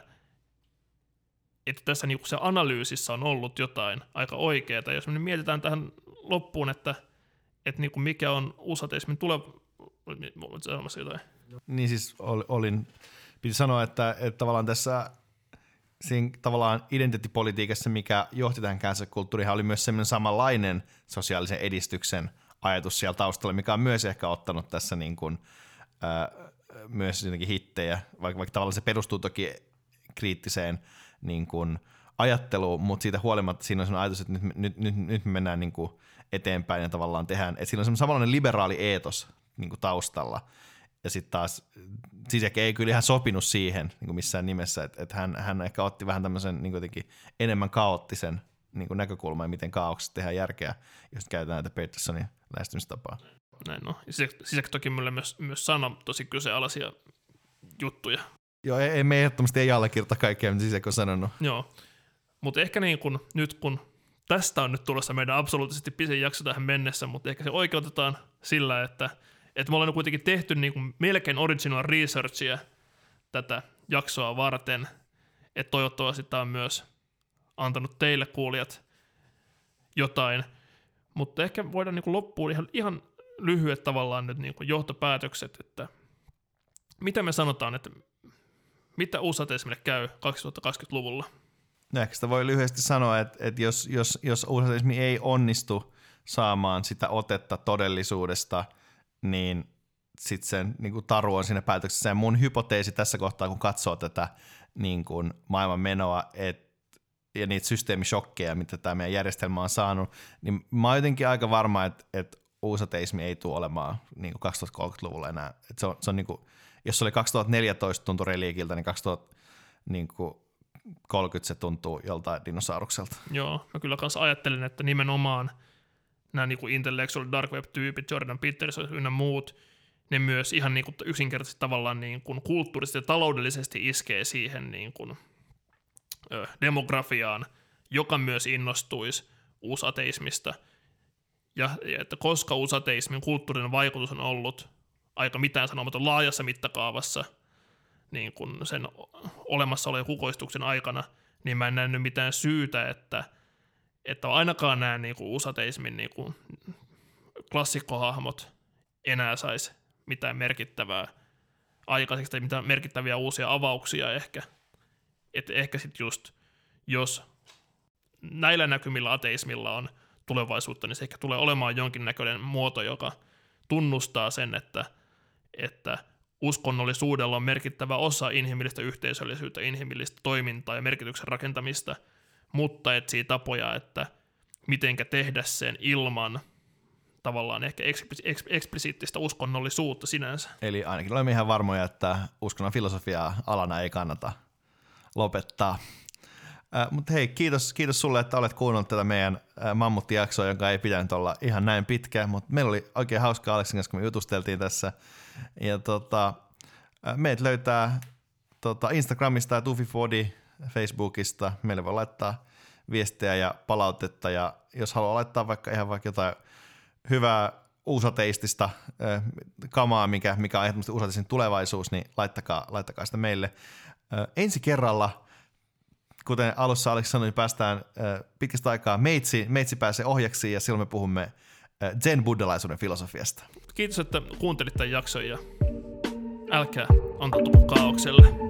että tässä niin kuin se analyysissä on ollut jotain aika oikeaa. Jos me mietitään tähän loppuun, että, että niin kuin mikä on uusateismin tuleva, olet sanomassa jotain? Niin siis olin, piti sanoa, että, että tavallaan tässä siinä tavallaan identiteettipolitiikassa, mikä johti tähän cancel-kulttuuriin, oli myös semmoinen samanlainen sosiaalisen edistyksen ajatus siellä taustalla, mikä on myös ehkä ottanut tässä niin kuin, ää, myös jotenkin hittejä, vaikka, vaikka tavallaan se perustuu toki kriittiseen niin kuin ajatteluun, mutta siitä huolimatta siinä on sellainen ajatus, että nyt, nyt, nyt, nyt me mennään niin kuin eteenpäin ja tavallaan tehdään, että siinä on semmoinen samanlainen liberaali eetos niin kuin taustalla. Ja sitten taas Zizek ei kyllä ihan sopinut siihen niin kuin missään nimessä, että, että hän, hän ehkä otti vähän tämmöisen niin jotenkin enemmän kaoottisen niin kuin näkökulman, miten kaauksessa tehdään järkeä, jos käytetään näitä Petersonin lähestymistapaa. Näin no. Zizek toki mulle myös, myös sanoi tosi kyseenalaisia juttuja. Joo, ei, me ehdottomasti ei allekirjoita kaikkea, mitä Zizek on sanonut. Joo, mutta ehkä niin kun, nyt kun tästä on nyt tulossa meidän absoluuttisesti pisin jakso tähän mennessä, mutta ehkä se oikeutetaan sillä, että, että me ollaan kuitenkin tehty niin kuin melkein original researchia tätä jaksoa varten, että toivottavasti tämä on myös antanut teille kuulijat jotain, mutta ehkä voidaan niin kuin loppuun ihan, ihan lyhyet tavallaan nyt niin kuin johtopäätökset, että mitä me sanotaan, että mitä uusateismille käy kaksituhattakaksikymmentäluvulla? No ehkä sitä voi lyhyesti sanoa, että, että jos, jos, jos uusateismi ei onnistu saamaan sitä otetta todellisuudesta, niin sitten sen niin kuin taru on siinä päätöksessä. Ja mun hypoteesi tässä kohtaa, kun katsoo tätä niin kuin maailman menoa et, ja niitä systeemishokkeja, mitä tämä meidän järjestelmä on saanut, niin mä oon jotenkin aika varma, että, että uusateismi ei tule olemaan niin kuin kaksituhattakolmekymmentäluvulla enää. Et se on, se on niin kuin, jos se oli kaksituhattaneljätoista tuntui reliikiltä, niin kaksituhattakolmekymmentä se tuntuu joltain dinosaurukselta. Joo, mä kyllä kanssa ajattelin, että nimenomaan nämä niin kuin intellectual dark web-tyypit, Jordan Peterson ynnä muut, ne myös ihan niin kuin yksinkertaisesti tavallaan niin kuin kulttuurisesti ja taloudellisesti iskee siihen niin kuin, ö, demografiaan, joka myös innostuisi uusateismista. Ja että koska uusateismin kulttuurinen vaikutus on ollut aika mitään sanomaton laajassa mittakaavassa niin kun sen olemassa olevan kukoistuksen aikana, niin mä en nähnyt mitään syytä, että, että ainakaan nämä niin kuin uusateismin niin kuin klassikkohahmot enää saisi mitään merkittävää aikaiseksi tai mitään merkittäviä uusia avauksia ehkä. Että ehkä sitten just, jos näillä näkymillä ateismilla on tulevaisuutta, niin se ehkä tulee olemaan jonkinnäköinen muoto, joka tunnustaa sen, että, että uskonnollisuudella on merkittävä osa inhimillistä yhteisöllisyyttä, inhimillistä toimintaa ja merkityksen rakentamista, mutta etsii tapoja, että mitenkä tehdä sen ilman tavallaan ehkä eksplisiittistä uskonnollisuutta sinänsä. Eli ainakin olemme ihan varmoja, että uskonnon filosofiaa alana ei kannata lopettaa. Äh, mutta hei, kiitos, kiitos sulle, että olet kuunnellut tätä meidän äh, mammuttijaksoa, jonka ei pitänyt olla ihan näin pitkä, mutta meillä oli oikein hauskaa Aleksin kanssa, kun me jutusteltiin tässä. Ja tota, äh, meidät löytää tota, Instagramista ja Tufifodi, Facebookista. Meille voi laittaa viestejä ja palautetta, ja jos haluaa laittaa vaikka ihan vaikka jotain hyvää uusateistista äh, kamaa, mikä, mikä on ehdottomasti uusateistin tulevaisuus, niin laittakaa, laittakaa sitä meille. Äh, ensi kerralla, kuten alussa Aleksi sanoi, niin päästään äh, pitkästä aikaa meitsi, meitsi pääsee ohjaksiin, ja silloin me puhumme äh, zen-buddhalaisuuden filosofiasta. Kiitos, että kuuntelit tämän jakson, ja älkää antautuko kaaukselle.